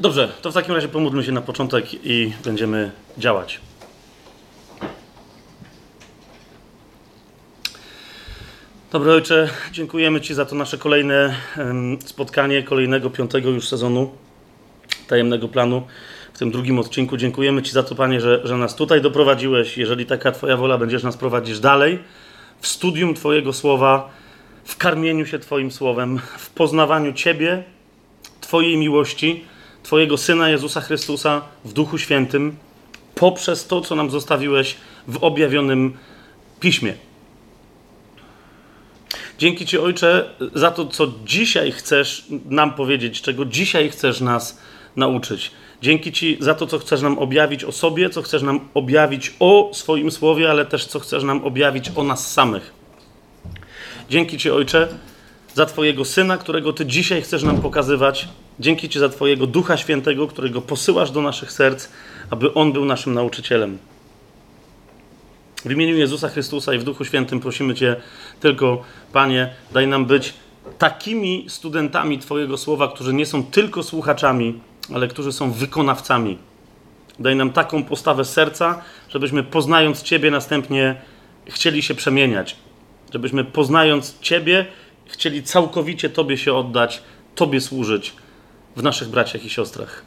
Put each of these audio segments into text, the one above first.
Dobrze, to w takim razie pomódlmy się na początek i będziemy działać. Dobry Ojcze, dziękujemy Ci za to nasze kolejne spotkanie, kolejnego 5. już sezonu Tajemnego Planu. W tym drugim odcinku dziękujemy Ci za to, Panie, że nas tutaj doprowadziłeś. Jeżeli taka Twoja wola, będziesz nas prowadzić dalej w studium Twojego Słowa, w karmieniu się Twoim Słowem, w poznawaniu Ciebie, Twojej miłości, Twojego Syna Jezusa Chrystusa w Duchu Świętym, poprzez to, co nam zostawiłeś w objawionym Piśmie. Dzięki Ci, Ojcze, za to, co dzisiaj chcesz nam powiedzieć, czego dzisiaj chcesz nas nauczyć. Dzięki Ci za to, co chcesz nam objawić o sobie, co chcesz nam objawić o swoim Słowie, ale też co chcesz nam objawić o nas samych. Dzięki Ci, Ojcze, za Twojego Syna, którego Ty dzisiaj chcesz nam pokazywać. Dzięki Ci za Twojego Ducha Świętego, którego posyłasz do naszych serc, aby On był naszym nauczycielem. W imieniu Jezusa Chrystusa i w Duchu Świętym prosimy Cię tylko, Panie, daj nam być takimi studentami Twojego Słowa, którzy nie są tylko słuchaczami, ale którzy są wykonawcami. Daj nam taką postawę serca, żebyśmy poznając Ciebie następnie chcieli się przemieniać. Żebyśmy poznając Ciebie chcieli całkowicie Tobie się oddać, Tobie służyć w naszych braciach i siostrach.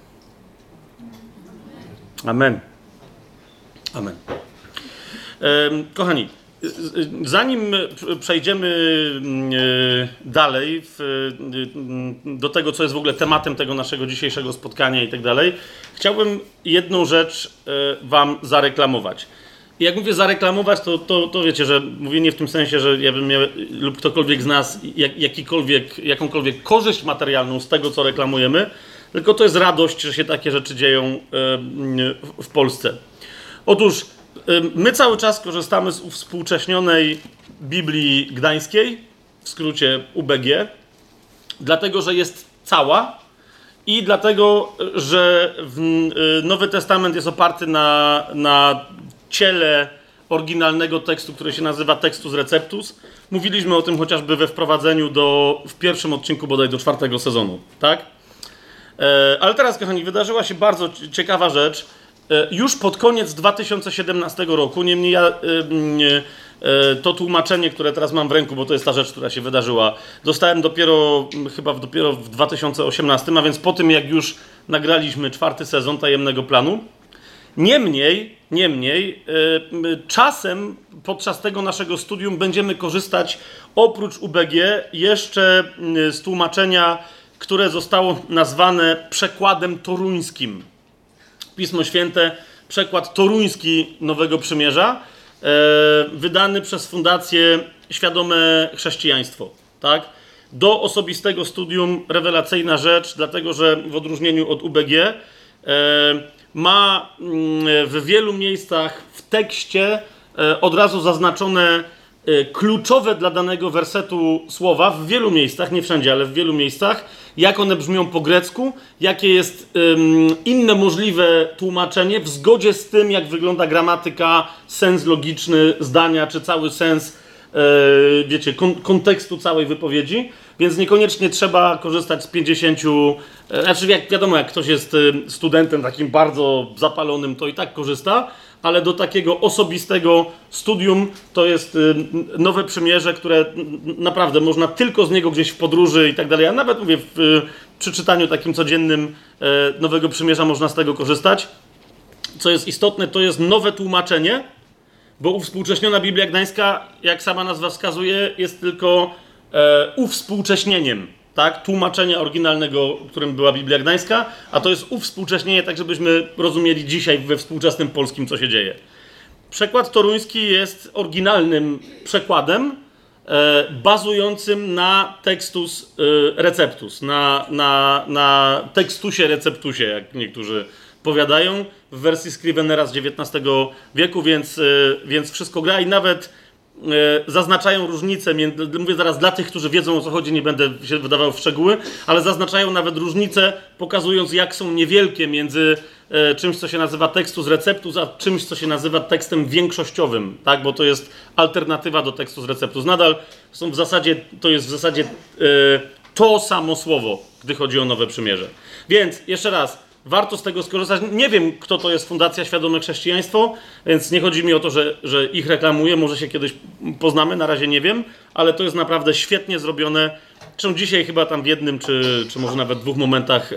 Amen. Amen. Kochani, zanim przejdziemy dalej do tego, co jest w ogóle tematem tego naszego dzisiejszego spotkania i tak dalej, chciałbym jedną rzecz wam zareklamować. I jak mówię zareklamować, to wiecie, że mówię nie w tym sensie, że ja bym miał lub ktokolwiek z nas jakąkolwiek korzyść materialną z tego, co reklamujemy, tylko to jest radość, że się takie rzeczy dzieją w Polsce. Otóż my cały czas korzystamy z uwspółcześnionej Biblii Gdańskiej, w skrócie UBG, dlatego, że jest cała i dlatego, że Nowy Testament jest oparty na ciele oryginalnego tekstu, który się nazywa Textus Receptus. Mówiliśmy o tym chociażby we wprowadzeniu w pierwszym odcinku bodaj do 4. sezonu, tak? Ale teraz, kochani, wydarzyła się bardzo ciekawa rzecz. Już pod koniec 2017 roku, niemniej ja to tłumaczenie, które teraz mam w ręku, bo to jest ta rzecz, która się wydarzyła, dostałem dopiero w 2018, a więc po tym, jak już nagraliśmy 4. sezon Tajemnego Planu. Niemniej, czasem podczas tego naszego studium będziemy korzystać oprócz UBG jeszcze z tłumaczenia, które zostało nazwane przekładem toruńskim. Pismo Święte, przekład toruński Nowego Przymierza, wydany przez Fundację Świadome Chrześcijaństwo. Tak? Do osobistego studium rewelacyjna rzecz, dlatego że w odróżnieniu od UBG ma w wielu miejscach w tekście od razu zaznaczone kluczowe dla danego wersetu słowa, w wielu miejscach, nie wszędzie, ale w wielu miejscach, jak one brzmią po grecku, jakie jest inne możliwe tłumaczenie w zgodzie z tym, jak wygląda gramatyka, sens logiczny zdania, czy cały sens, kontekstu całej wypowiedzi, więc niekoniecznie trzeba korzystać z 50, znaczy jak wiadomo, jak ktoś jest studentem takim bardzo zapalonym, to i tak korzysta, ale do takiego osobistego studium to jest Nowe Przymierze, które naprawdę można tylko z niego gdzieś w podróży i tak dalej, a nawet mówię, przy czytaniu takim codziennym Nowego Przymierza można z tego korzystać. Co jest istotne, to jest nowe tłumaczenie, bo uwspółcześniona Biblia Gdańska, jak sama nazwa wskazuje, jest tylko uwspółcześnieniem, tak? Tłumaczenia oryginalnego, którym była Biblia Gdańska, a to jest uwspółcześnienie, tak żebyśmy rozumieli dzisiaj we współczesnym polskim, co się dzieje. Przekład toruński jest oryginalnym przekładem bazującym na Textus Receptus, na Textusie Receptusie, jak niektórzy powiadają, w wersji Scrivenera z XIX wieku, więc wszystko gra i nawet zaznaczają różnice, mówię zaraz dla tych, którzy wiedzą, o co chodzi, nie będę się wydawał w szczegóły, ale zaznaczają nawet różnice, pokazując, jak są niewielkie między czymś, co się nazywa Textus Receptus, a czymś, co się nazywa tekstem większościowym, tak? Bo to jest alternatywa do Textus Receptus. Nadal to jest w zasadzie to samo słowo, gdy chodzi o Nowe Przymierze. Więc, jeszcze raz, warto z tego skorzystać. Nie wiem, kto to jest Fundacja Świadome Chrześcijaństwo, więc nie chodzi mi o to, że ich reklamuję, może się kiedyś poznamy, na razie nie wiem, ale to jest naprawdę świetnie zrobione. Zresztą dzisiaj chyba tam w jednym, czy może nawet 2 momentach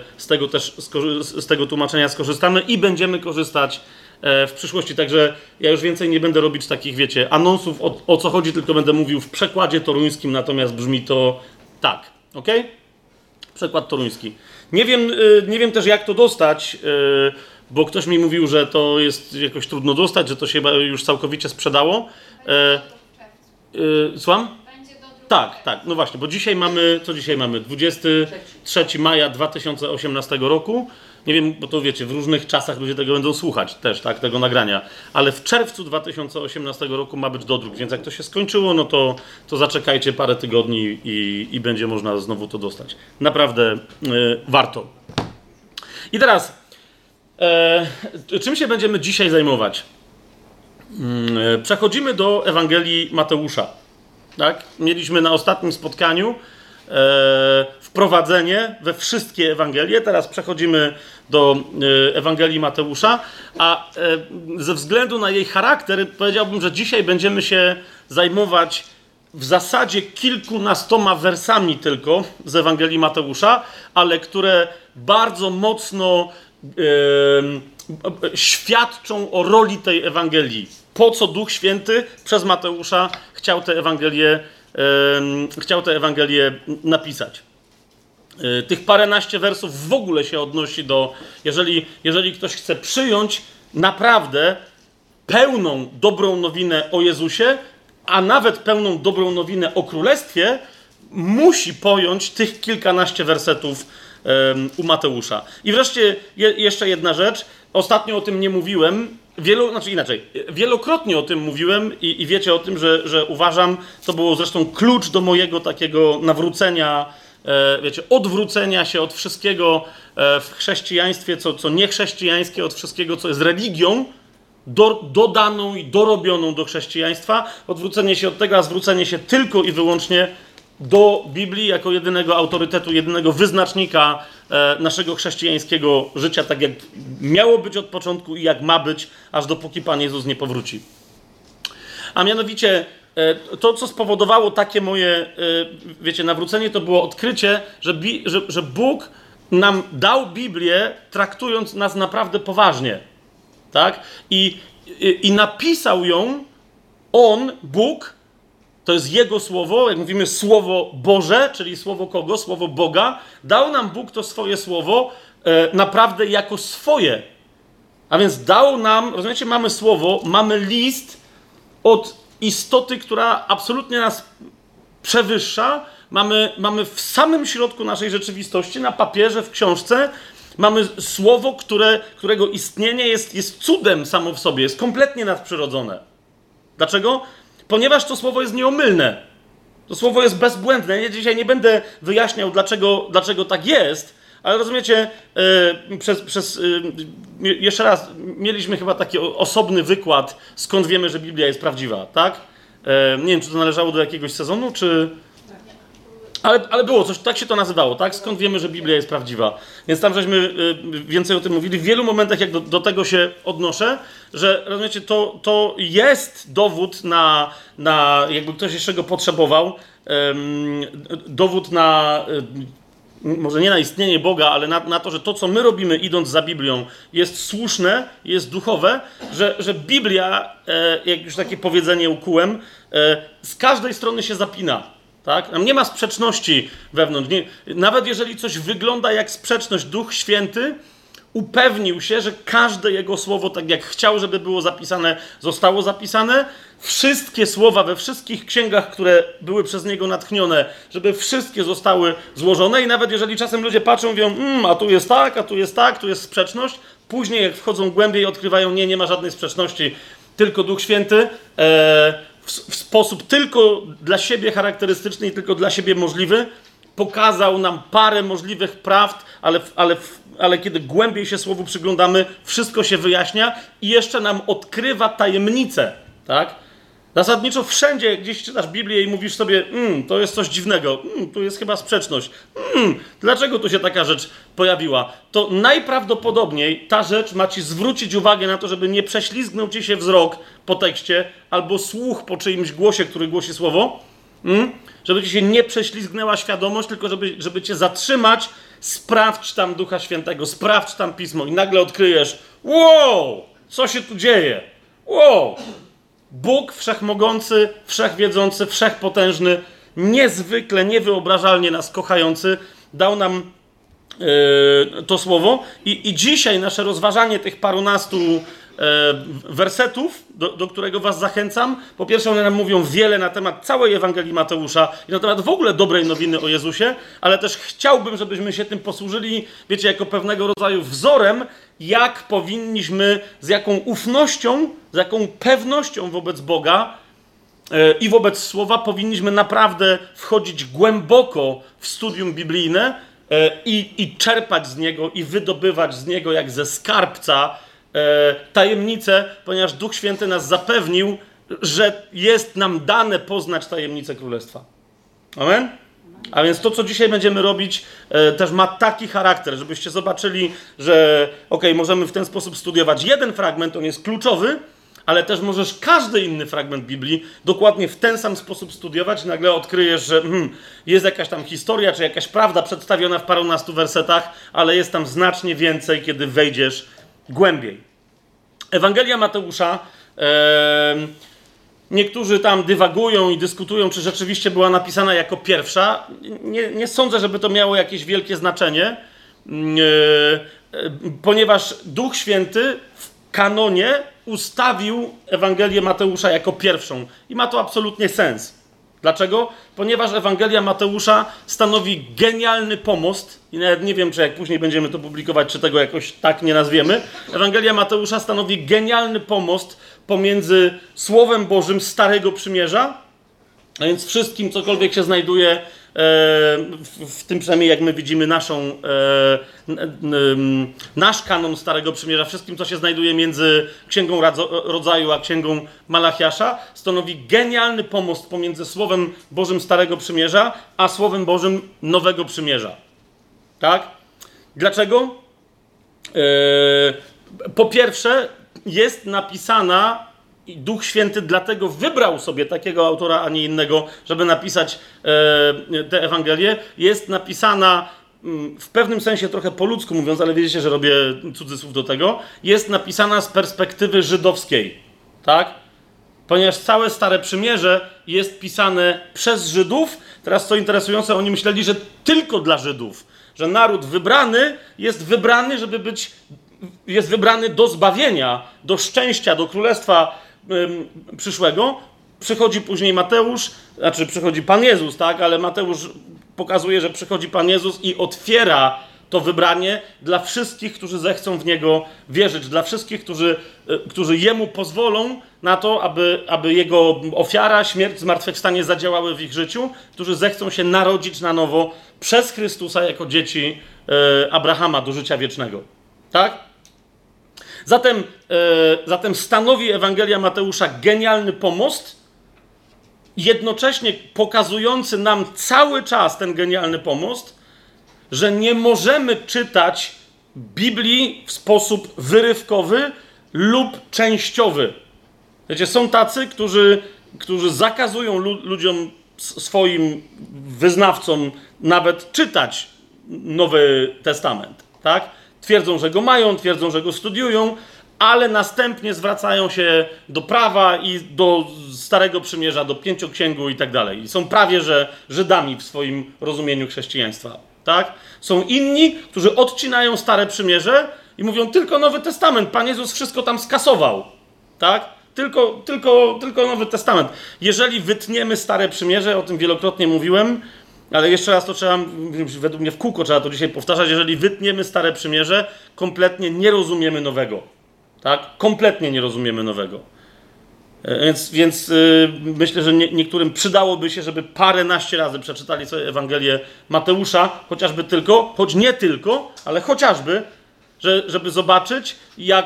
z tego tłumaczenia skorzystamy i będziemy korzystać w przyszłości. Także ja już więcej nie będę robić takich, wiecie, anonsów o co chodzi, tylko będę mówił w przekładzie toruńskim, natomiast brzmi to tak, ok? Przekład toruński. Nie wiem też, jak to dostać, bo ktoś mi mówił, że to jest jakoś trudno dostać, że to się już całkowicie sprzedało. Słucham? Tak, no właśnie, bo dzisiaj mamy, co dzisiaj mamy? 23 maja 2018 roku. Nie wiem, bo to wiecie, w różnych czasach ludzie tego będą słuchać też, tak, tego nagrania. Ale w czerwcu 2018 roku ma być dodruk, więc jak to się skończyło, no to zaczekajcie parę tygodni i będzie można znowu to dostać. Naprawdę warto. I teraz, czym się będziemy dzisiaj zajmować? Przechodzimy do Ewangelii Mateusza. Tak? Mieliśmy na ostatnim spotkaniu wprowadzenie we wszystkie Ewangelie. Teraz przechodzimy do Ewangelii Mateusza, a ze względu na jej charakter powiedziałbym, że dzisiaj będziemy się zajmować w zasadzie kilkunastoma wersami tylko z Ewangelii Mateusza, ale które bardzo mocno świadczą o roli tej Ewangelii. Po co Duch Święty przez Mateusza chciał tę Ewangelię napisać. Tych paręnaście wersów w ogóle się odnosi do, jeżeli ktoś chce przyjąć naprawdę pełną dobrą nowinę o Jezusie, a nawet pełną dobrą nowinę o Królestwie, musi pojąć tych kilkanaście wersetów u Mateusza. I wreszcie jeszcze jedna rzecz. Ostatnio o tym nie mówiłem. Wielokrotnie o tym mówiłem i wiecie o tym, że uważam, to było zresztą klucz do mojego takiego nawrócenia, odwrócenia się od wszystkiego w chrześcijaństwie, co niechrześcijańskie, od wszystkiego, co jest religią, dodaną i dorobioną do chrześcijaństwa, odwrócenie się od tego, a zwrócenie się tylko i wyłącznie do Biblii jako jedynego autorytetu, jedynego wyznacznika naszego chrześcijańskiego życia, tak jak miało być od początku i jak ma być, aż dopóki Pan Jezus nie powróci. A mianowicie to, co spowodowało takie moje, nawrócenie, to było odkrycie, że Bóg nam dał Biblię, traktując nas naprawdę poważnie. Tak? I napisał ją On, Bóg. To jest Jego słowo, jak mówimy Słowo Boże, czyli słowo kogo? Słowo Boga. Dał nam Bóg to swoje słowo naprawdę jako swoje. A więc dał nam, rozumiecie, mamy słowo, mamy list od istoty, która absolutnie nas przewyższa. Mamy w samym środku naszej rzeczywistości, na papierze, w książce, mamy słowo, którego istnienie jest cudem samo w sobie, jest kompletnie nadprzyrodzone. Dlaczego? Ponieważ to słowo jest nieomylne. To słowo jest bezbłędne. Ja dzisiaj nie będę wyjaśniał, dlaczego tak jest, ale rozumiecie, jeszcze raz, mieliśmy chyba taki osobny wykład, skąd wiemy, że Biblia jest prawdziwa, tak? Nie wiem, czy to należało do jakiegoś sezonu, czy... Ale było coś, tak się to nazywało, tak? Skąd wiemy, że Biblia jest prawdziwa? Więc tam żeśmy więcej o tym mówili. W wielu momentach, jak do tego się odnoszę, że rozumiecie, to jest dowód na jakby ktoś jeszcze go potrzebował, dowód na, może nie na istnienie Boga, ale na to, że to, co my robimy, idąc za Biblią, jest słuszne, jest duchowe, że Biblia, jak już takie powiedzenie ukułem, z każdej strony się zapina. Tak? Tam nie ma sprzeczności wewnątrz. Nawet jeżeli coś wygląda jak sprzeczność, Duch Święty upewnił się, że każde Jego słowo, tak jak chciał, żeby było zapisane, zostało zapisane. Wszystkie słowa we wszystkich księgach, które były przez Niego natchnione, żeby wszystkie zostały złożone. I nawet jeżeli czasem ludzie patrzą i mówią, a tu jest tak, a tu jest tak, tu jest sprzeczność. Później jak wchodzą głębiej, odkrywają, nie ma żadnej sprzeczności, tylko Duch Święty w sposób tylko dla siebie charakterystyczny i tylko dla siebie możliwy pokazał nam parę możliwych prawd, ale kiedy głębiej się Słowu przyglądamy, wszystko się wyjaśnia i jeszcze nam odkrywa tajemnicę, tak? Zasadniczo wszędzie, gdzieś czytasz Biblię i mówisz sobie, to jest coś dziwnego, tu jest chyba sprzeczność, dlaczego tu się taka rzecz pojawiła? To najprawdopodobniej ta rzecz ma ci zwrócić uwagę na to, żeby nie prześlizgnął ci się wzrok po tekście albo słuch po czyimś głosie, który głosi słowo, żeby ci się nie prześlizgnęła świadomość, tylko żeby cię zatrzymać, sprawdź tam Ducha Świętego, sprawdź tam Pismo i nagle odkryjesz, wow, co się tu dzieje? Wow! Bóg wszechmogący, wszechwiedzący, wszechpotężny, niezwykle, niewyobrażalnie nas kochający, dał nam to słowo i dzisiaj nasze rozważanie tych parunastu wersetów, do którego was zachęcam. Po pierwsze, one nam mówią wiele na temat całej Ewangelii Mateusza i na temat w ogóle dobrej nowiny o Jezusie, ale też chciałbym, żebyśmy się tym posłużyli, wiecie, jako pewnego rodzaju wzorem, jak powinniśmy, z jaką ufnością, z jaką pewnością wobec Boga i wobec Słowa powinniśmy naprawdę wchodzić głęboko w studium biblijne i czerpać z niego i wydobywać z niego jak ze skarbca tajemnice, ponieważ Duch Święty nas zapewnił, że jest nam dane poznać tajemnicę Królestwa. Amen? A więc to, co dzisiaj będziemy robić, też ma taki charakter, żebyście zobaczyli, że możemy w ten sposób studiować jeden fragment, on jest kluczowy, ale też możesz każdy inny fragment Biblii dokładnie w ten sam sposób studiować i nagle odkryjesz, że jest jakaś tam historia, czy jakaś prawda przedstawiona w parunastu wersetach, ale jest tam znacznie więcej, kiedy wejdziesz głębiej. Ewangelia Mateusza, niektórzy tam dywagują i dyskutują, czy rzeczywiście była napisana jako pierwsza. Nie sądzę, żeby to miało jakieś wielkie znaczenie, ponieważ Duch Święty w kanonie ustawił Ewangelię Mateusza jako pierwszą. I ma to absolutnie sens. Dlaczego? Ponieważ Ewangelia Mateusza stanowi genialny pomost, i nawet nie wiem, czy jak później będziemy to publikować, czy tego jakoś tak nie nazwiemy. Ewangelia Mateusza stanowi genialny pomost pomiędzy Słowem Bożym Starego Przymierza, a więc wszystkim, cokolwiek się znajduje w tym, przynajmniej jak my widzimy nasz kanon Starego Przymierza, wszystkim, co się znajduje między Księgą Rodzaju a Księgą Malachiasza, stanowi genialny pomost pomiędzy Słowem Bożym Starego Przymierza a Słowem Bożym Nowego Przymierza. Tak? Dlaczego? Po pierwsze, jest napisana i Duch Święty dlatego wybrał sobie takiego autora, a nie innego, żeby napisać tę Ewangelię. Jest napisana w pewnym sensie trochę po ludzku mówiąc, ale wiecie, że robię cudzysłów do tego. Jest napisana z perspektywy żydowskiej. Tak? Ponieważ całe Stare Przymierze jest pisane przez Żydów. Teraz co interesujące, oni myśleli, że tylko dla Żydów. Że naród wybrany jest wybrany, jest wybrany do zbawienia, do szczęścia, do królestwa przyszłego. Przychodzi później Mateusz, przychodzi Pan Jezus, tak? Ale Mateusz pokazuje, że przychodzi Pan Jezus i otwiera to wybranie dla wszystkich, którzy zechcą w Niego wierzyć, dla wszystkich, którzy Jemu pozwolą na to, aby Jego ofiara, śmierć, zmartwychwstanie zadziałały w ich życiu, którzy zechcą się narodzić na nowo przez Chrystusa jako dzieci Abrahama do życia wiecznego. Tak? Zatem stanowi Ewangelia Mateusza genialny pomost, jednocześnie pokazujący nam cały czas ten genialny pomost, że nie możemy czytać Biblii w sposób wyrywkowy lub częściowy. Wiecie, są tacy, którzy zakazują ludziom, swoim wyznawcom nawet czytać Nowy Testament. Tak? Twierdzą, że go mają, twierdzą, że go studiują, ale następnie zwracają się do prawa i do Starego Przymierza, do Pięcioksięgu i tak dalej. I są prawie że Żydami w swoim rozumieniu chrześcijaństwa. Tak? Są inni, którzy odcinają Stare Przymierze i mówią tylko Nowy Testament. Pan Jezus wszystko tam skasował. Tak? Tylko Nowy Testament. Jeżeli wytniemy Stare Przymierze, o tym wielokrotnie mówiłem, ale jeszcze raz to trzeba, według mnie w kółko trzeba to dzisiaj powtarzać, jeżeli wytniemy Stare Przymierze, kompletnie nie rozumiemy Nowego. Tak? Kompletnie nie rozumiemy Nowego. Więc myślę, że niektórym przydałoby się, żeby paręnaście razy przeczytali sobie Ewangelię Mateusza, choć nie tylko, ale chociażby, żeby zobaczyć, jak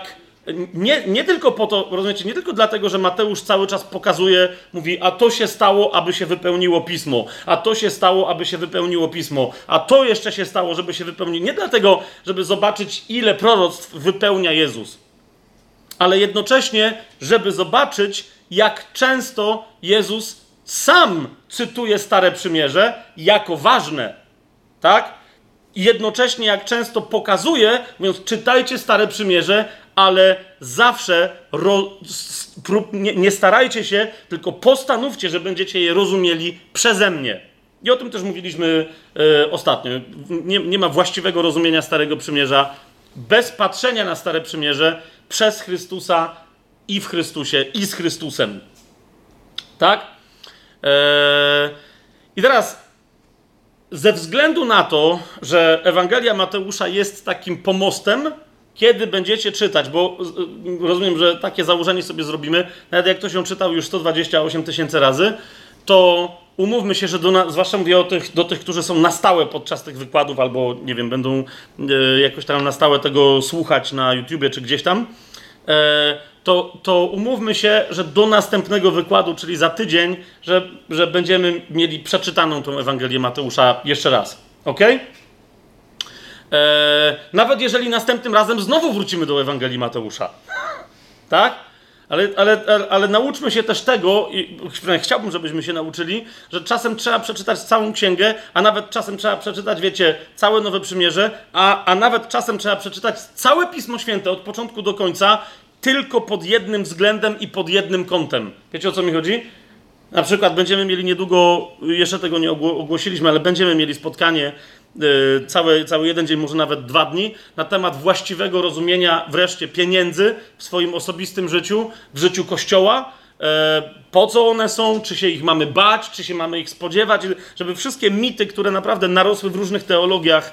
nie tylko po to, rozumiecie, nie tylko dlatego, że Mateusz cały czas pokazuje, mówi, a to się stało, aby się wypełniło Pismo, a to się stało, aby się wypełniło Pismo, a to jeszcze się stało, żeby się wypełniło. Nie dlatego, żeby zobaczyć, ile proroctw wypełnia Jezus, ale jednocześnie, żeby zobaczyć, jak często Jezus sam cytuje Stare Przymierze jako ważne, tak? I jednocześnie jak często pokazuje, mówiąc, czytajcie Stare Przymierze, ale zawsze nie starajcie się, tylko postanówcie, że będziecie je rozumieli przeze mnie. I o tym też mówiliśmy ostatnio. Nie ma właściwego rozumienia Starego Przymierza bez patrzenia na Stare Przymierze przez Chrystusa i w Chrystusie i z Chrystusem. Tak? I teraz ze względu na to, że Ewangelia Mateusza jest takim pomostem, kiedy będziecie czytać, bo rozumiem, że takie założenie sobie zrobimy, nawet jak ktoś ją czytał już 128 000 razy, to umówmy się, że zwłaszcza mówię do tych, którzy są na stałe podczas tych wykładów, albo nie wiem, będą jakoś tam na stałe tego słuchać na YouTubie czy gdzieś tam, to umówmy się, że do następnego wykładu, czyli za tydzień, że będziemy mieli przeczytaną tą Ewangelię Mateusza jeszcze raz. Ok? Nawet jeżeli następnym razem znowu wrócimy do Ewangelii Mateusza. Tak? Ale nauczmy się też tego, i chciałbym, żebyśmy się nauczyli, że czasem trzeba przeczytać całą księgę, a nawet czasem trzeba przeczytać, wiecie, całe Nowe Przymierze, a nawet czasem trzeba przeczytać całe Pismo Święte od początku do końca, tylko pod jednym względem i pod jednym kątem. Wiecie, o co mi chodzi? Na przykład będziemy mieli niedługo, jeszcze tego nie ogłosiliśmy, ale będziemy mieli spotkanie cały jeden dzień, może nawet 2 dni, na temat właściwego rozumienia wreszcie pieniędzy w swoim osobistym życiu, w życiu Kościoła, po co one są, czy się ich mamy bać, czy się mamy ich spodziewać, żeby wszystkie mity, które naprawdę narosły w różnych teologiach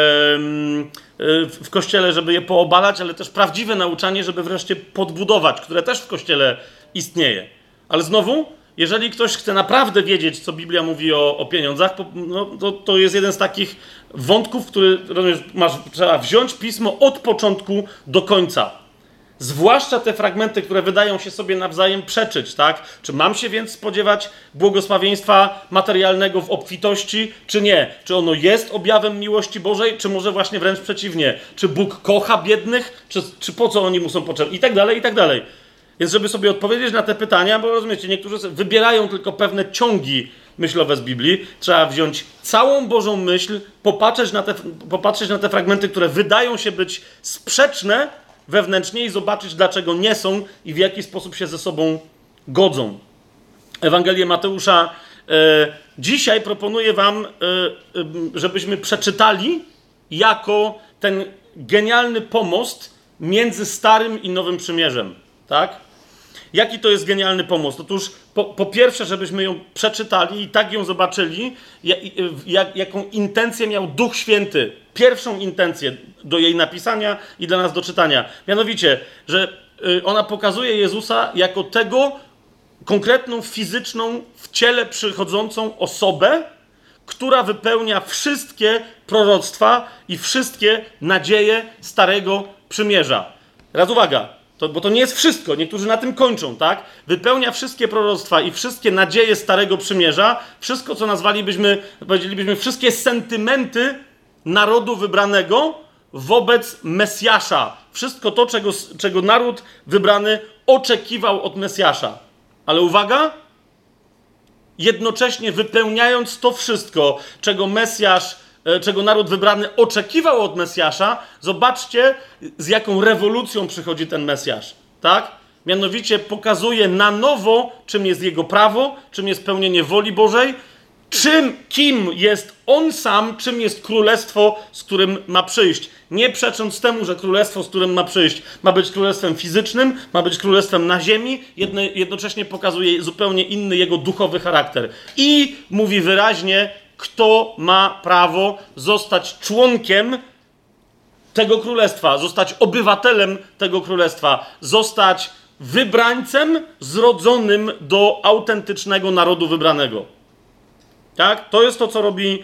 w Kościele, żeby je poobalać, ale też prawdziwe nauczanie, żeby wreszcie podbudować, które też w Kościele istnieje. Ale znowu, jeżeli ktoś chce naprawdę wiedzieć, co Biblia mówi o pieniądzach, no, to jest jeden z takich wątków, który trzeba wziąć Pismo od początku do końca. Zwłaszcza te fragmenty, które wydają się sobie nawzajem przeczyć, tak? Czy mam się więc spodziewać błogosławieństwa materialnego w obfitości, czy nie? Czy ono jest objawem miłości Bożej, czy może właśnie wręcz przeciwnie? Czy Bóg kocha biednych, czy po co oni mu są potrzebni? I tak dalej, i tak dalej. Więc żeby sobie odpowiedzieć na te pytania, bo rozumiecie, niektórzy wybierają tylko pewne ciągi myślowe z Biblii, trzeba wziąć całą Bożą myśl, popatrzeć na te fragmenty, które wydają się być sprzeczne wewnętrznie i zobaczyć, dlaczego nie są i w jaki sposób się ze sobą godzą. Ewangelię Mateusza dzisiaj proponuję wam, żebyśmy przeczytali jako ten genialny pomost między Starym i Nowym Przymierzem. Tak? Jaki to jest genialny pomost? Otóż po pierwsze, żebyśmy ją przeczytali i tak ją zobaczyli, jaką intencję miał Duch Święty. Pierwszą intencję do jej napisania i dla nas do czytania. Mianowicie, że ona pokazuje Jezusa jako tego konkretną, fizyczną, w ciele przychodzącą osobę, która wypełnia wszystkie proroctwa i wszystkie nadzieje Starego Przymierza. Teraz uwaga. Bo to nie jest wszystko, niektórzy na tym kończą, tak? Wypełnia wszystkie proroctwa i wszystkie nadzieje Starego Przymierza, wszystko, co powiedzielibyśmy, wszystkie sentymenty narodu wybranego wobec Mesjasza. Wszystko to, czego naród wybrany oczekiwał od Mesjasza. Ale uwaga, jednocześnie wypełniając to wszystko, czego naród wybrany oczekiwał od Mesjasza, zobaczcie, z jaką rewolucją przychodzi ten Mesjasz, tak? Mianowicie pokazuje na nowo, czym jest jego prawo, czym jest pełnienie woli Bożej, kim jest on sam, czym jest królestwo, z którym ma przyjść. Nie przecząc temu, że królestwo, z którym ma przyjść, ma być królestwem fizycznym, ma być królestwem na ziemi, jednocześnie pokazuje zupełnie inny jego duchowy charakter. I mówi wyraźnie, kto ma prawo zostać członkiem tego królestwa, zostać obywatelem tego królestwa, zostać wybrańcem zrodzonym do autentycznego narodu wybranego. Tak? To jest to, co robi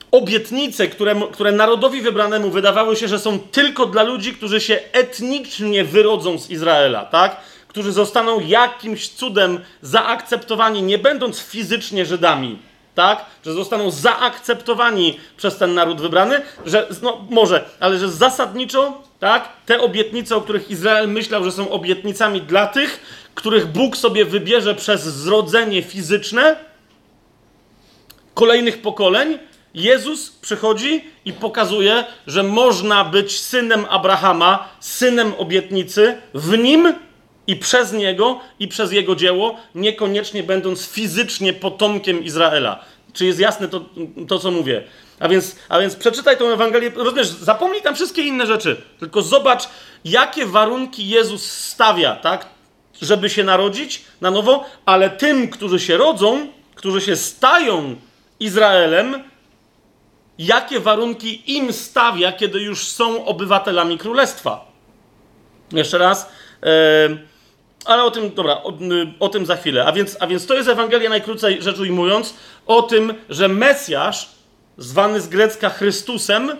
obietnice, które narodowi wybranemu wydawały się, że są tylko dla ludzi, którzy się etnicznie wyrodzą z Izraela, tak? Którzy zostaną jakimś cudem zaakceptowani, nie będąc fizycznie Żydami, tak? Że zostaną zaakceptowani przez ten naród wybrany, że, no może, ale że zasadniczo, tak? Te obietnice, o których Izrael myślał, że są obietnicami dla tych, których Bóg sobie wybierze przez zrodzenie fizyczne kolejnych pokoleń, Jezus przychodzi i pokazuje, że można być synem Abrahama, synem obietnicy, w nim i przez niego i przez jego dzieło, niekoniecznie będąc fizycznie potomkiem Izraela. Czy jest jasne to co mówię? A więc przeczytaj tę Ewangelię, rozumiesz, zapomnij tam wszystkie inne rzeczy, tylko zobacz, jakie warunki Jezus stawia, tak, żeby się narodzić na nowo, ale tym, którzy się rodzą, którzy się stają Izraelem, jakie warunki im stawia, kiedy już są obywatelami królestwa. Jeszcze raz, ale o tym, dobra, o tym za chwilę. A więc to jest Ewangelia, najkrócej rzecz ujmując, o tym, że Mesjasz, zwany z grecka Chrystusem,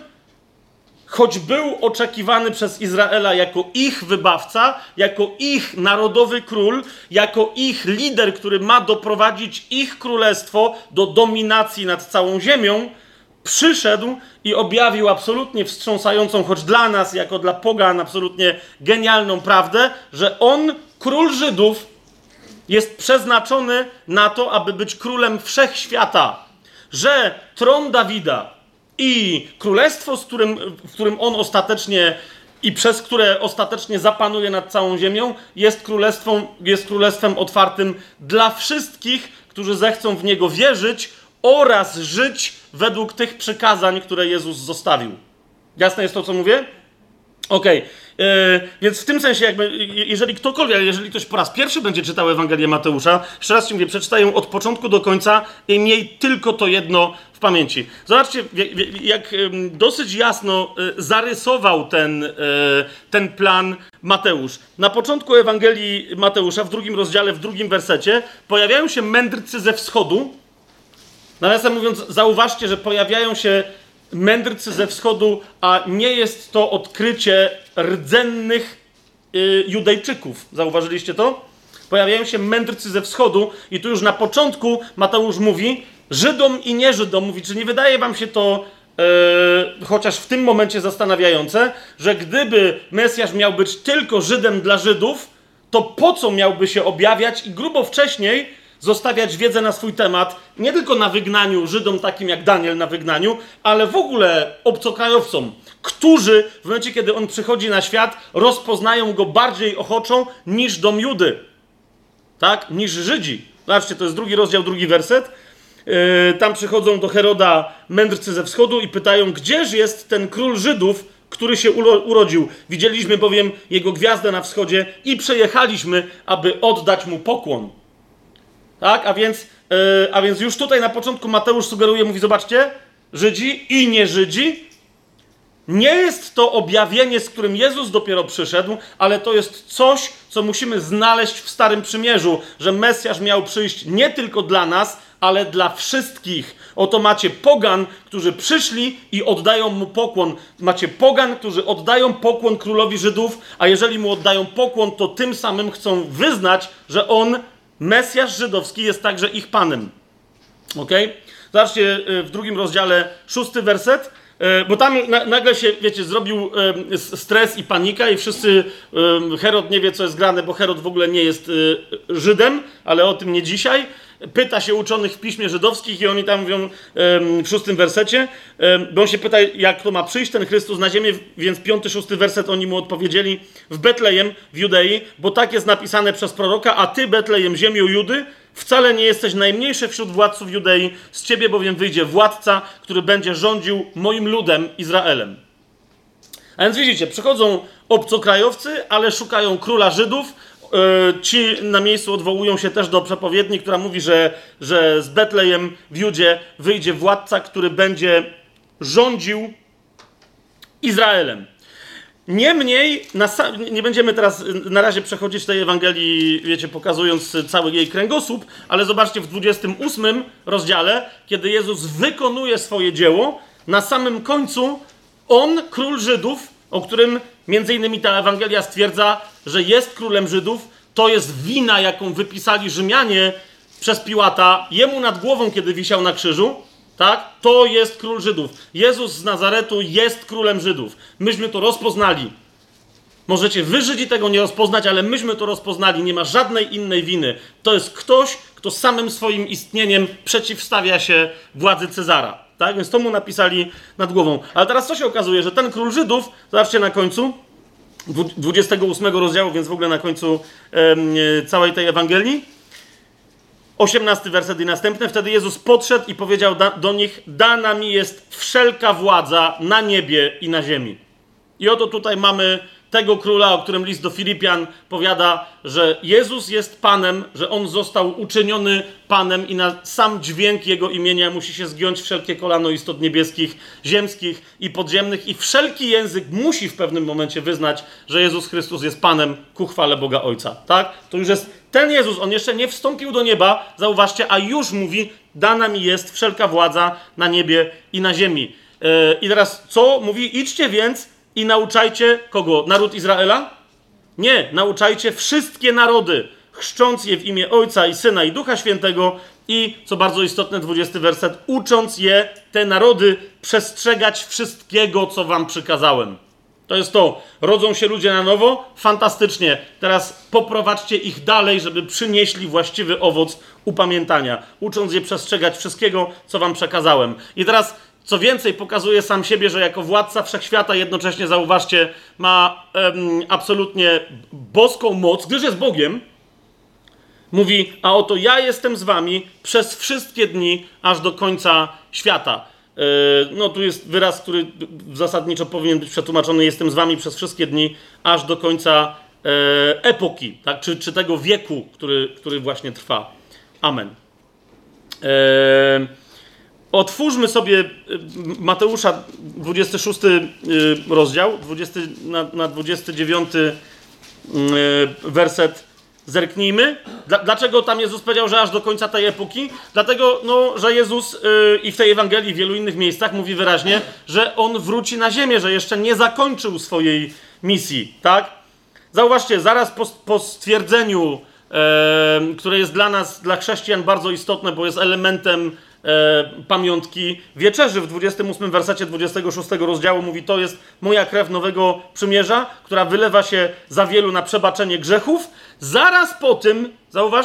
choć był oczekiwany przez Izraela jako ich wybawca, jako ich narodowy król, jako ich lider, który ma doprowadzić ich królestwo do dominacji nad całą ziemią, przyszedł i objawił absolutnie wstrząsającą, choć dla nas, jako dla pogan, absolutnie genialną prawdę, że on, król Żydów, jest przeznaczony na to, aby być królem wszechświata. Że tron Dawida i królestwo, w którym on ostatecznie i przez które ostatecznie zapanuje nad całą ziemią, jest królestwem otwartym dla wszystkich, którzy zechcą w niego wierzyć oraz żyć według tych przykazań, które Jezus zostawił. Jasne jest to, co mówię? Okej. Więc w tym sensie, jakby, jeżeli ktoś po raz pierwszy będzie czytał Ewangelię Mateusza, jeszcze raz ci mówię, przeczytaj ją od początku do końca i miej tylko to jedno w pamięci. Zobaczcie, jak dosyć jasno zarysował ten plan Mateusz. Na początku Ewangelii Mateusza, w 2 rozdziale, w 2 wersecie, pojawiają się mędrcy ze wschodu. Nawiasem mówiąc, zauważcie, że pojawiają się mędrcy ze wschodu, a nie jest to odkrycie rdzennych Judejczyków. Zauważyliście to? Pojawiają się mędrcy ze wschodu i tu już na początku Mateusz mówi Żydom i nie-Żydom. Mówi, czy nie wydaje wam się to chociaż w tym momencie zastanawiające, że gdyby Mesjasz miał być tylko Żydem dla Żydów, to po co miałby się objawiać i grubo wcześniej zostawiać wiedzę na swój temat, nie tylko na wygnaniu, Żydom takim jak Daniel na wygnaniu, ale w ogóle obcokrajowcom, którzy w momencie, kiedy on przychodzi na świat, rozpoznają go bardziej ochoczo niż dom Judy, tak? Niż Żydzi. Zobaczcie, to jest 2 rozdział, 2 werset. Tam przychodzą do Heroda mędrcy ze wschodu i pytają, gdzież jest ten król Żydów, który się urodził. Widzieliśmy bowiem jego gwiazdę na wschodzie i przejechaliśmy, aby oddać mu pokłon. Tak, a więc już tutaj na początku Mateusz sugeruje, mówi, zobaczcie, Żydzi i nie Żydzi, nie jest to objawienie, z którym Jezus dopiero przyszedł, ale to jest coś, co musimy znaleźć w Starym Przymierzu, że Mesjasz miał przyjść nie tylko dla nas, ale dla wszystkich. Oto macie pogan, którzy przyszli i oddają mu pokłon. Macie pogan, którzy oddają pokłon królowi Żydów, a jeżeli mu oddają pokłon, to tym samym chcą wyznać, że on, Mesjasz żydowski, jest także ich Panem. Okej? Zobaczcie w 2 rozdziale 6 werset, bo tam nagle się, wiecie, zrobił stres i panika i wszyscy, Herod nie wie, co jest grane, bo Herod w ogóle nie jest Żydem, ale o tym nie dzisiaj. Pyta się uczonych w piśmie żydowskich i oni tam mówią w 6 wersecie, bo on się pyta, jak to ma przyjść ten Chrystus na ziemię, więc 5-6 werset oni mu odpowiedzieli: w Betlejem, w Judei, bo tak jest napisane przez proroka, a ty, Betlejem, ziemią Judy, wcale nie jesteś najmniejszy wśród władców Judei, z ciebie bowiem wyjdzie władca, który będzie rządził moim ludem, Izraelem. A więc widzicie, przychodzą obcokrajowcy, ale szukają króla Żydów. Ci na miejscu odwołują się też do przepowiedni, która mówi, że z Betlejem w Judzie wyjdzie władca, który będzie rządził Izraelem. Niemniej, nie będziemy teraz na razie przechodzić tej Ewangelii, wiecie, pokazując cały jej kręgosłup, ale zobaczcie w 28 rozdziale, kiedy Jezus wykonuje swoje dzieło, na samym końcu on, król Żydów, o którym między innymi ta Ewangelia stwierdza, że jest królem Żydów, to jest wina, jaką wypisali Rzymianie przez Piłata jemu nad głową, kiedy wisiał na krzyżu, tak? To jest król Żydów. Jezus z Nazaretu jest królem Żydów. Myśmy to rozpoznali. Możecie wy, Żydzi, tego nie rozpoznać, ale myśmy to rozpoznali. Nie ma żadnej innej winy. To jest ktoś, kto samym swoim istnieniem przeciwstawia się władzy Cezara. Tak? Więc to mu napisali nad głową. Ale teraz co się okazuje, że ten król Żydów, zobaczcie na końcu 28 rozdziału, więc w ogóle na końcu całej tej Ewangelii, 18 werset i następne. Wtedy Jezus podszedł i powiedział do nich: dana mi jest wszelka władza na niebie i na ziemi. I oto tutaj mamy tego króla, o którym list do Filipian powiada, że Jezus jest Panem, że On został uczyniony Panem i na sam dźwięk Jego imienia musi się zgiąć wszelkie kolano istot niebieskich, ziemskich i podziemnych i wszelki język musi w pewnym momencie wyznać, że Jezus Chrystus jest Panem ku chwale Boga Ojca. Tak? To już jest ten Jezus, On jeszcze nie wstąpił do nieba, zauważcie, a już mówi: dana mi jest wszelka władza na niebie i na ziemi. I teraz co? Mówi: idźcie więc i nauczajcie kogo? Naród Izraela? Nie, nauczajcie wszystkie narody, chrzcząc je w imię Ojca i Syna i Ducha Świętego i, co bardzo istotne, 20 werset, ucząc je, te narody, przestrzegać wszystkiego, co wam przykazałem. To jest to. Rodzą się ludzie na nowo? Fantastycznie. Teraz poprowadźcie ich dalej, żeby przynieśli właściwy owoc upamiętania, ucząc je przestrzegać wszystkiego, co wam przekazałem. I teraz co więcej, pokazuje sam siebie, że jako władca wszechświata jednocześnie, zauważcie, ma absolutnie boską moc, gdyż jest Bogiem. Mówi: a oto ja jestem z wami przez wszystkie dni, aż do końca świata. No tu jest wyraz, który zasadniczo powinien być przetłumaczony: jestem z wami przez wszystkie dni, aż do końca epoki, tak? czy tego wieku, który właśnie trwa. Amen. Otwórzmy sobie Mateusza 26 rozdział, 29 werset zerknijmy. Dlaczego tam Jezus powiedział, że aż do końca tej epoki? Dlatego, że Jezus i w tej Ewangelii, w wielu innych miejscach mówi wyraźnie, że On wróci na ziemię, że jeszcze nie zakończył swojej misji, tak? Zauważcie, zaraz po stwierdzeniu, które jest dla nas, dla chrześcijan bardzo istotne, bo jest elementem pamiątki wieczerzy, w 28 wersecie 26 rozdziału mówi: to jest moja krew nowego przymierza, która wylewa się za wielu na przebaczenie grzechów. Zaraz po tym, zauważ,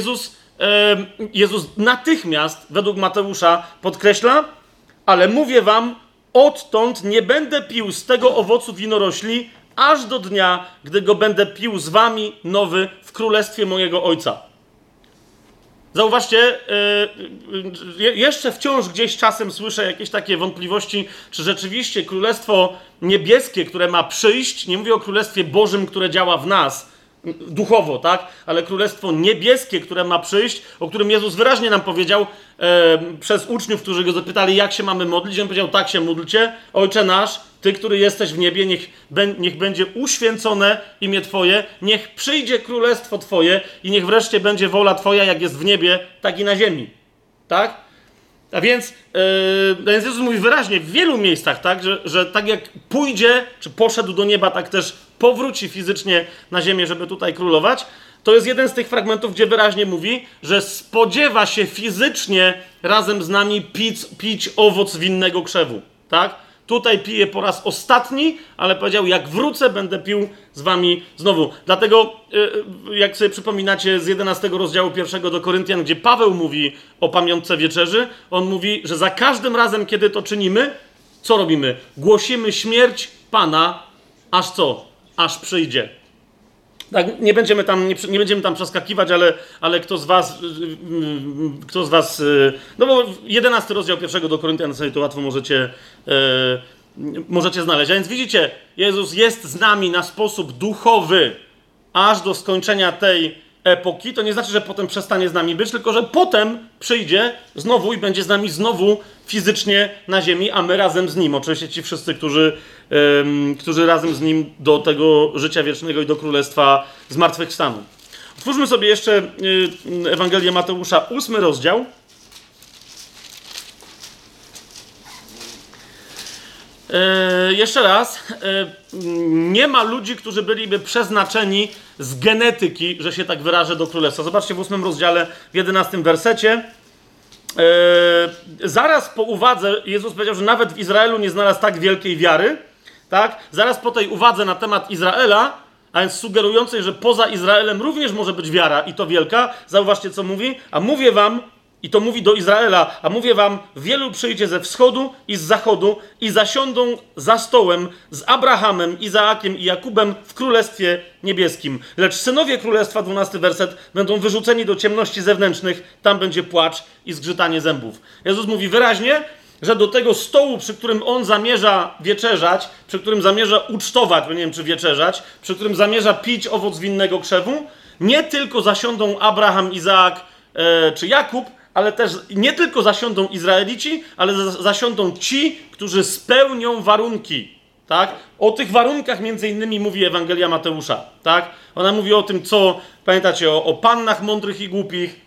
Jezus natychmiast, według Mateusza, podkreśla: ale mówię wam, odtąd nie będę pił z tego owocu winorośli, aż do dnia, gdy go będę pił z wami nowy w królestwie mojego Ojca. Zauważcie, jeszcze wciąż gdzieś czasem słyszę jakieś takie wątpliwości, czy rzeczywiście Królestwo Niebieskie, które ma przyjść, nie mówię o Królestwie Bożym, które działa w nas duchowo, tak? Ale Królestwo Niebieskie, które ma przyjść, o którym Jezus wyraźnie nam powiedział przez uczniów, którzy go zapytali, jak się mamy modlić. On powiedział: tak się módlcie: Ojcze nasz, Ty, który jesteś w niebie, niech będzie uświęcone imię Twoje, niech przyjdzie królestwo Twoje i niech wreszcie będzie wola Twoja, jak jest w niebie, tak i na ziemi. Tak? A więc Jezus mówi wyraźnie w wielu miejscach, tak, że tak jak pójdzie, czy poszedł do nieba, tak też powróci fizycznie na ziemię, żeby tutaj królować. To jest jeden z tych fragmentów, gdzie wyraźnie mówi, że spodziewa się fizycznie razem z nami pić owoc winnego krzewu. Tak? Tutaj piję po raz ostatni, ale powiedział: jak wrócę, będę pił z wami znowu. Dlatego, jak sobie przypominacie z 11 rozdziału 1 do Koryntian, gdzie Paweł mówi o pamiątce wieczerzy, on mówi, że za każdym razem, kiedy to czynimy, co robimy? Głosimy śmierć Pana, aż co? Aż przyjdzie. Tak, nie będziemy tam przeskakiwać, ale kto z was, no bo 11 rozdział 1 do Koryntian sobie to łatwo możecie znaleźć. A więc widzicie, Jezus jest z nami na sposób duchowy, aż do skończenia tej epoki, to nie znaczy, że potem przestanie z nami być, tylko że potem przyjdzie znowu i będzie z nami znowu fizycznie na ziemi, a my razem z Nim. Oczywiście ci wszyscy, którzy razem z Nim do tego życia wiecznego i do Królestwa Zmartwychwstanu. Otwórzmy sobie jeszcze Ewangelię Mateusza, 8 rozdział. Jeszcze raz, nie ma ludzi, którzy byliby przeznaczeni z genetyki, że się tak wyrażę, do królestwa. Zobaczcie w 8 rozdziale, w 11 wersecie. Zaraz po uwadze, Jezus powiedział, że nawet w Izraelu nie znalazł tak wielkiej wiary, tak? Zaraz po tej uwadze na temat Izraela, a więc sugerującej, że poza Izraelem również może być wiara i to wielka, zauważcie co mówi, a mówię wam, i to mówi do Izraela, a mówię wam, wielu przyjdzie ze wschodu i z zachodu i zasiądą za stołem z Abrahamem, Izaakiem i Jakubem w Królestwie Niebieskim. Lecz synowie Królestwa, 12 werset, będą wyrzuceni do ciemności zewnętrznych, tam będzie płacz i zgrzytanie zębów. Jezus mówi wyraźnie, że do tego stołu, przy którym On zamierza wieczerzać, przy którym zamierza ucztować, bo nie wiem czy wieczerzać, przy którym zamierza pić owoc winnego krzewu, nie tylko zasiądą Abraham, Izaak czy Jakub, ale też nie tylko zasiądą Izraelici, ale zasiądą ci, którzy spełnią warunki, tak? O tych warunkach między innymi mówi Ewangelia Mateusza, tak? Ona mówi o tym, co, pamiętacie, o pannach mądrych i głupich,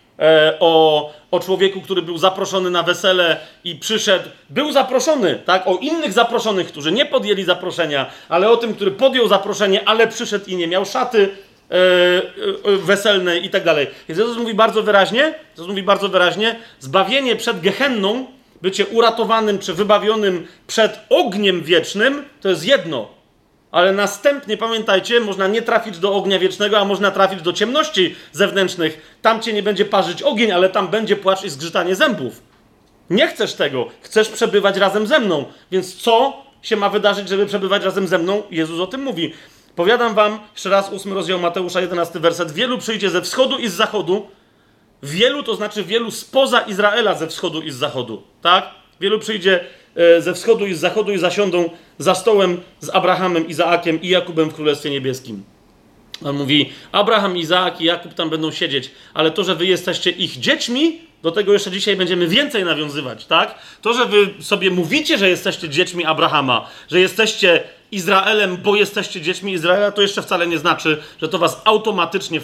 o człowieku, który był zaproszony na wesele i przyszedł, był zaproszony, tak? O innych zaproszonych, którzy nie podjęli zaproszenia, ale o tym, który podjął zaproszenie, ale przyszedł i nie miał szaty weselnej i tak dalej. Więc Jezus mówi bardzo wyraźnie, zbawienie przed gehenną, bycie uratowanym czy wybawionym przed ogniem wiecznym, to jest jedno. Ale następnie, pamiętajcie, można nie trafić do ognia wiecznego, a można trafić do ciemności zewnętrznych. Tam cię nie będzie parzyć ogień, ale tam będzie płacz i zgrzytanie zębów. Nie chcesz tego. Chcesz przebywać razem ze mną. Więc co się ma wydarzyć, żeby przebywać razem ze mną? Jezus o tym mówi. Powiadam wam, jeszcze raz 8 rozdział Mateusza, 11 werset. Wielu przyjdzie ze wschodu i z zachodu. Wielu to znaczy wielu spoza Izraela ze wschodu i z zachodu. Tak? Wielu przyjdzie ze wschodu i z zachodu i zasiądą za stołem z Abrahamem, Izaakiem i Jakubem w Królestwie Niebieskim. On mówi, Abraham, Izaak i Jakub tam będą siedzieć, ale to, że wy jesteście ich dziećmi, do tego jeszcze dzisiaj będziemy więcej nawiązywać, tak? To, że wy sobie mówicie, że jesteście dziećmi Abrahama, że jesteście Izraelem, bo jesteście dziećmi Izraela, to jeszcze wcale nie znaczy, że to was automatycznie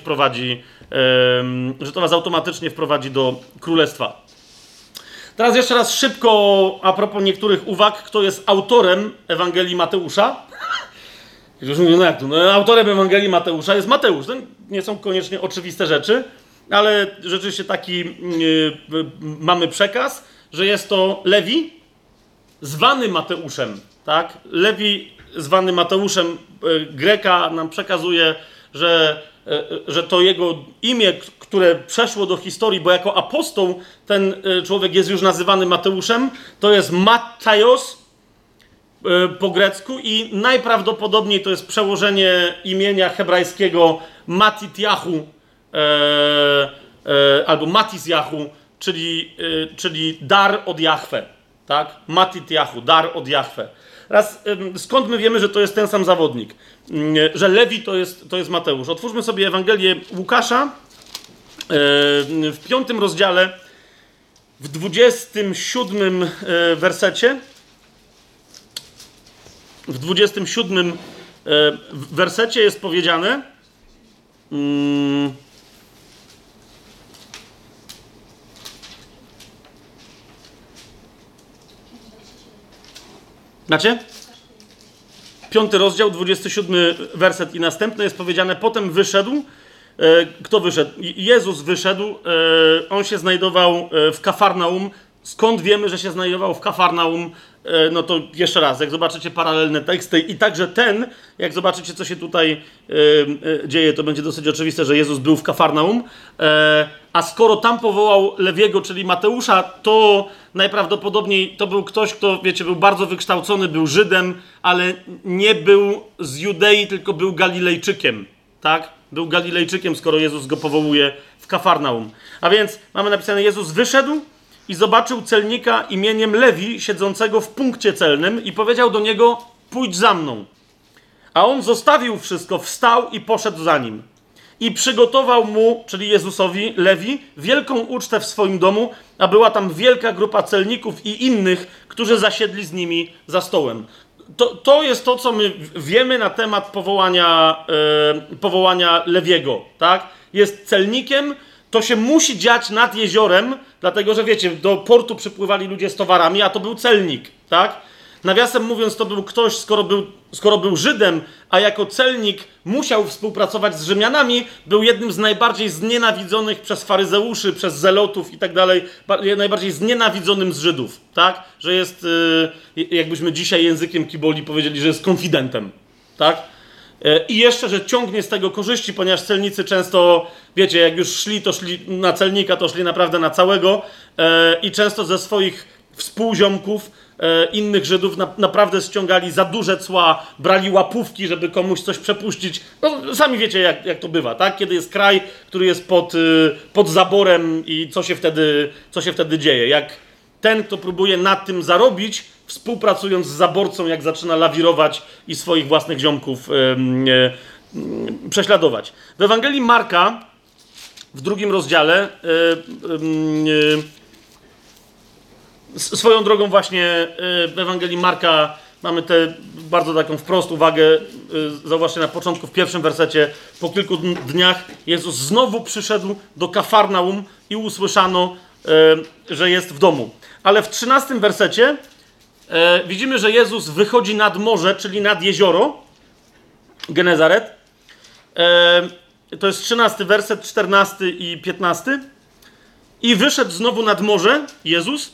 wprowadzi do królestwa. Teraz jeszcze raz szybko a propos niektórych uwag, kto jest autorem Ewangelii Mateusza. Już mówię, no jak to? No, autorem Ewangelii Mateusza jest Mateusz. To nie są koniecznie oczywiste rzeczy, ale rzeczywiście taki mamy przekaz, że jest to Lewi zwany Mateuszem. Tak? Lewi zwany Mateuszem, Greka nam przekazuje, że to jego imię, które przeszło do historii, bo jako apostoł ten człowiek jest już nazywany Mateuszem, to jest Mattajos po grecku i najprawdopodobniej to jest przełożenie imienia hebrajskiego Matityahu albo Matisjahu, czyli dar od Jahwe. Tak? Matityahu, dar od Jahwe. Teraz, skąd my wiemy, że to jest ten sam zawodnik? Że Lewi to jest Mateusz. Otwórzmy sobie Ewangelię Łukasza w 5 rozdziale, w 27 wersecie. W 27 wersecie jest powiedziane, znacie? 5 rozdział, 27 werset i następny jest powiedziane, potem wyszedł. Kto wyszedł? Jezus wyszedł, on się znajdował w Kafarnaum. Skąd wiemy, że się znajdował w Kafarnaum? No to jeszcze raz, jak zobaczycie paralelne teksty i także ten, jak zobaczycie, co się tutaj dzieje, to będzie dosyć oczywiste, że Jezus był w Kafarnaum. A skoro tam powołał Lewiego, czyli Mateusza, to najprawdopodobniej to był ktoś, kto, wiecie, był bardzo wykształcony, był Żydem, ale nie był z Judei, tylko był Galilejczykiem, tak? Był Galilejczykiem, skoro Jezus go powołuje w Kafarnaum. A więc mamy napisane, Jezus wyszedł i zobaczył celnika imieniem Lewi, siedzącego w punkcie celnym i powiedział do niego, pójdź za mną. A on zostawił wszystko, wstał i poszedł za nim. i przygotował mu, czyli Jezusowi, Lewi, wielką ucztę w swoim domu, a była tam wielka grupa celników i innych, którzy zasiedli z nimi za stołem. To jest to, co my wiemy na temat powołania Lewiego, tak? Jest celnikiem, to się musi dziać nad jeziorem, dlatego że wiecie, do portu przypływali ludzie z towarami, a to był celnik, tak? Nawiasem mówiąc, to był ktoś, skoro był Żydem, a jako celnik musiał współpracować z Rzymianami, był jednym z najbardziej znienawidzonych przez faryzeuszy, przez zelotów i tak dalej, najbardziej znienawidzonym z Żydów, tak? Że jest, jakbyśmy dzisiaj językiem kiboli powiedzieli, że jest konfidentem, tak? I jeszcze, że ciągnie z tego korzyści, ponieważ celnicy często, wiecie, jak już szli, to szli na celnika, to szli naprawdę na całego i często ze swoich współziomków innych Żydów naprawdę ściągali za duże cła, brali łapówki, żeby komuś coś przepuścić. No, sami wiecie, jak to bywa, tak? Kiedy jest kraj, który jest pod zaborem i co się wtedy dzieje. Jak ten, kto próbuje na tym zarobić, współpracując z zaborcą, jak zaczyna lawirować i swoich własnych ziomków prześladować. W Ewangelii Marka, w 2 rozdziale, swoją drogą właśnie w Ewangelii Marka mamy tę bardzo taką wprost uwagę, zauważcie na początku, w 1 wersecie, po kilku dniach Jezus znowu przyszedł do Kafarnaum i usłyszano, że jest w domu. Ale w 13 wersecie widzimy, że Jezus wychodzi nad morze, czyli nad jezioro Genezaret. To jest 13 werset, 14 i 15. I wyszedł znowu nad morze Jezus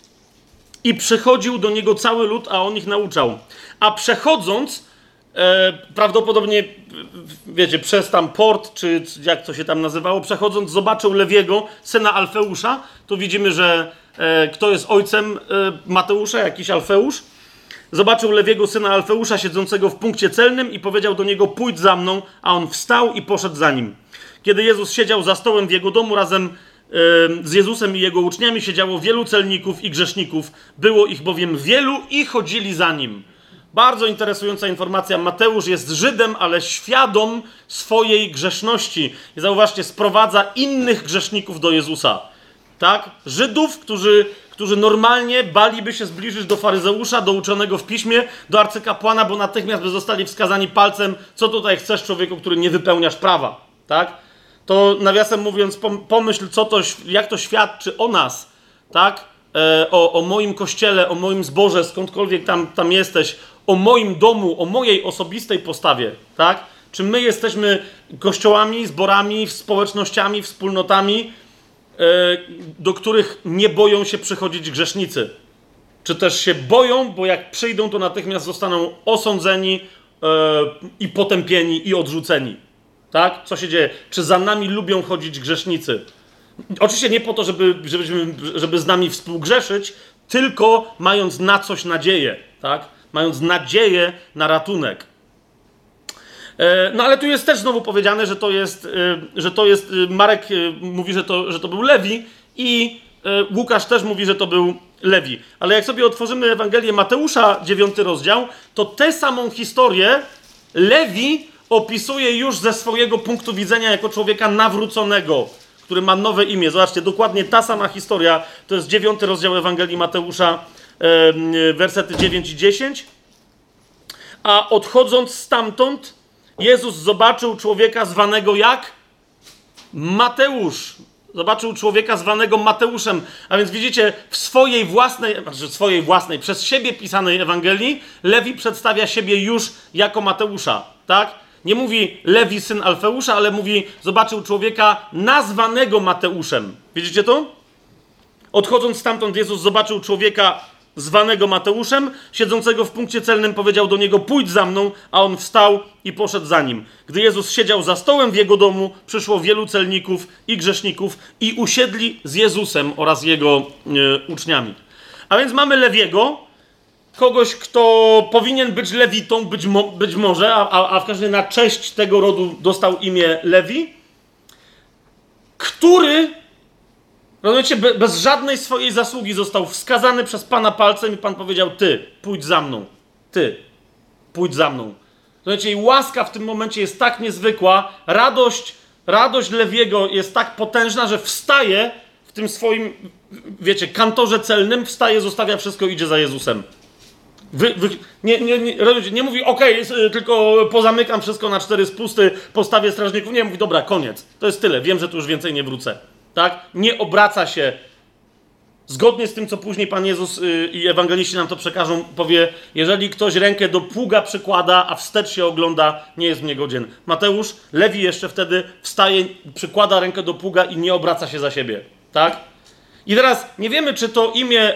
i przychodził do niego cały lud, a on ich nauczał. A przechodząc, prawdopodobnie, wiecie, przez tam port, czy jak to się tam nazywało, przechodząc, zobaczył Lewiego, syna Alfeusza. Tu widzimy, że kto jest ojcem Mateusza, jakiś Alfeusz. Zobaczył Lewiego, syna Alfeusza, siedzącego w punkcie celnym i powiedział do niego: pójdź za mną, a on wstał i poszedł za nim. Kiedy Jezus siedział za stołem w jego domu, razem z Jezusem i jego uczniami siedziało wielu celników i grzeszników. Było ich bowiem wielu i chodzili za nim. Bardzo interesująca informacja. Mateusz jest Żydem, ale świadom swojej grzeszności. I zauważcie, sprowadza innych grzeszników do Jezusa. Tak? Żydów, którzy normalnie baliby się zbliżyć do faryzeusza, do uczonego w piśmie, do arcykapłana, bo natychmiast by zostali wskazani palcem: co tutaj chcesz, człowieku, który nie wypełniasz prawa. Tak? To nawiasem mówiąc, pomyśl, jak to świadczy o nas, tak? O moim kościele, o moim zborze, skądkolwiek tam jesteś, o moim domu, o mojej osobistej postawie, tak? Czy my jesteśmy kościołami, zborami, społecznościami, wspólnotami, do których nie boją się przychodzić grzesznicy? Czy też się boją, bo jak przyjdą, to natychmiast zostaną osądzeni i potępieni i odrzuceni? Tak? Co się dzieje? Czy za nami lubią chodzić grzesznicy? Oczywiście nie po to, żeby z nami współgrzeszyć, tylko mając na coś nadzieję, tak? Mając nadzieję na ratunek. No ale tu jest też znowu powiedziane, że to jest Marek mówi, że to był Lewi i Łukasz też mówi, że to był Lewi. Ale jak sobie otworzymy Ewangelię Mateusza, 9 rozdział, to tę samą historię Lewi opisuje już ze swojego punktu widzenia jako człowieka nawróconego, który ma nowe imię. Zobaczcie, dokładnie ta sama historia, to jest 9 rozdział Ewangelii Mateusza, wersety 9 i 10. A odchodząc stamtąd, Jezus zobaczył człowieka zwanego jak? Mateusz. Zobaczył człowieka zwanego Mateuszem. A więc widzicie, w swojej własnej, przez siebie pisanej Ewangelii, Lewi przedstawia siebie już jako Mateusza. Tak? Nie mówi Lewi, syn Alfeusza, ale mówi: zobaczył człowieka nazwanego Mateuszem. Widzicie to? Odchodząc stamtąd, Jezus zobaczył człowieka zwanego Mateuszem, siedzącego w punkcie celnym, powiedział do niego: pójdź za mną, a on wstał i poszedł za nim. Gdy Jezus siedział za stołem w jego domu, przyszło wielu celników i grzeszników i usiedli z Jezusem oraz jego uczniami. A więc mamy Lewiego, kogoś, kto powinien być lewitą, być może, a w każdym razie na cześć tego rodu dostał imię Lewi, który, rozumiecie, bez żadnej swojej zasługi został wskazany przez Pana palcem i Pan powiedział: ty, pójdź za mną, ty, pójdź za mną. Rozumiecie, i łaska w tym momencie jest tak niezwykła, radość Radość Lewiego jest tak potężna, że wstaje w tym swoim, wiecie, kantorze celnym, wstaje, zostawia wszystko, idzie za Jezusem. Nie mówi, okej, tylko pozamykam wszystko na 4 spusty, postawię strażników. Nie, mówi, dobra, koniec. To jest tyle, wiem, że tu już więcej nie wrócę. Tak? Nie obraca się. Zgodnie z tym, co później Pan Jezus i ewangeliści nam to przekażą, powie, jeżeli ktoś rękę do pługa przykłada, a wstecz się ogląda, nie jest mnie godzien. Mateusz, Lewi jeszcze wtedy wstaje, przykłada rękę do pługa i nie obraca się za siebie. Tak? I teraz nie wiemy, czy to imię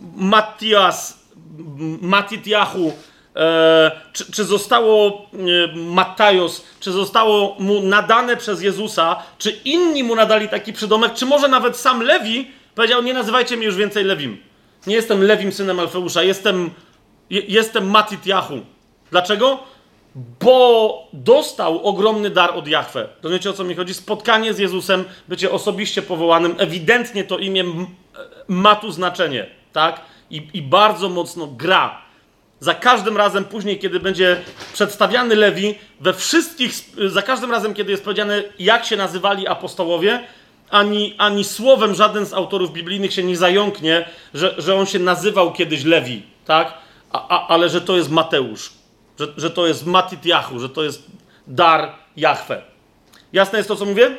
Matityahu, czy zostało Mattajos, czy zostało mu nadane przez Jezusa, czy inni mu nadali taki przydomek, czy może nawet sam Lewi powiedział, nie nazywajcie mnie już więcej Lewim. Nie jestem Lewim, synem Alfeusza, jestem Matityahu. Dlaczego? Bo dostał ogromny dar od Jahwe. Rozumiecie, o co mi chodzi? Spotkanie z Jezusem, bycie osobiście powołanym, ewidentnie to imię ma tu znaczenie, tak? I bardzo mocno gra. Za każdym razem później, kiedy będzie przedstawiany Lewi, za każdym razem, kiedy jest powiedziane, jak się nazywali apostołowie, ani słowem żaden z autorów biblijnych się nie zająknie, że on się nazywał kiedyś Lewi, tak? Ale że to jest Mateusz, że to jest Matityahu, że to jest dar Jahwe. Jasne jest to, co mówię?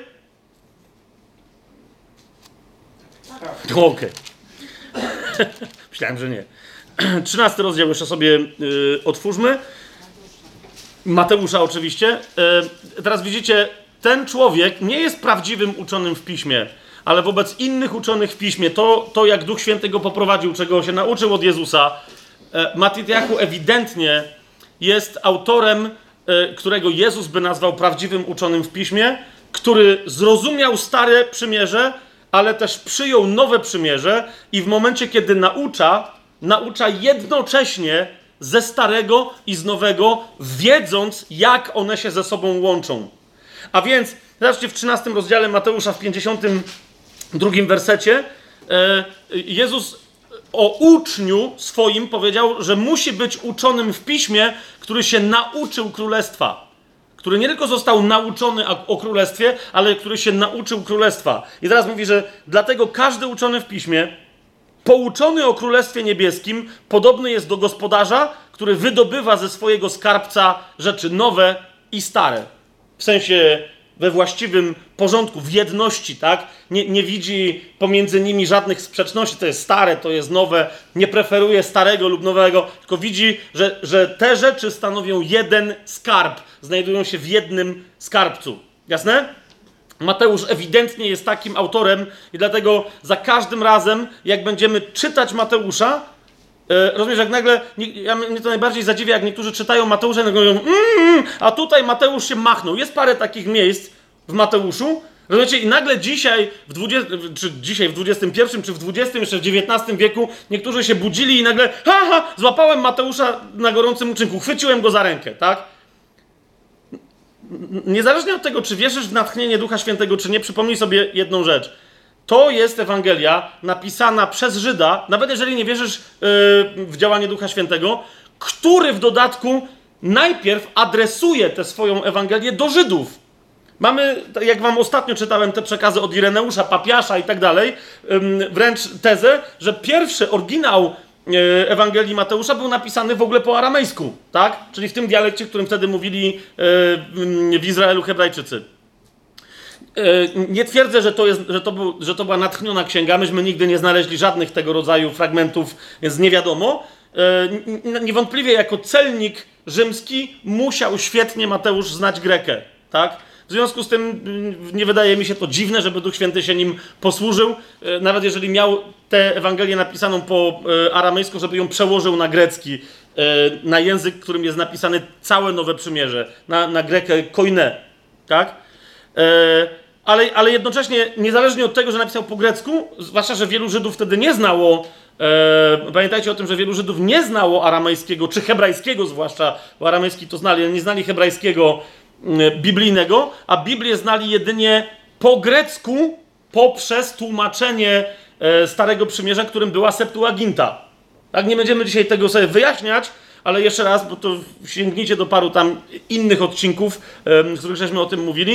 Tak. Okej. Myślałem, że nie. 13 rozdział jeszcze sobie otwórzmy. Mateusza oczywiście. Teraz widzicie, ten człowiek nie jest prawdziwym uczonym w piśmie, ale wobec innych uczonych w piśmie, to jak Duch Święty go poprowadził, czego się nauczył od Jezusa, Matityahu ewidentnie jest autorem, którego Jezus by nazwał prawdziwym uczonym w piśmie, który zrozumiał stare przymierze, ale też przyjął nowe przymierze i w momencie, kiedy naucza jednocześnie ze starego i z nowego, wiedząc, jak one się ze sobą łączą. A więc, zobaczcie, w 13 rozdziale Mateusza, w 52 wersecie, Jezus o uczniu swoim powiedział, że musi być uczonym w piśmie, który się nauczył królestwa. Który nie tylko został nauczony o królestwie, ale który się nauczył królestwa. I teraz mówi, że dlatego każdy uczony w piśmie, pouczony o Królestwie Niebieskim, podobny jest do gospodarza, który wydobywa ze swojego skarbca rzeczy nowe i stare. W sensie we właściwym porządku, w jedności, tak? Nie widzi pomiędzy nimi żadnych sprzeczności, to jest stare, to jest nowe, nie preferuje starego lub nowego, tylko widzi, że te rzeczy stanowią jeden skarb, znajdują się w jednym skarbcu. Jasne? Mateusz ewidentnie jest takim autorem i dlatego za każdym razem, jak będziemy czytać Mateusza, rozumiesz, jak nagle, mnie to najbardziej zadziwia, jak niektórzy czytają Mateusza i nagle mówią, a tutaj Mateusz się machnął. Jest parę takich miejsc w Mateuszu, rozumiecie, i nagle dzisiaj, w XXI, czy w XX, jeszcze w XIX wieku, niektórzy się budzili i nagle, złapałem Mateusza na gorącym uczynku, chwyciłem go za rękę, tak? Niezależnie od tego, czy wierzysz w natchnienie Ducha Świętego, czy nie, przypomnij sobie jedną rzecz. To jest Ewangelia napisana przez Żyda, nawet jeżeli nie wierzysz w działanie Ducha Świętego, który w dodatku najpierw adresuje tę swoją Ewangelię do Żydów. Mamy, jak wam ostatnio czytałem te przekazy od Ireneusza, Papiasza i tak dalej, wręcz tezę, że pierwszy oryginał Ewangelii Mateusza był napisany w ogóle po aramejsku, tak? Czyli w tym dialekcie, którym wtedy mówili w Izraelu Hebrajczycy. Nie twierdzę, że to była natchniona księga, myśmy nigdy nie znaleźli żadnych tego rodzaju fragmentów, więc nie wiadomo. Niewątpliwie jako celnik rzymski musiał świetnie Mateusz znać Grekę, tak? W związku z tym nie wydaje mi się to dziwne, żeby Duch Święty się nim posłużył, nawet jeżeli miał tę Ewangelię napisaną po aramejsku, żeby ją przełożył na grecki, na język, którym jest napisane całe Nowe Przymierze, na grekę koine, tak? Ale jednocześnie, niezależnie od tego, że napisał po grecku, zwłaszcza, że wielu Żydów wtedy nie znało, pamiętajcie o tym, że wielu Żydów nie znało aramejskiego, czy hebrajskiego zwłaszcza, bo aramejski to znali, ale nie znali hebrajskiego biblijnego, a Biblię znali jedynie po grecku poprzez tłumaczenie Starego Przymierza, którym była Septuaginta. Tak, nie będziemy dzisiaj tego sobie wyjaśniać, ale jeszcze raz, bo to sięgnijcie do paru tam innych odcinków, w których żeśmy o tym mówili.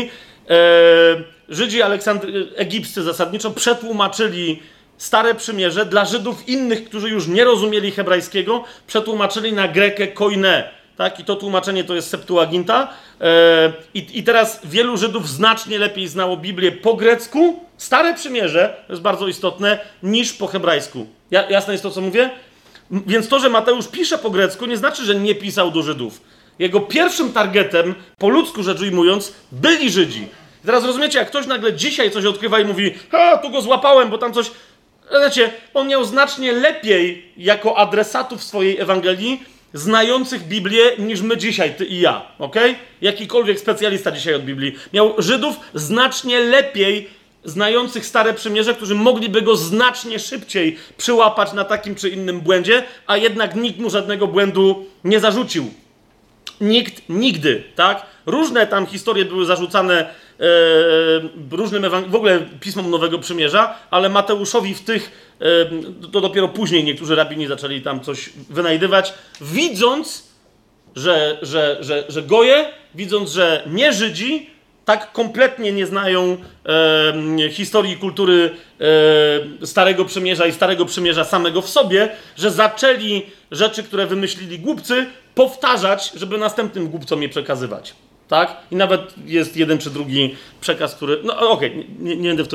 Żydzi egipscy zasadniczo przetłumaczyli Stare Przymierze dla Żydów innych, którzy już nie rozumieli hebrajskiego, przetłumaczyli na grekę koine. Tak? I to tłumaczenie to jest Septuaginta. I teraz wielu Żydów znacznie lepiej znało Biblię po grecku, Stare Przymierze, to jest bardzo istotne, niż po hebrajsku. Jasne jest to, co mówię? Więc to, że Mateusz pisze po grecku, nie znaczy, że nie pisał do Żydów. Jego pierwszym targetem, po ludzku rzecz ujmując, byli Żydzi. I teraz rozumiecie, jak ktoś nagle dzisiaj coś odkrywa i mówi, tu go złapałem, bo tam coś... Znacie, on miał znacznie lepiej jako adresatów swojej Ewangelii znających Biblię niż my dzisiaj, ty i ja, okej? Jakikolwiek specjalista dzisiaj od Biblii. Miał Żydów znacznie lepiej znających Stare Przymierze, którzy mogliby go znacznie szybciej przyłapać na takim czy innym błędzie, a jednak nikt mu żadnego błędu nie zarzucił. Nikt nigdy, tak? Różne tam historie były zarzucane różnym w ogóle pismom Nowego Przymierza, ale Mateuszowi w tych, to dopiero później niektórzy rabini zaczęli tam coś wynajdywać, widząc, że goje, widząc, że nie Żydzi tak kompletnie nie znają historii i kultury Starego Przymierza i Starego Przymierza samego w sobie, że zaczęli rzeczy, które wymyślili głupcy, powtarzać, żeby następnym głupcom je przekazywać. Tak? I nawet jest jeden czy drugi przekaz, który... No okej, nie będę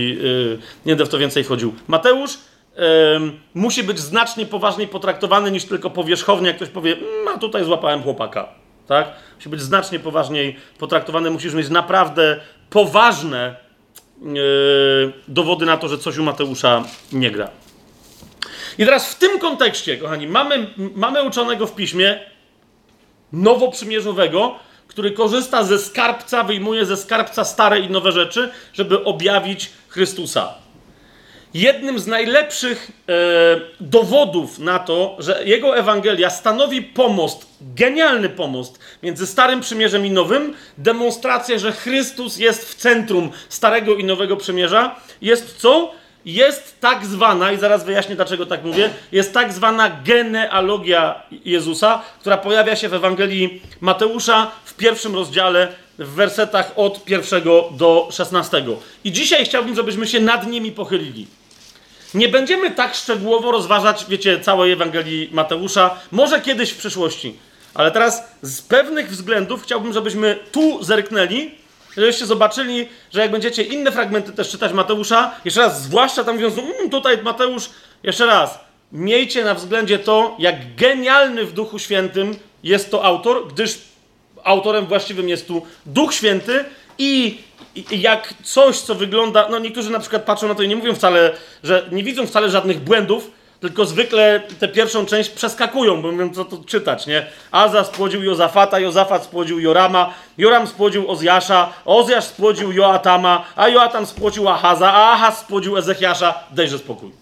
w to więcej wchodził. Mateusz musi być znacznie poważniej potraktowany niż tylko powierzchownie, jak ktoś powie, a tutaj złapałem chłopaka. Tak? Musi być znacznie poważniej potraktowany, musisz mieć naprawdę poważne dowody na to, że coś u Mateusza nie gra. I teraz w tym kontekście, kochani, mamy uczonego w piśmie nowoprzymierzowego, który korzysta ze skarbca, wyjmuje ze skarbca stare i nowe rzeczy, żeby objawić Chrystusa. Jednym z najlepszych dowodów na to, że jego Ewangelia stanowi pomost, genialny pomost między Starym Przymierzem i Nowym, demonstracja, że Chrystus jest w centrum Starego i Nowego Przymierza, jest co? Jest tak zwana, i zaraz wyjaśnię, dlaczego tak mówię, jest tak zwana genealogia Jezusa, która pojawia się w Ewangelii Mateusza w 1 rozdziale, w wersetach od 1 do 16. I dzisiaj chciałbym, żebyśmy się nad nimi pochylili. Nie będziemy tak szczegółowo rozważać, wiecie, całej Ewangelii Mateusza, może kiedyś w przyszłości, ale teraz z pewnych względów chciałbym, żebyśmy tu zerknęli, żebyście zobaczyli, że jak będziecie inne fragmenty też czytać Mateusza, jeszcze raz, zwłaszcza tam mówiąc, tutaj Mateusz, jeszcze raz, miejcie na względzie to, jak genialny w Duchu Świętym jest to autor, gdyż autorem właściwym jest tu Duch Święty i jak coś, co wygląda, no niektórzy na przykład patrzą na to i nie mówią wcale, że nie widzą wcale żadnych błędów, tylko zwykle tę pierwszą część przeskakują, bo mówią, co to czytać, nie? Azar spłodził Jozafata, Jozafat spłodził Jorama, Joram spłodził Ozjasza, Ozjasz spłodził Joatama, a Joatam spłodził Ahaza, a Ahaz spłodził Ezechiasza. Dejże spokój.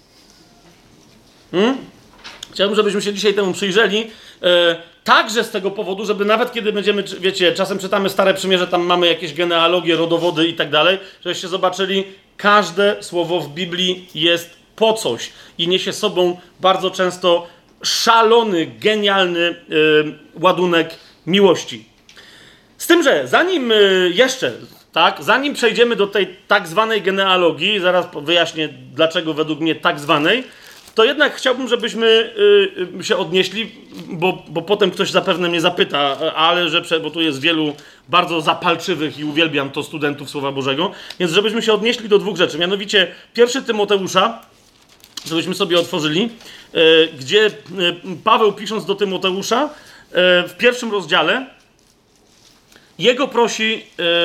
Chciałbym, żebyśmy się dzisiaj temu przyjrzeli. Także z tego powodu, żeby nawet kiedy będziemy, wiecie, czasem czytamy Stare Przymierze, tam mamy jakieś genealogie, rodowody i tak dalej, żebyście zobaczyli, każde słowo w Biblii jest po coś i niesie sobą bardzo często szalony, genialny ładunek miłości. Z tym, że zanim zanim przejdziemy do tej tak zwanej genealogii, zaraz wyjaśnię, dlaczego według mnie tak zwanej, to jednak chciałbym, żebyśmy się odnieśli, bo potem ktoś zapewne mnie zapyta, bo tu jest wielu bardzo zapalczywych i uwielbiam to studentów Słowa Bożego, więc żebyśmy się odnieśli do dwóch rzeczy, mianowicie 1 Tymoteusza, żebyśmy sobie otworzyli, gdzie Paweł, pisząc do Tymoteusza w 1 rozdziale, jego prosi,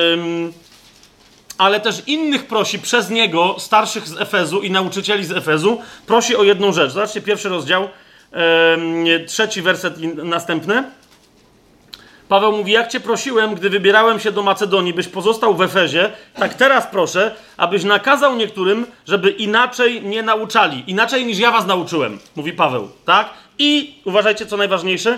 ale też innych prosi przez niego, starszych z Efezu i nauczycieli z Efezu, prosi o jedną rzecz. Zobaczcie, 1 rozdział, 3 werset i następny. Paweł mówi, jak cię prosiłem, gdy wybierałem się do Macedonii, byś pozostał w Efezie, tak teraz proszę, abyś nakazał niektórym, żeby inaczej nie nauczali. Inaczej niż ja was nauczyłem, mówi Paweł, tak? I, uważajcie co najważniejsze,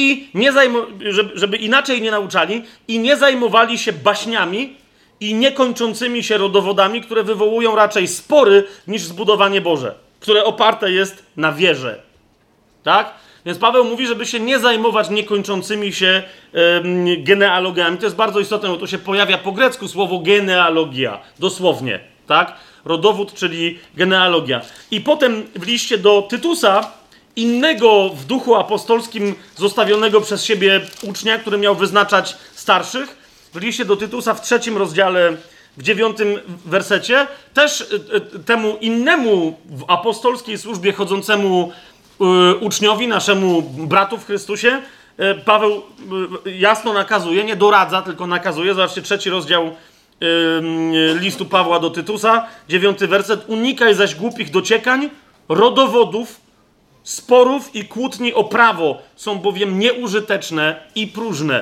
żeby inaczej nie nauczali i nie zajmowali się baśniami i niekończącymi się rodowodami, które wywołują raczej spory niż zbudowanie Boże, które oparte jest na wierze. Tak? Więc Paweł mówi, żeby się nie zajmować niekończącymi się genealogiami. To jest bardzo istotne, bo tu się pojawia po grecku słowo genealogia, dosłownie, tak? Rodowód, czyli genealogia. I potem w liście do Tytusa, innego w duchu apostolskim zostawionego przez siebie ucznia, który miał wyznaczać starszych, w liście do Tytusa w 3 rozdziale, w 9 wersecie, też temu innemu w apostolskiej służbie chodzącemu uczniowi, naszemu bratu w Chrystusie, Paweł jasno nakazuje, nie doradza, tylko nakazuje. Zobaczcie, 3 rozdział listu Pawła do Tytusa, 9 werset. Unikaj zaś głupich dociekań, rodowodów, sporów i kłótni o prawo, są bowiem nieużyteczne i próżne.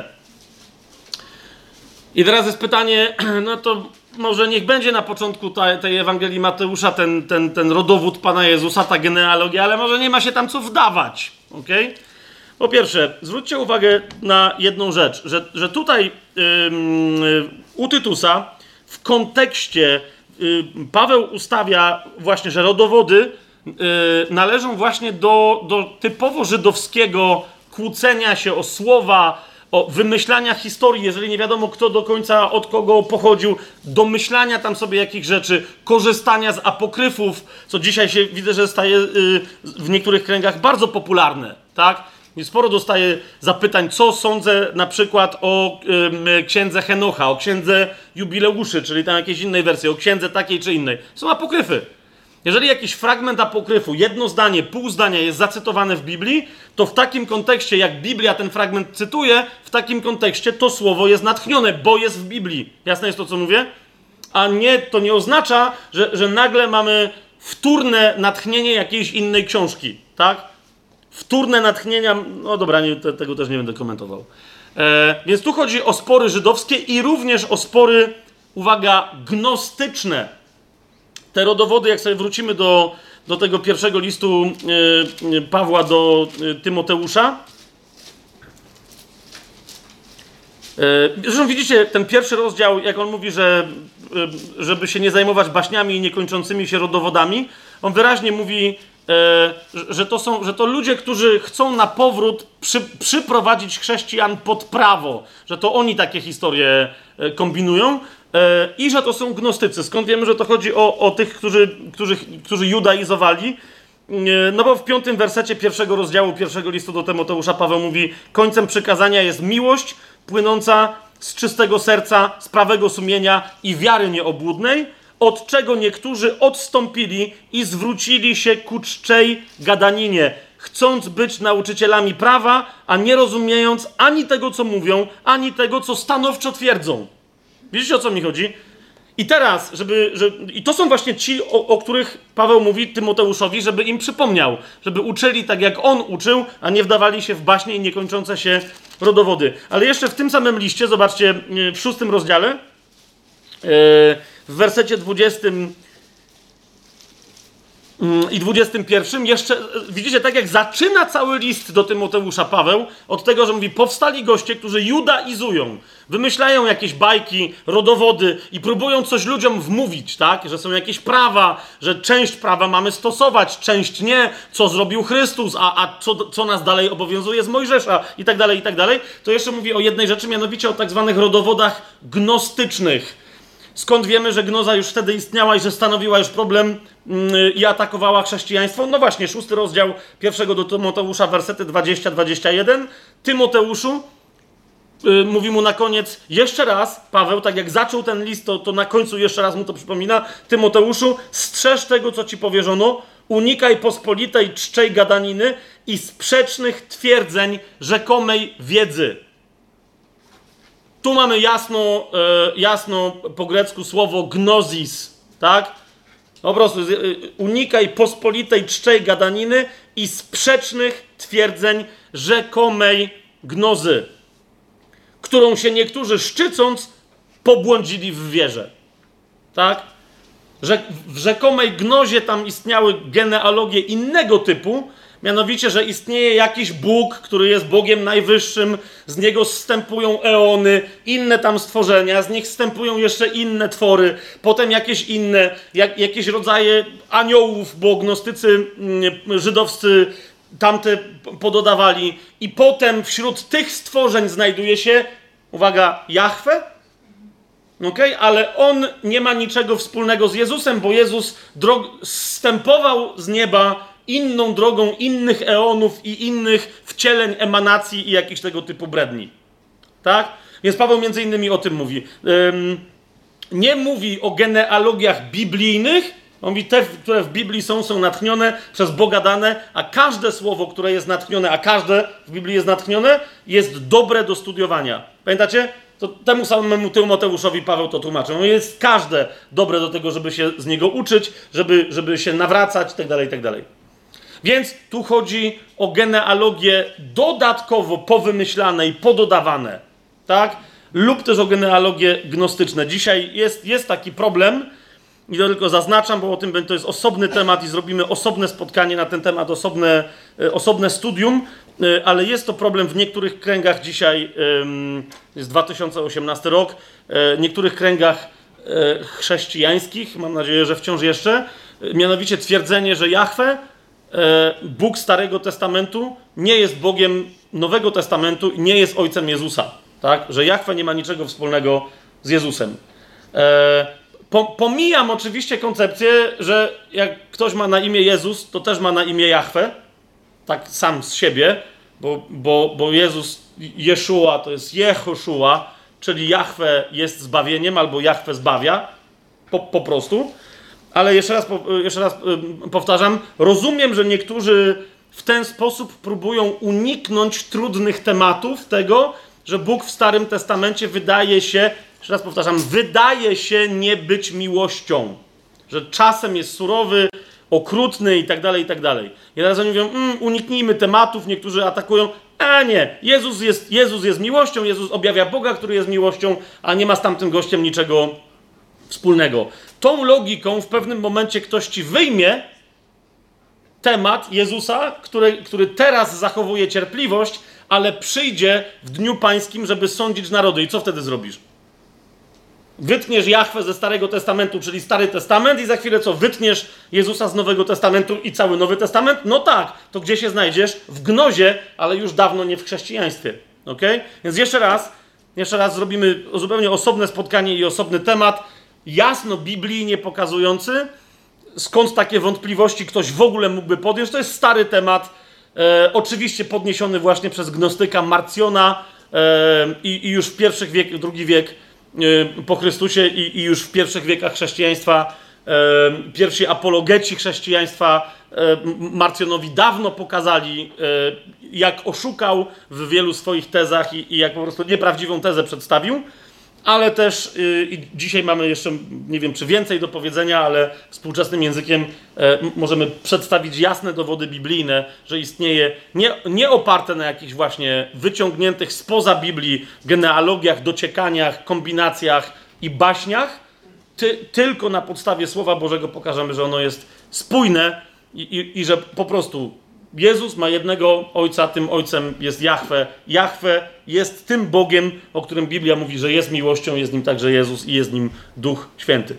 I teraz jest pytanie, no to może niech będzie na początku tej Ewangelii Mateusza ten rodowód Pana Jezusa, ta genealogia, ale może nie ma się tam co wdawać, okej? Po pierwsze, zwróćcie uwagę na jedną rzecz, że tutaj u Tytusa w kontekście Paweł ustawia właśnie, że rodowody należą właśnie do typowo żydowskiego kłócenia się o słowa, o wymyślania historii, jeżeli nie wiadomo kto do końca od kogo pochodził, domyślania tam sobie jakichś rzeczy, korzystania z apokryfów, co dzisiaj się widzę, że staje w niektórych kręgach bardzo popularne, tak? I sporo dostaję zapytań, co sądzę na przykład o księdze Henocha, o księdze Jubileuszy, czyli tam jakiejś innej wersji, o księdze takiej czy innej. Są apokryfy. Jeżeli jakiś fragment apokryfu, jedno zdanie, pół zdania jest zacytowane w Biblii, to w takim kontekście, jak Biblia ten fragment cytuje, w takim kontekście to słowo jest natchnione, bo jest w Biblii. Jasne jest to, co mówię? A nie, to nie oznacza, że nagle mamy wtórne natchnienie jakiejś innej książki, tak? Wtórne natchnienia, no dobra, tego też nie będę komentował. Więc tu chodzi o spory żydowskie i również o spory, uwaga, gnostyczne. Te rodowody, jak sobie wrócimy do tego pierwszego listu Pawła do Tymoteusza. Zresztą widzicie, ten pierwszy rozdział, jak on mówi, że żeby się nie zajmować baśniami i niekończącymi się rodowodami, on wyraźnie mówi, że to ludzie, którzy chcą na powrót przyprowadzić chrześcijan pod prawo, że to oni takie historie kombinują i że to są gnostycy. Skąd wiemy, że to chodzi o tych, którzy judaizowali? No bo w 5 wersecie 1 rozdziału 1 listu do Tymoteusza Paweł mówi: końcem przykazania jest miłość płynąca z czystego serca, z prawego sumienia i wiary nieobłudnej, od czego niektórzy odstąpili i zwrócili się ku czczej gadaninie, chcąc być nauczycielami prawa, a nie rozumiejąc ani tego, co mówią, ani tego, co stanowczo twierdzą. Widzicie, o co mi chodzi? I teraz, i to są właśnie ci, o których Paweł mówi Tymoteuszowi, żeby im przypomniał, żeby uczyli tak, jak on uczył, a nie wdawali się w baśnie i niekończące się rodowody. Ale jeszcze w tym samym liście, zobaczcie, w 6 rozdziale, w wersecie 20 i 21, jeszcze, widzicie, tak jak zaczyna cały list do Tymoteusza Paweł, od tego, że mówi: powstali goście, którzy judaizują, wymyślają jakieś bajki, rodowody i próbują coś ludziom wmówić, tak? Że są jakieś prawa, że część prawa mamy stosować, część nie, co zrobił Chrystus, a co nas dalej obowiązuje z Mojżesza i tak dalej, to jeszcze mówi o jednej rzeczy, mianowicie o tak zwanych rodowodach gnostycznych. Skąd wiemy, że gnoza już wtedy istniała i że stanowiła już problem i atakowała chrześcijaństwo? No właśnie, 6 rozdział 1 do Tymoteusza, wersety 20-21. Tymoteuszu, mówi mu na koniec jeszcze raz, Paweł, tak jak zaczął ten list, to na końcu jeszcze raz mu to przypomina: Tymoteuszu, strzeż tego, co ci powierzono, unikaj pospolitej czczej gadaniny i sprzecznych twierdzeń rzekomej wiedzy. Tu mamy jasno po grecku słowo gnosis, tak? Po prostu unikaj pospolitej czczej gadaniny i sprzecznych twierdzeń rzekomej gnozy, którą się niektórzy szczycąc pobłądzili w wierze. Tak? Że w rzekomej gnozie tam istniały genealogie innego typu, mianowicie, że istnieje jakiś Bóg, który jest Bogiem najwyższym, z niego zstępują eony, inne tam stworzenia, z nich zstępują jeszcze inne twory, potem jakieś inne, jakieś rodzaje aniołów, bo gnostycy żydowscy tamte pododawali i potem wśród tych stworzeń znajduje się, uwaga, Jahwe, okay? Ale on nie ma niczego wspólnego z Jezusem, bo Jezus zstępował z nieba inną drogą innych eonów i innych wcieleń, emanacji i jakichś tego typu bredni. Tak? Więc Paweł między innymi o tym mówi. Nie mówi o genealogiach biblijnych, on mówi, te, które w Biblii są natchnione, przez Boga dane, a każde słowo, które jest natchnione, a każde w Biblii jest natchnione, jest dobre do studiowania. Pamiętacie? To temu samemu Tymoteuszowi Paweł to tłumaczył. No jest każde dobre do tego, żeby się z niego uczyć, żeby się nawracać, itd., itd. Więc tu chodzi o genealogie dodatkowo powymyślane i pododawane, tak? Lub też o genealogie gnostyczne. Dzisiaj jest taki problem, i to tylko zaznaczam, bo o tym to jest osobny temat i zrobimy osobne spotkanie na ten temat, osobne studium, ale jest to problem w niektórych kręgach dzisiaj, jest 2018 rok, w niektórych kręgach chrześcijańskich, mam nadzieję, że wciąż jeszcze, mianowicie twierdzenie, że Jahwe, Bóg Starego Testamentu, nie jest Bogiem Nowego Testamentu i nie jest Ojcem Jezusa. Tak? Że Jahwe nie ma niczego wspólnego z Jezusem. Pomijam oczywiście koncepcję, że jak ktoś ma na imię Jezus, to też ma na imię Jahwe, tak sam z siebie, bo Jezus, Jeszua to jest Jehoszua, czyli Jahwe jest zbawieniem, albo Jahwe zbawia, po prostu. Ale jeszcze raz powtarzam, rozumiem, że niektórzy w ten sposób próbują uniknąć trudnych tematów tego, że Bóg w Starym Testamencie wydaje się nie być miłością. Że czasem jest surowy, okrutny i tak dalej, i tak dalej. I teraz oni mówią, uniknijmy tematów, niektórzy atakują, a nie, Jezus jest miłością, Jezus objawia Boga, który jest miłością, a nie ma z tamtym gościem niczego wspólnego. Tą logiką w pewnym momencie ktoś ci wyjmie temat Jezusa, który teraz zachowuje cierpliwość, ale przyjdzie w dniu pańskim, żeby sądzić narody. I co wtedy zrobisz? Wytniesz Jahwe ze Starego Testamentu, czyli Stary Testament i za chwilę co? Wytniesz Jezusa z Nowego Testamentu i cały Nowy Testament? No tak, to gdzie się znajdziesz? W gnozie, ale już dawno nie w chrześcijaństwie. Okay? Więc jeszcze raz zrobimy zupełnie osobne spotkanie i osobny temat, jasno biblijnie pokazujący, skąd takie wątpliwości ktoś w ogóle mógłby podjąć. To jest stary temat, oczywiście podniesiony właśnie przez gnostyka Marcjona i już w pierwszych wiekach, II wiek po Chrystusie i już w pierwszych wiekach chrześcijaństwa, pierwsi apologeci chrześcijaństwa Marcjonowi dawno pokazali, jak oszukał w wielu swoich tezach i jak po prostu nieprawdziwą tezę przedstawił. Ale też dzisiaj mamy jeszcze, nie wiem czy więcej do powiedzenia, ale współczesnym językiem możemy przedstawić jasne dowody biblijne, że istnieje nie oparte na jakichś właśnie wyciągniętych spoza Biblii genealogiach, dociekaniach, kombinacjach i baśniach, tylko na podstawie Słowa Bożego pokażemy, że ono jest spójne i że po prostu Jezus ma jednego Ojca, tym Ojcem jest Jahwe. Jahwe jest tym Bogiem, o którym Biblia mówi, że jest miłością, jest nim także Jezus i jest nim Duch Święty.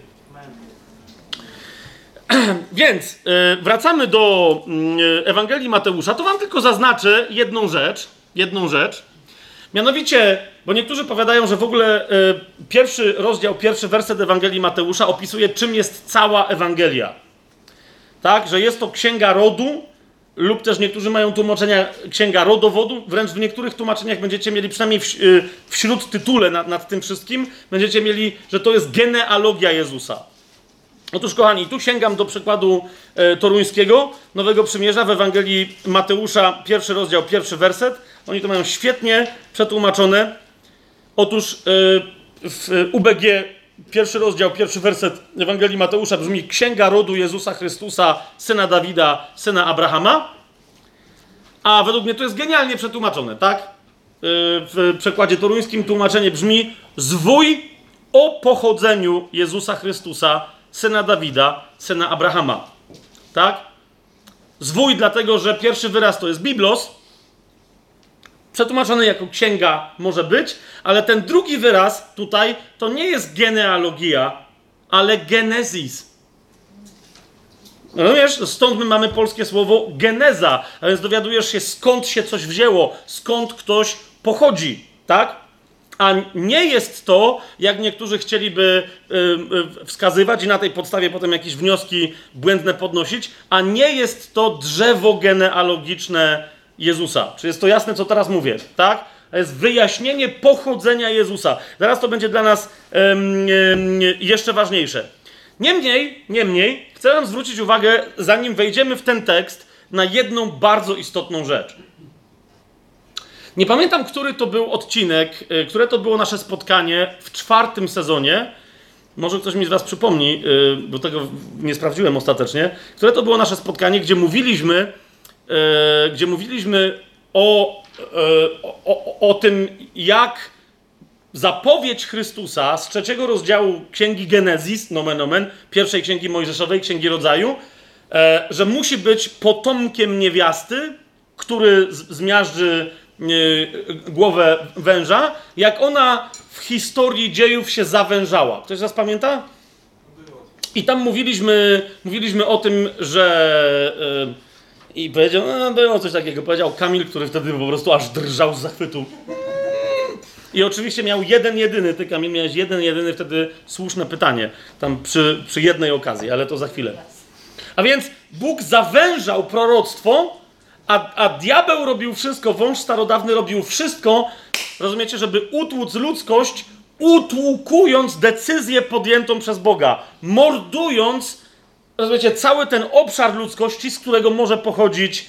Więc wracamy do Ewangelii Mateusza. To wam tylko zaznaczę jedną rzecz. Mianowicie, bo niektórzy powiadają, że w ogóle pierwszy rozdział, pierwszy werset Ewangelii Mateusza opisuje, czym jest cała Ewangelia. Tak, że jest to księga rodu, lub też niektórzy mają tłumaczenia księga rodowodu, wręcz w niektórych tłumaczeniach będziecie mieli, przynajmniej w śródtytule nad tym wszystkim, będziecie mieli, że to jest genealogia Jezusa. Otóż, kochani, tu sięgam do przykładu toruńskiego, Nowego Przymierza w Ewangelii Mateusza, pierwszy rozdział, pierwszy werset. Oni to mają świetnie przetłumaczone. Otóż w UBG pierwszy rozdział, pierwszy werset Ewangelii Mateusza brzmi: Księga rodu Jezusa Chrystusa, syna Dawida, syna Abrahama. A według mnie to jest genialnie przetłumaczone, tak? W przekładzie toruńskim tłumaczenie brzmi: zwój o pochodzeniu Jezusa Chrystusa, syna Dawida, syna Abrahama. Tak? Zwój dlatego, że pierwszy wyraz to jest biblos, przetłumaczony jako księga może być, ale ten drugi wyraz tutaj to nie jest genealogia, ale genezis. Rozumiesz? Stąd my mamy polskie słowo geneza, a więc dowiadujesz się, skąd się coś wzięło, skąd ktoś pochodzi, tak? A nie jest to, jak niektórzy chcieliby wskazywać i na tej podstawie potem jakieś wnioski błędne podnosić, a nie jest to drzewo genealogiczne Jezusa. Czy jest to jasne, co teraz mówię, tak? To jest wyjaśnienie pochodzenia Jezusa. Zaraz to będzie dla nas jeszcze ważniejsze. Niemniej, chcę wam zwrócić uwagę, zanim wejdziemy w ten tekst, na jedną bardzo istotną rzecz. Nie pamiętam, który to był odcinek, które to było nasze spotkanie w 4. sezonie. Może ktoś mi z was przypomni, bo tego nie sprawdziłem ostatecznie. Które to było nasze spotkanie, gdzie mówiliśmy o tym, jak zapowiedź Chrystusa z 3 rozdziału Księgi Genezis, nomen omen, pierwszej Księgi Mojżeszowej, Księgi Rodzaju, że musi być potomkiem niewiasty, który zmiażdży głowę węża, jak ona w historii dziejów się zawężała. Ktoś z was pamięta? I tam mówiliśmy o tym, że i powiedział, no było coś takiego, powiedział Kamil, który wtedy po prostu aż drżał z zachwytu. I oczywiście miał jeden jedyny, ty Kamil miałeś jeden jedyny wtedy słuszne pytanie, tam przy jednej okazji, ale to za chwilę. A więc Bóg zawężał proroctwo, a diabeł robił wszystko, wąż starodawny robił wszystko, rozumiecie, żeby utłuc ludzkość, utłukując decyzję podjętą przez Boga, mordując, rozumiecie, cały ten obszar ludzkości, z którego może pochodzić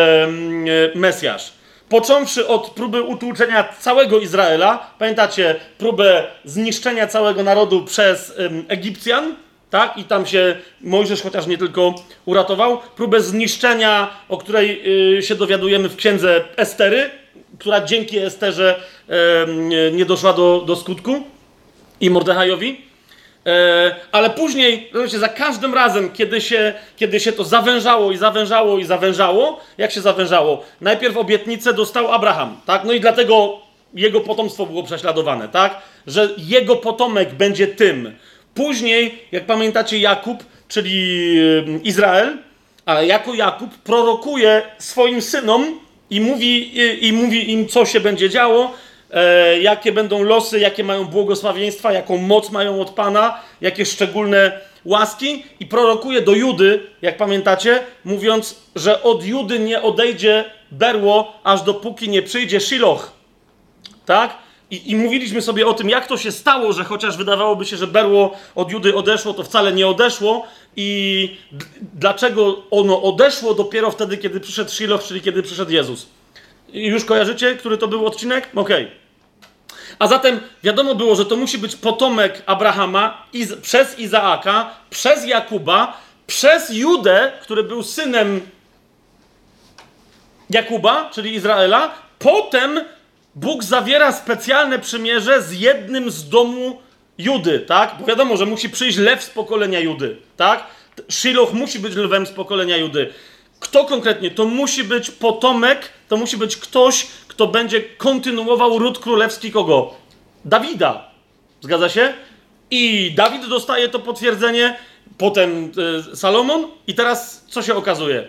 Mesjasz. Począwszy od próby utłuczenia całego Izraela, pamiętacie, próbę zniszczenia całego narodu przez Egipcjan, tak? I tam się Mojżesz chociaż nie tylko uratował. Próbę zniszczenia, o której się dowiadujemy w księdze Estery, która dzięki Esterze nie doszła do skutku i Mordechajowi. Ale później, rozumiecie, za każdym razem, kiedy się to zawężało, jak się zawężało? Najpierw obietnicę dostał Abraham, tak? No i dlatego jego potomstwo było prześladowane, tak? Że jego potomek będzie tym. Później, jak pamiętacie, Jakub, czyli Izrael, ale jako Jakub prorokuje swoim synom i mówi im, co się będzie działo, jakie będą losy, jakie mają błogosławieństwa, jaką moc mają od Pana, jakie szczególne łaski i prorokuje do Judy, jak pamiętacie, mówiąc, że od Judy nie odejdzie berło, aż dopóki nie przyjdzie Shiloh. Tak? I mówiliśmy sobie o tym, jak to się stało, że chociaż wydawałoby się, że berło od Judy odeszło, to wcale nie odeszło i dlaczego ono odeszło dopiero wtedy, kiedy przyszedł Shiloh, czyli kiedy przyszedł Jezus. I już kojarzycie, który to był odcinek? Okej. A zatem wiadomo było, że to musi być potomek Abrahama przez Izaaka, przez Jakuba, przez Judę, który był synem Jakuba, czyli Izraela. Potem Bóg zawiera specjalne przymierze z jednym z domu Judy, tak? Bo wiadomo, że musi przyjść lew z pokolenia Judy, tak? Shiloh musi być lwem z pokolenia Judy. Kto konkretnie? To musi być potomek, to musi być ktoś, kto będzie kontynuował ród królewski kogo? Dawida. Zgadza się? I Dawid dostaje to potwierdzenie, potem Salomon i teraz co się okazuje?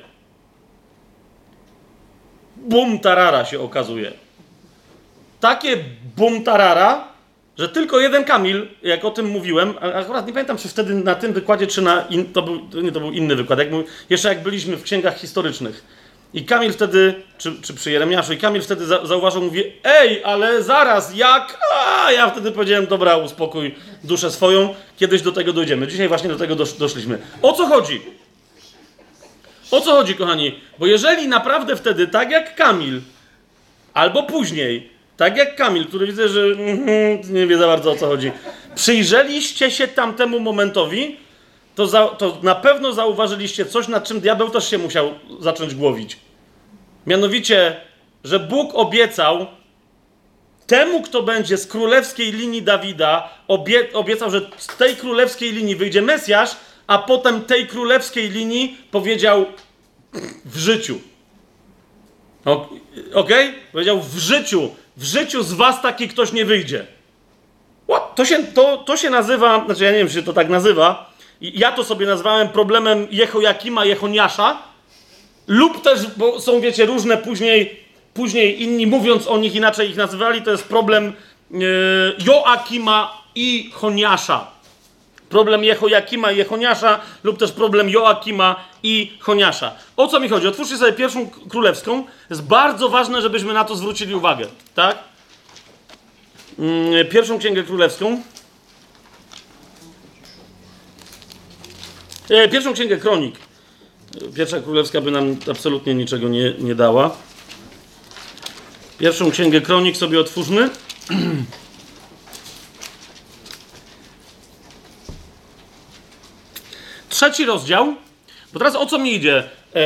Bum tarara się okazuje. Takie bum tarara, że tylko jeden Kamil, jak o tym mówiłem, akurat nie pamiętam, czy wtedy na tym wykładzie, czy to był inny wykład, jeszcze jak byliśmy w księgach historycznych. I Kamil wtedy, czy przy Jeremiaszu, i Kamil wtedy zauważył, mówi, ej, ale zaraz, jak? A ja wtedy powiedziałem, dobra, uspokój duszę swoją, kiedyś do tego dojdziemy. Dzisiaj właśnie do tego doszliśmy. O co chodzi? O co chodzi, kochani? Bo jeżeli naprawdę wtedy, tak jak Kamil, albo później, tak jak Kamil, który widzę, że nie wie za bardzo o co chodzi, przyjrzeliście się tamtemu momentowi, to na pewno zauważyliście coś, nad czym diabeł też się musiał zacząć głowić. Mianowicie, że Bóg obiecał temu, kto będzie z królewskiej linii Dawida, obiecał, że z tej królewskiej linii wyjdzie Mesjasz, a potem tej królewskiej linii powiedział w życiu. Okej? Powiedział w życiu z was taki ktoś nie wyjdzie. What? To się nazywa, znaczy ja nie wiem, czy się to tak nazywa, ja to sobie nazwałem problemem Jehoiakima, Jechoniasza, lub też, bo są, wiecie, różne później inni, mówiąc o nich inaczej ich nazywali, to jest problem Joakima i Choniasza. Problem Jehoiakima i Jechoniasza lub też problem Joakima i Choniasza. O co mi chodzi? Otwórzcie sobie pierwszą królewską. Jest bardzo ważne, żebyśmy na to zwrócili uwagę. Tak? Pierwszą księgę królewską. Pierwszą księgę kronik. Pierwsza królewska by nam absolutnie niczego nie dała. Pierwszą księgę kronik sobie otwórzmy. Trzeci rozdział, bo teraz o co mi idzie?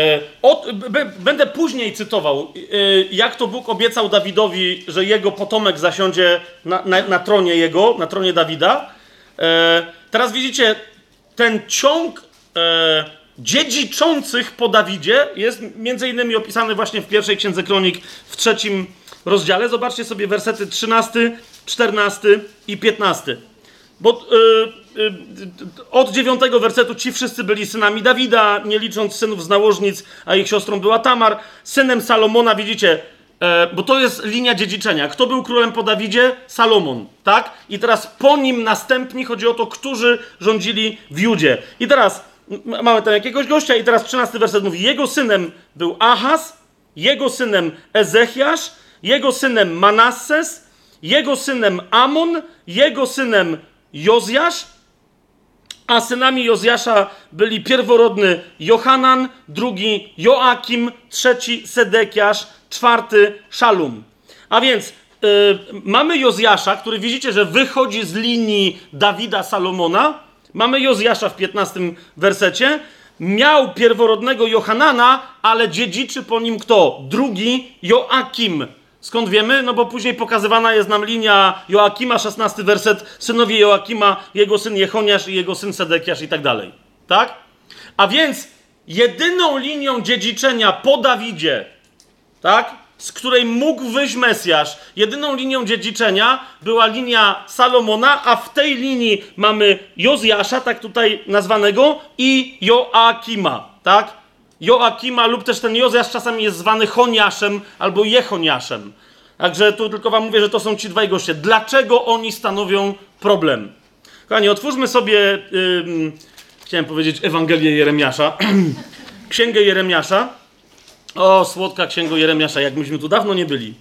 Będę później cytował, jak to Bóg obiecał Dawidowi, że jego potomek zasiądzie na tronie na tronie Dawida. Teraz widzicie, ten ciąg dziedziczących po Dawidzie jest między innymi opisany właśnie w pierwszej księdze kronik w 3 rozdziale. Zobaczcie sobie wersety 13, 14 i 15. Bo od 9 wersetu ci wszyscy byli synami Dawida, nie licząc synów z nałożnic, a ich siostrą była Tamar. Synem Salomona, widzicie, bo to jest linia dziedziczenia. Kto był królem po Dawidzie? Salomon, tak? I teraz po nim następni, chodzi o to, którzy rządzili w Judzie. I teraz mamy tam jakiegoś gościa i teraz 13 werset mówi, jego synem był Ahaz, jego synem Ezechiasz, jego synem Manasses, jego synem Amon, jego synem Jozjasz, a synami Jozjasza byli pierworodny Johanan, drugi Joakim, trzeci Sedekiasz, czwarty Szalum. A więc mamy Jozjasza, który widzicie, że wychodzi z linii Dawida Salomona. Mamy Jozjasza w 15 wersecie. Miał pierworodnego Johanana, ale dziedziczy po nim kto? Drugi Joakim. Skąd wiemy? No bo później pokazywana jest nam linia Joakima, 16 werset, synowie Joakima, jego syn Jechoniasz i jego syn Sedekiasz i tak dalej. Tak? A więc jedyną linią dziedziczenia po Dawidzie, tak? Z której mógł wyjść Mesjasz, jedyną linią dziedziczenia była linia Salomona, a w tej linii mamy Jozjasza, tak tutaj nazwanego, i Joakima, tak? Joakima lub też ten Jozjasz czasami jest zwany Choniaszem albo Jechoniaszem. Także tu tylko wam mówię, że to są ci dwaj goście. Dlaczego oni stanowią problem? Kochani, otwórzmy sobie, chciałem powiedzieć Ewangelię Jeremiasza, Księgę Jeremiasza. O, słodka Księgo Jeremiasza, jak myśmy tu dawno nie byli.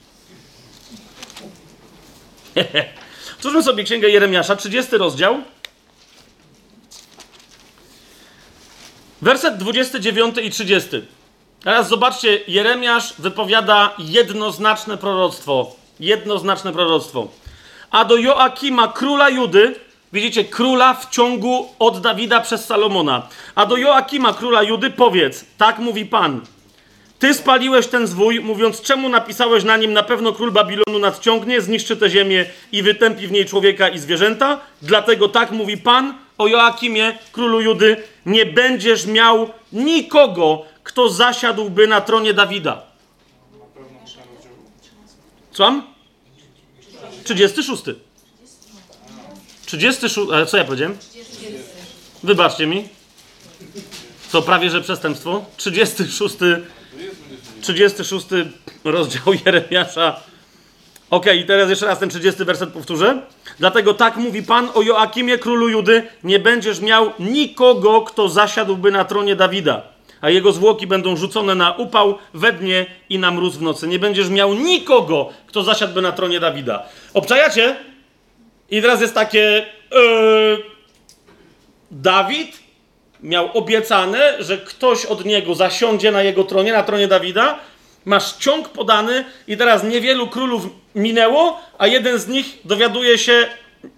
Otwórzmy sobie Księgę Jeremiasza, 30 rozdział. Werset 29 i 30. Teraz zobaczcie, Jeremiasz wypowiada jednoznaczne proroctwo. Jednoznaczne proroctwo. A do Joakima, króla Judy, widzicie, króla w ciągu od Dawida przez Salomona. A do Joakima, króla Judy, powiedz, tak mówi Pan. Ty spaliłeś ten zwój, mówiąc, czemu napisałeś na nim, na pewno król Babilonu nadciągnie, zniszczy tę ziemię i wytępi w niej człowieka i zwierzęta. Dlatego tak mówi Pan o Joakimie, królu Judy, nie będziesz miał nikogo, kto zasiadłby na tronie Dawida. Co? 36. 36. Ale co ja powiedziałem? Wybaczcie mi. To prawie że przestępstwo. 36 rozdział Jeremiasza. Okej, i teraz jeszcze raz ten 30 werset powtórzę. Dlatego tak mówi Pan o Joakimie, królu Judy, nie będziesz miał nikogo, kto zasiadłby na tronie Dawida, a jego zwłoki będą rzucone na upał we dnie i na mróz w nocy. Nie będziesz miał nikogo, kto zasiadłby na tronie Dawida. Obczajacie? I teraz jest takie... Dawid miał obiecane, że ktoś od niego zasiądzie na jego tronie, na tronie Dawida. Masz ciąg podany i teraz niewielu królów minęło, a jeden z nich dowiaduje się,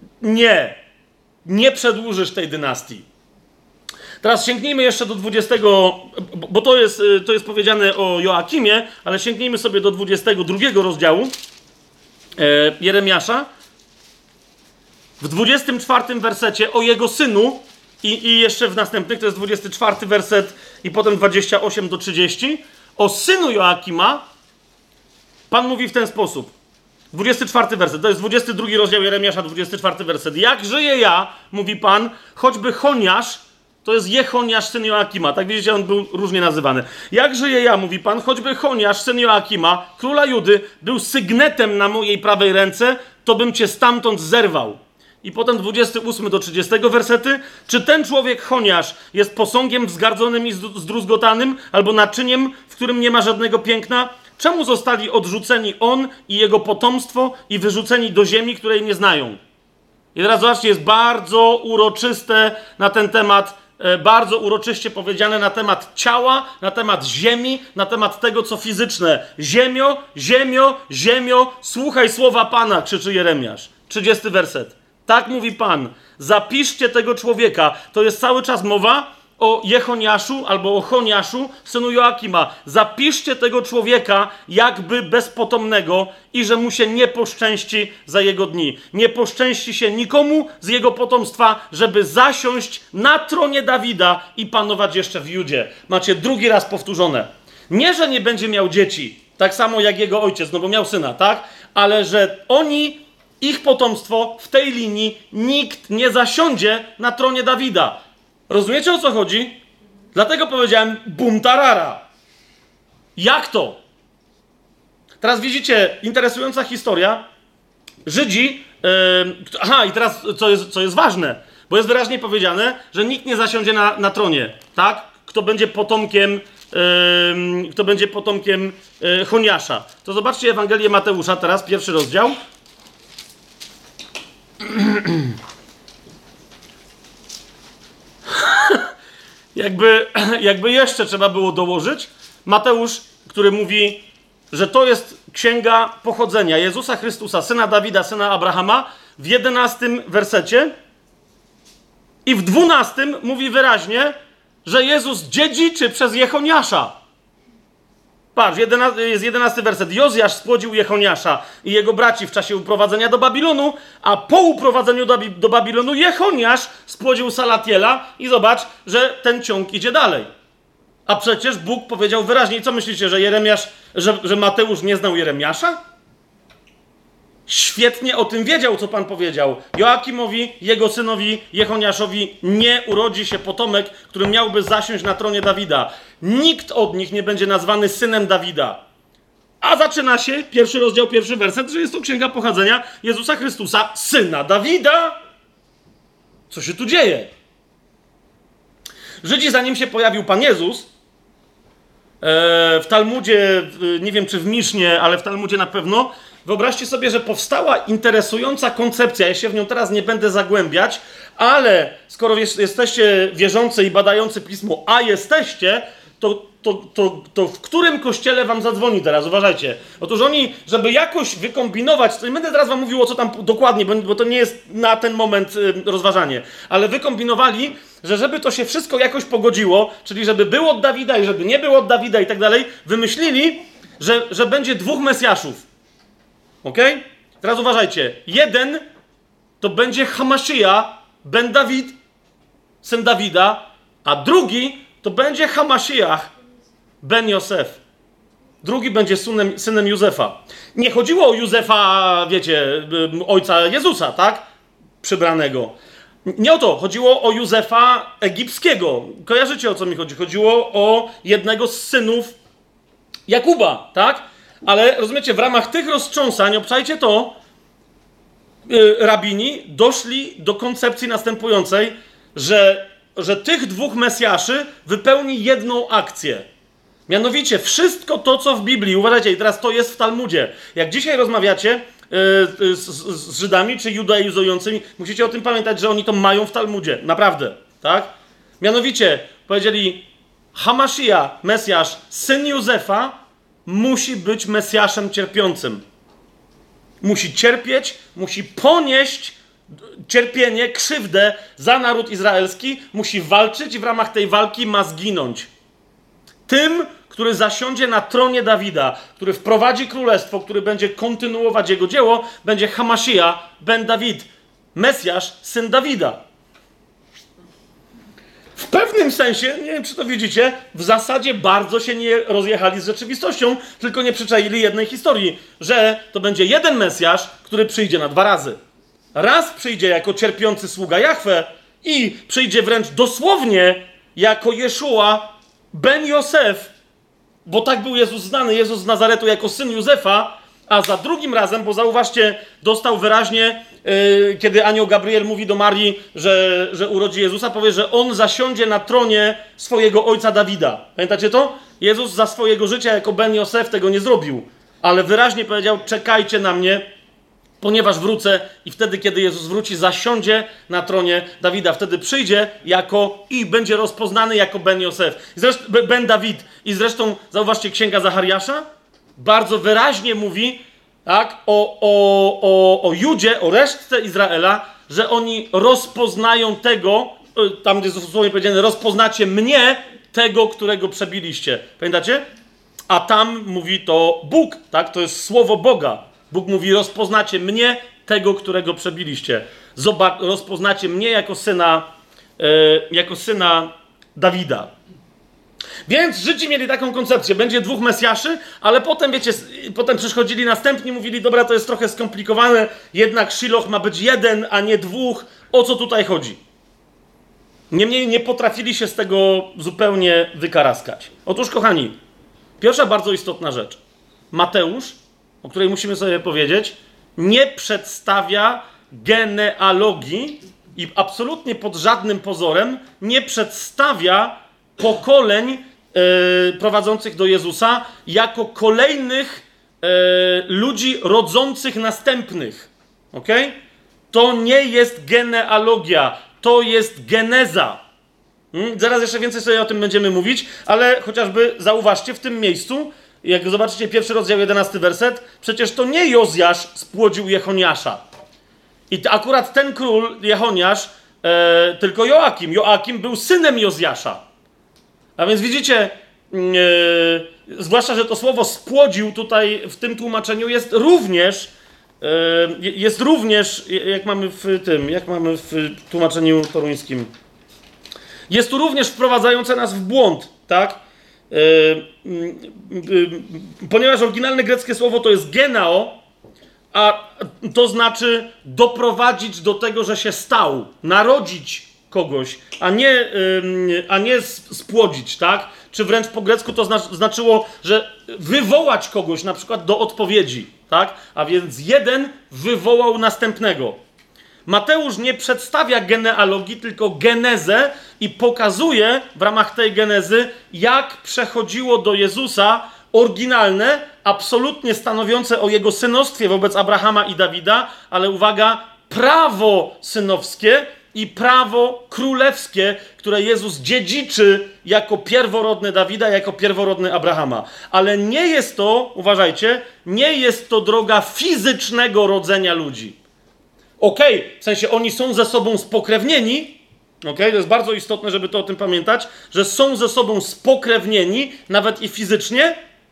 nie przedłużysz tej dynastii. Teraz sięgnijmy jeszcze do 20, bo to jest powiedziane o Joakimie, ale sięgnijmy sobie do 22 rozdziału Jeremiasza. W 24 wersecie o jego synu i jeszcze w następnych, to jest 24 werset i potem 28 do 30. O synu Joakima Pan mówi w ten sposób. 24 werset, to jest 22 rozdział Jeremiasza, 24 werset. Jak żyję ja, mówi Pan, choćby Choniasz, To jest Jechoniasz, syn Joakima. Tak widzicie, on był różnie nazywany. Jak żyję ja, mówi Pan, choćby Choniasz, syn Joakima, króla Judy, był sygnetem na mojej prawej ręce, to bym cię stamtąd zerwał. I potem 28 do 30 wersety. Czy ten człowiek Choniasz jest posągiem wzgardzonym i zdruzgotanym, albo naczyniem, w którym nie ma żadnego piękna? Czemu zostali odrzuceni on i jego potomstwo i wyrzuceni do ziemi, której nie znają? I teraz zobaczcie, jest bardzo uroczyste na ten temat, bardzo uroczyście powiedziane na temat ciała, na temat ziemi, na temat tego, co fizyczne. Ziemio, ziemio, ziemio, słuchaj słowa Pana, krzyczy Jeremiasz. 30 werset. Tak mówi Pan, zapiszcie tego człowieka. To jest cały czas mowa o Jechoniaszu albo o Choniaszu, synu Joakima. Zapiszcie tego człowieka jakby bezpotomnego i że mu się nie poszczęści za jego dni. Nie poszczęści się nikomu z jego potomstwa, żeby zasiąść na tronie Dawida i panować jeszcze w Judzie. Macie drugi raz powtórzone. Nie, że nie będzie miał dzieci, tak samo jak jego ojciec, no bo miał syna, tak? Ale że oni... Ich potomstwo w tej linii nikt nie zasiądzie na tronie Dawida. Rozumiecie, o co chodzi? Dlatego powiedziałem bum tarara. Jak to? Teraz widzicie, interesująca historia. Żydzi... i teraz co jest ważne, bo jest wyraźnie powiedziane, że nikt nie zasiądzie na tronie, tak? Kto będzie potomkiem Choniasza. To zobaczcie Ewangelię Mateusza teraz, 1 rozdział. jakby jeszcze trzeba było dołożyć, Mateusz, który mówi, że to jest księga pochodzenia Jezusa Chrystusa, syna Dawida, syna Abrahama, w 11 wersecie i w 12 mówi wyraźnie, że Jezus dziedziczy przez Jechoniasza. Patrz, jest 11 werset. Jozjasz spłodził Jechoniasza i jego braci w czasie uprowadzenia do Babilonu, a po uprowadzeniu do Babilonu Jechoniasz spłodził Salatiela i zobacz, że ten ciąg idzie dalej. A przecież Bóg powiedział wyraźnie, co myślicie, że że Mateusz nie znał Jeremiasza? Świetnie o tym wiedział, co Pan powiedział. Joakimowi, jego synowi Jechoniaszowi nie urodzi się potomek, który miałby zasiąść na tronie Dawida. Nikt od nich nie będzie nazwany synem Dawida. A zaczyna się 1 rozdział, 1 werset, że jest to księga pochodzenia Jezusa Chrystusa, syna Dawida. Co się tu dzieje? Żydzi, zanim się pojawił Pan Jezus, w Talmudzie, nie wiem czy w Misznie, ale w Talmudzie na pewno, wyobraźcie sobie, że powstała interesująca koncepcja, ja się w nią teraz nie będę zagłębiać, ale skoro jesteście wierzący i badający Pismo, a jesteście, to w którym kościele wam zadzwoni teraz? Uważajcie. Otóż oni, żeby jakoś wykombinować, to nie będę teraz wam mówił o co tam dokładnie, bo to nie jest na ten moment rozważanie, ale wykombinowali, że żeby to się wszystko jakoś pogodziło, czyli żeby było od Dawida i żeby nie było od Dawida i tak dalej, wymyślili, że będzie dwóch Mesjaszów. Okej? Teraz uważajcie. Jeden to będzie Hamaszyja, ben Dawid, syn Dawida, a drugi to będzie Hamaszyjach, ben Josef. Drugi będzie synem Józefa. Nie chodziło o Józefa, wiecie, ojca Jezusa, tak? Przybranego. Nie o to. Chodziło o Józefa egipskiego. Kojarzycie, o co mi chodzi? Chodziło o jednego z synów Jakuba, tak? Ale rozumiecie, w ramach tych roztrząsań, obczajcie to, rabini doszli do koncepcji następującej, że tych dwóch Mesjaszy wypełni jedną akcję. Mianowicie wszystko to, co w Biblii, uważajcie, i teraz to jest w Talmudzie. Jak dzisiaj rozmawiacie z Żydami czy judaizującymi, musicie o tym pamiętać, że oni to mają w Talmudzie. Naprawdę, tak? Mianowicie powiedzieli, Hamaszyja, Mesjasz, syn Józefa, musi być Mesjaszem cierpiącym. Musi cierpieć, musi ponieść cierpienie, krzywdę za naród izraelski, musi walczyć i w ramach tej walki ma zginąć. Tym, który zasiądzie na tronie Dawida, który wprowadzi królestwo, który będzie kontynuować jego dzieło, będzie Hamaszyja, ben Dawid, Mesjasz, syn Dawida. W pewnym sensie, nie wiem czy to widzicie, w zasadzie bardzo się nie rozjechali z rzeczywistością, tylko nie przyczaili jednej historii, że to będzie jeden Mesjasz, który przyjdzie na 2 razy. Raz przyjdzie jako cierpiący sługa Jahwe i przyjdzie wręcz dosłownie jako Jeszua ben Josef, bo tak był Jezus znany, Jezus z Nazaretu jako syn Józefa, a za drugim razem, bo zauważcie, dostał wyraźnie, kiedy anioł Gabriel mówi do Marii, że urodzi Jezusa, powie, że on zasiądzie na tronie swojego ojca Dawida. Pamiętacie to? Jezus za swojego życia jako ben Josef tego nie zrobił, ale wyraźnie powiedział, czekajcie na mnie, ponieważ wrócę i wtedy, kiedy Jezus wróci, zasiądzie na tronie Dawida. Wtedy przyjdzie i będzie rozpoznany jako ben Josef. Ben Dawid. I zresztą, zauważcie, Księga Zachariasza bardzo wyraźnie mówi, tak, o Judzie, o resztce Izraela, że oni rozpoznają tego, tam jest dosłownie powiedziane, rozpoznacie mnie, tego, którego przebiliście. Pamiętacie? A tam mówi to Bóg, tak? To jest słowo Boga. Bóg mówi, rozpoznacie mnie, tego, którego przebiliście. Rozpoznacie mnie jako syna Dawida. Więc Żydzi mieli taką koncepcję, będzie dwóch Mesjaszy, ale potem, wiecie, potem przychodzili następni, mówili, dobra, to jest trochę skomplikowane, jednak Shiloh ma być jeden, a nie dwóch. O co tutaj chodzi? Niemniej nie potrafili się z tego zupełnie wykaraskać. Otóż, kochani, pierwsza bardzo istotna rzecz. Mateusz, o której musimy sobie powiedzieć, nie przedstawia genealogii i absolutnie pod żadnym pozorem nie przedstawia pokoleń prowadzących do Jezusa jako kolejnych ludzi rodzących następnych. Okay? To nie jest genealogia, to jest geneza. Zaraz jeszcze więcej sobie o tym będziemy mówić, ale chociażby zauważcie w tym miejscu, jak zobaczycie 1 rozdział 11 werset, przecież to nie Jozjasz spłodził Jechoniasza. I akurat ten król Jechoniasz, tylko Joakim. Joakim był synem Jozjasza. A więc widzicie, zwłaszcza, że to słowo spłodził tutaj w tym tłumaczeniu jest również, jak mamy w tłumaczeniu toruńskim, jest tu również wprowadzające nas w błąd, tak? Ponieważ oryginalne greckie słowo to jest genao, a to znaczy doprowadzić do tego, że się stał, narodzić kogoś, a nie spłodzić, tak? Czy wręcz po grecku to znaczyło, że wywołać kogoś na przykład do odpowiedzi, tak? A więc jeden wywołał następnego. Mateusz nie przedstawia genealogii, tylko genezę i pokazuje w ramach tej genezy, jak przechodziło do Jezusa oryginalne, absolutnie stanowiące o jego synostwie wobec Abrahama i Dawida, ale uwaga, prawo synowskie i prawo królewskie, które Jezus dziedziczy jako pierworodny Dawida, jako pierworodny Abrahama. Ale nie jest to, uważajcie, nie jest to droga fizycznego rodzenia ludzi. Okej, w sensie oni są ze sobą spokrewnieni, to jest bardzo istotne, żeby to o tym pamiętać, że są ze sobą spokrewnieni, nawet i fizycznie,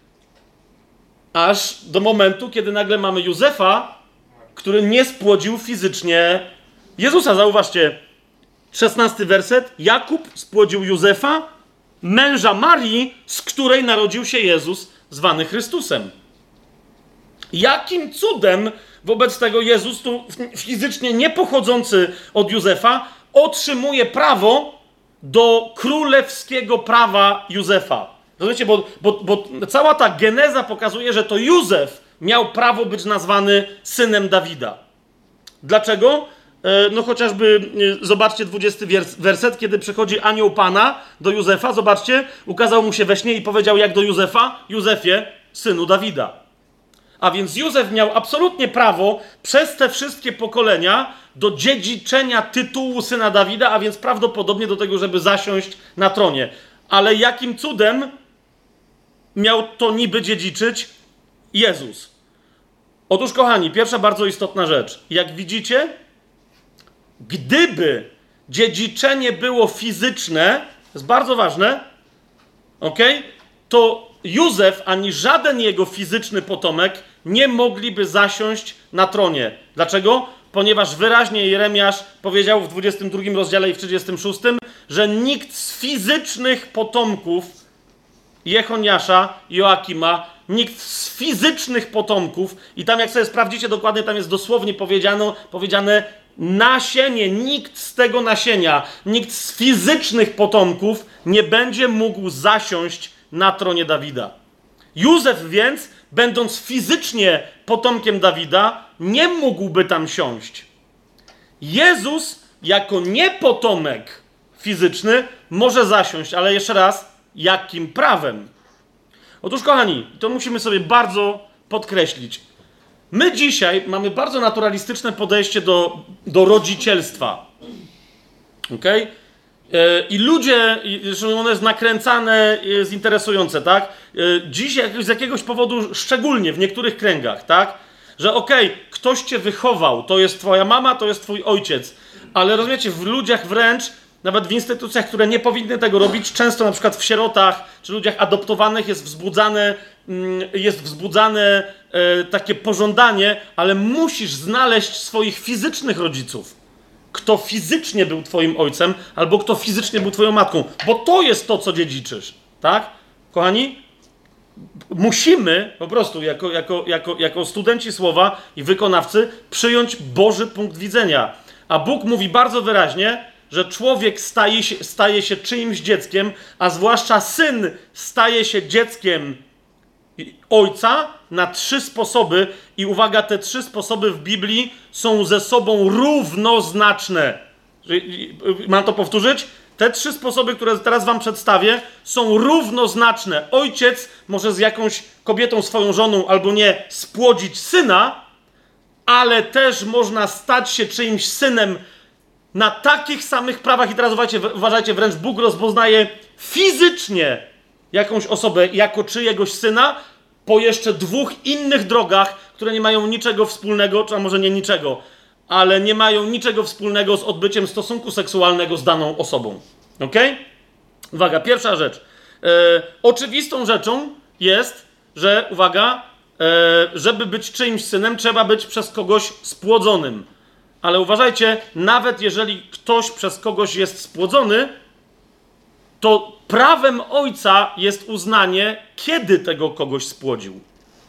aż do momentu, kiedy nagle mamy Józefa, który nie spłodził fizycznie Jezusa. Zauważcie, 16 werset. Jakub spłodził Józefa, męża Marii, z której narodził się Jezus, zwany Chrystusem. Jakim cudem wobec tego Jezus, tu fizycznie nie pochodzący od Józefa, otrzymuje prawo do królewskiego prawa Józefa? Rozumiecie, bo cała ta geneza pokazuje, że to Józef miał prawo być nazwany synem Dawida. Dlaczego? No chociażby zobaczcie 20 werset, kiedy przychodzi anioł Pana do Józefa, zobaczcie, ukazał mu się we śnie i powiedział jak do Józefa: Józefie, synu Dawida. A więc Józef miał absolutnie prawo przez te wszystkie pokolenia do dziedziczenia tytułu syna Dawida, a więc prawdopodobnie do tego, żeby zasiąść na tronie. Ale jakim cudem miał to niby dziedziczyć Jezus? Otóż, kochani, pierwsza bardzo istotna rzecz. Jak widzicie, gdyby dziedziczenie było fizyczne, to jest bardzo ważne, to Józef ani żaden jego fizyczny potomek nie mogliby zasiąść na tronie. Dlaczego? Ponieważ wyraźnie Jeremiasz powiedział w 22 rozdziale i w 36, że nikt z fizycznych potomków Jechoniasza, Joakima, nikt z fizycznych potomków, i tam jak sobie sprawdzicie dokładnie, tam jest dosłownie powiedziane nasienie, nikt z tego nasienia, nikt z fizycznych potomków nie będzie mógł zasiąść na tronie Dawida. Józef więc, będąc fizycznie potomkiem Dawida, nie mógłby tam siąść. Jezus, jako niepotomek fizyczny, może zasiąść, ale jeszcze raz, jakim prawem? Otóż, kochani, to musimy sobie bardzo podkreślić. My dzisiaj mamy bardzo naturalistyczne podejście do rodzicielstwa. Okej? I ludzie, zresztą ono jest nakręcane, jest interesujące, tak? Dzisiaj z jakiegoś powodu, szczególnie w niektórych kręgach, tak? Że ktoś cię wychował, to jest twoja mama, to jest twój ojciec. Ale rozumiecie, w ludziach wręcz, nawet w instytucjach, które nie powinny tego robić, często na przykład w sierotach czy ludziach adoptowanych jest wzbudzane takie pożądanie, ale musisz znaleźć swoich fizycznych rodziców. Kto fizycznie był twoim ojcem, albo kto fizycznie był twoją matką. Bo to jest to, co dziedziczysz. Tak? Kochani? Musimy po prostu jako studenci słowa i wykonawcy przyjąć Boży punkt widzenia. A Bóg mówi bardzo wyraźnie, że człowiek staje się czyimś dzieckiem, a zwłaszcza syn staje się dzieckiem ojca na 3 sposoby. I uwaga, te 3 sposoby w Biblii są ze sobą równoznaczne. Mam to powtórzyć? Te 3 sposoby, które teraz wam przedstawię, są równoznaczne. Ojciec może z jakąś kobietą, swoją żoną albo nie spłodzić syna, ale też można stać się czyimś synem na takich samych prawach. I teraz uważajcie, wręcz Bóg rozpoznaje fizycznie jakąś osobę jako czyjegoś syna po jeszcze 2 innych drogach, które nie mają niczego wspólnego, czy a może nie niczego, ale nie mają niczego wspólnego z odbyciem stosunku seksualnego z daną osobą. Okej? Uwaga, pierwsza rzecz. Oczywistą rzeczą jest, że, uwaga, żeby być czyimś synem, trzeba być przez kogoś spłodzonym. Ale uważajcie, nawet jeżeli ktoś przez kogoś jest spłodzony, to prawem ojca jest uznanie, kiedy tego kogoś spłodził.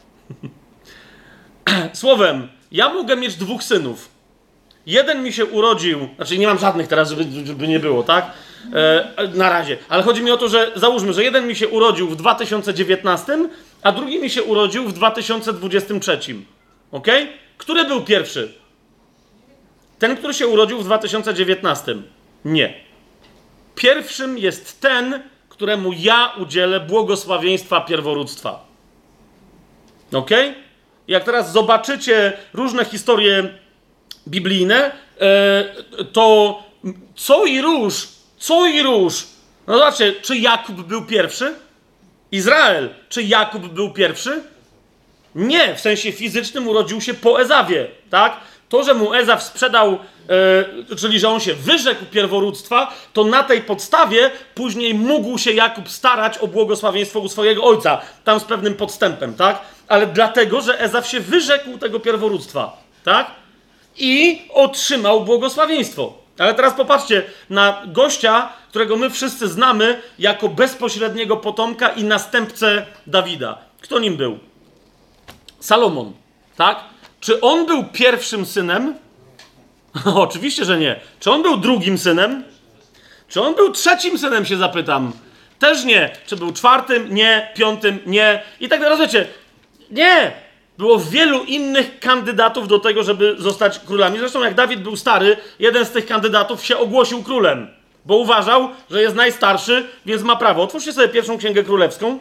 Słowem, ja mogę mieć 2 synów. Jeden mi się urodził, znaczy nie mam żadnych teraz, żeby nie było, tak? Na razie. Ale chodzi mi o to, że załóżmy, że jeden mi się urodził w 2019, a drugi mi się urodził w 2023. Okej? Który był pierwszy? Ten, który się urodził w 2019. Nie. Pierwszym jest ten, któremu ja udzielę błogosławieństwa pierworództwa. Okej? Jak teraz zobaczycie różne historie biblijne, to co i róż. No zobaczcie, czy Jakub był pierwszy? Izrael, czy Jakub był pierwszy? Nie, w sensie fizycznym urodził się po Ezawie, tak? To, że mu Ezaw sprzedał, czyli że on się wyrzekł pierworództwa, to na tej podstawie później mógł się Jakub starać o błogosławieństwo u swojego ojca, tam z pewnym podstępem, tak? Ale dlatego, że Ezaw się wyrzekł tego pierworództwa, tak? I otrzymał błogosławieństwo. Ale teraz popatrzcie na gościa, którego my wszyscy znamy jako bezpośredniego potomka i następcę Dawida. Kto nim był? Salomon, tak? Czy on był pierwszym synem? Oczywiście, że nie. Czy on był drugim synem? Czy on był trzecim synem, się zapytam? Też nie. Czy był 4? Nie. 5? Nie. I tak dalej, wiecie, nie. Było wielu innych kandydatów do tego, żeby zostać królami. Zresztą jak Dawid był stary, jeden z tych kandydatów się ogłosił królem, bo uważał, że jest najstarszy, więc ma prawo. Otwórzcie sobie 1 Księgę Królewską.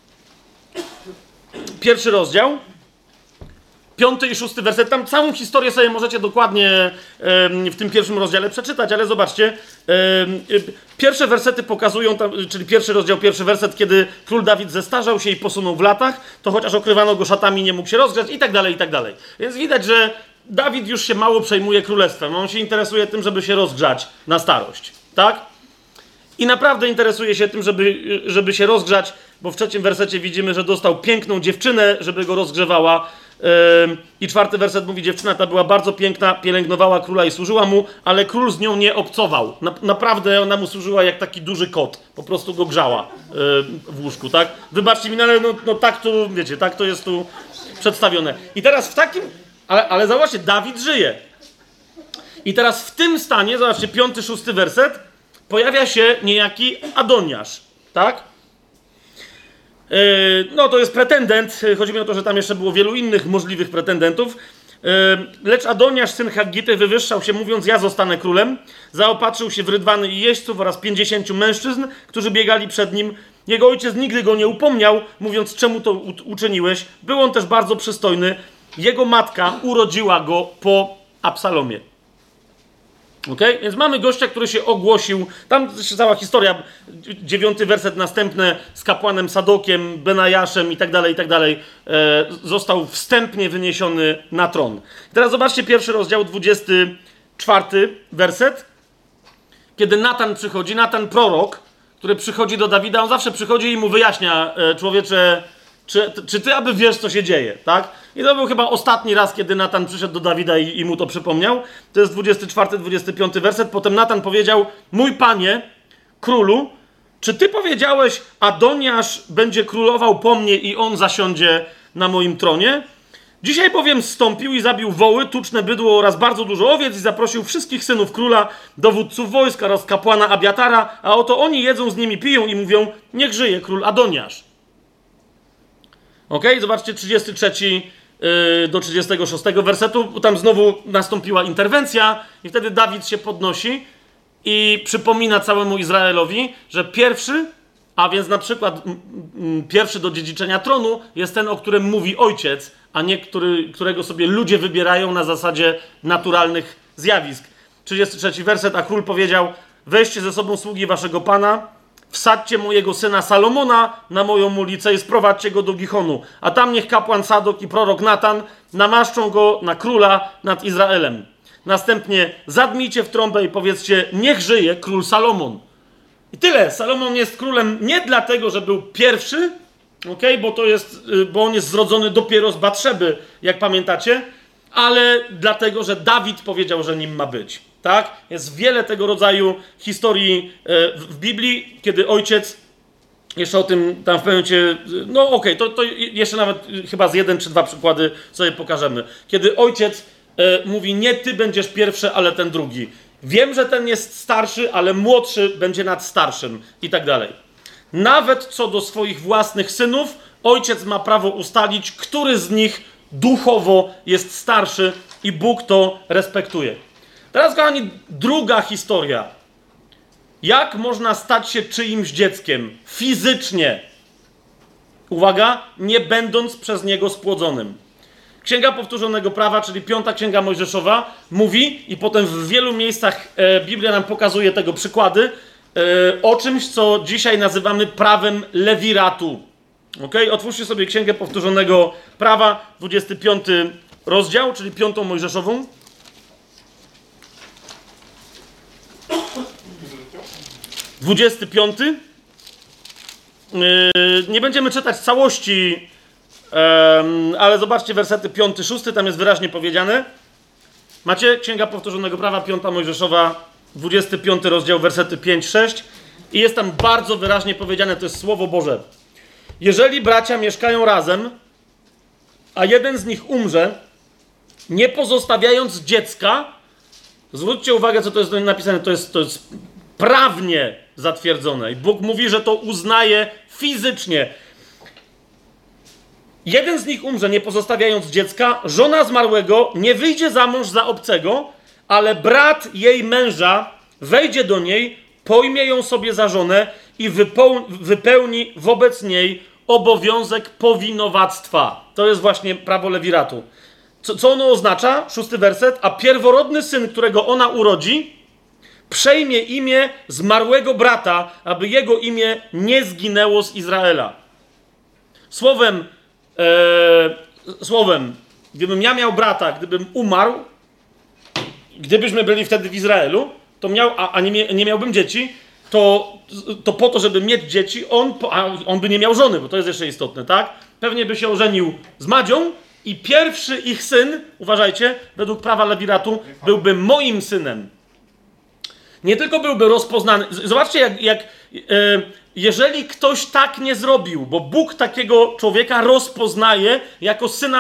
1 rozdział. 5 i 6 werset. Tam całą historię sobie możecie dokładnie w tym 1 rozdziale przeczytać, ale zobaczcie. Pierwsze wersety pokazują, czyli 1 rozdział, 1 werset, kiedy król Dawid zestarzał się i posunął w latach, to chociaż okrywano go szatami, nie mógł się rozgrzać i tak dalej, i tak dalej. Więc widać, że Dawid już się mało przejmuje królestwem. On się interesuje tym, żeby się rozgrzać na starość. Tak? I naprawdę interesuje się tym, żeby się rozgrzać, bo w 3 wersecie widzimy, że dostał piękną dziewczynę, żeby go rozgrzewała. I 4 werset mówi, dziewczyna ta była bardzo piękna, pielęgnowała króla i służyła mu, ale król z nią nie obcował. Naprawdę ona mu służyła jak taki duży kot. Po prostu go grzała w łóżku, tak? Wybaczcie mi, ale no tak to, wiecie, tak to jest tu przedstawione. I teraz w takim... Ale zauważcie, Dawid żyje. I teraz w tym stanie, zobaczcie, 5, 6 werset, pojawia się niejaki Adoniasz, tak? No to jest pretendent, chodzi mi o to, że tam jeszcze było wielu innych możliwych pretendentów. Lecz Adoniasz, syn Haggity, wywyższał się, mówiąc: ja zostanę królem. Zaopatrzył się w rydwany i jeźdźców oraz 50 mężczyzn, którzy biegali przed nim. Jego ojciec nigdy go nie upomniał, mówiąc: czemu to uczyniłeś? Był on też bardzo przystojny. Jego matka urodziła go po Absalomie. Okay? Więc mamy gościa, który się ogłosił, tam cała historia, 9 werset następny, z kapłanem Sadokiem, Benajaszem i tak dalej, został wstępnie wyniesiony na tron. Teraz zobaczcie pierwszy rozdział, 24 werset, kiedy Natan przychodzi, Natan prorok, który przychodzi do Dawida, on zawsze przychodzi i mu wyjaśnia: człowiecze, czy ty aby wiesz, co się dzieje, tak? I to był chyba ostatni raz, kiedy Natan przyszedł do Dawida i mu to przypomniał. To jest 24-25 werset. Potem Natan powiedział: mój panie, królu, czy ty powiedziałeś, Adoniasz będzie królował po mnie i on zasiądzie na moim tronie? Dzisiaj bowiem zstąpił i zabił woły, tuczne bydło oraz bardzo dużo owiec i zaprosił wszystkich synów króla, dowódców wojska oraz kapłana Abiatara, a oto oni jedzą z nimi, piją i mówią: niech żyje król Adoniasz. Okej, zobaczcie 33 do 36 wersetu, tam znowu nastąpiła interwencja i wtedy Dawid się podnosi i przypomina całemu Izraelowi, że pierwszy, a więc na przykład pierwszy do dziedziczenia tronu jest ten, o którym mówi ojciec, a nie którego sobie ludzie wybierają na zasadzie naturalnych zjawisk. 33 werset, a król powiedział: weźcie ze sobą sługi waszego pana, wsadźcie mojego syna Salomona na moją ulicę i sprowadźcie go do Gichonu, a tam niech kapłan Sadok i prorok Natan namaszczą go na króla nad Izraelem. Następnie zadmijcie w trąbę i powiedzcie: niech żyje król Salomon. I tyle. Salomon jest królem nie dlatego, że był pierwszy, bo on jest zrodzony dopiero z Batszeby, jak pamiętacie, ale dlatego, że Dawid powiedział, że nim ma być. Tak? Jest wiele tego rodzaju historii w Biblii, kiedy ojciec, jeszcze o tym tam w pewnym momencie, to jeszcze nawet chyba z 1 czy 2 przykłady sobie pokażemy. Kiedy ojciec mówi: nie ty będziesz pierwszy, ale ten drugi. Wiem, że ten jest starszy, ale młodszy będzie nad starszym i tak dalej. Nawet co do swoich własnych synów, ojciec ma prawo ustalić, który z nich duchowo jest starszy i Bóg to respektuje. Teraz, kochani, druga historia. Jak można stać się czyimś dzieckiem fizycznie? Uwaga, nie będąc przez niego spłodzonym. Księga Powtórzonego Prawa, czyli 5 Księga Mojżeszowa, mówi, i potem w wielu miejscach Biblia nam pokazuje tego przykłady, o czymś, co dzisiaj nazywamy prawem lewiratu. Otwórzcie sobie Księgę Powtórzonego Prawa, 25 rozdział, czyli 5 Mojżeszową. 25. Nie będziemy czytać całości, ale zobaczcie wersety 5, 6, tam jest wyraźnie powiedziane. Macie Księga Powtórzonego Prawa, 5 Mojżeszowa, 25 rozdział, wersety 5, 6 i jest tam bardzo wyraźnie powiedziane, to jest Słowo Boże. Jeżeli bracia mieszkają razem, a jeden z nich umrze, nie pozostawiając dziecka, zwróćcie uwagę, co to jest napisane, to jest prawnie zatwierdzone i Bóg mówi, że to uznaje fizycznie. Jeden z nich umrze, nie pozostawiając dziecka, żona zmarłego nie wyjdzie za mąż za obcego, ale brat jej męża wejdzie do niej, pojmie ją sobie za żonę i wypełni wobec niej obowiązek powinowactwa. To jest właśnie prawo lewiratu. Co ono oznacza? 6 werset. A pierworodny syn, którego ona urodzi, przejmie imię zmarłego brata, aby jego imię nie zginęło z Izraela. Słowem, gdybym ja miał brata, gdybym umarł, gdybyśmy byli wtedy w Izraelu, to nie miałbym dzieci, to po to, żeby mieć dzieci, on by nie miał żony, bo to jest jeszcze istotne, tak? Pewnie by się ożenił z Madzią i pierwszy ich syn, uważajcie, według prawa lewiratu, byłby moim synem. Nie tylko byłby rozpoznany. Zobaczcie, jeżeli ktoś tak nie zrobił, bo Bóg takiego człowieka rozpoznaje jako syna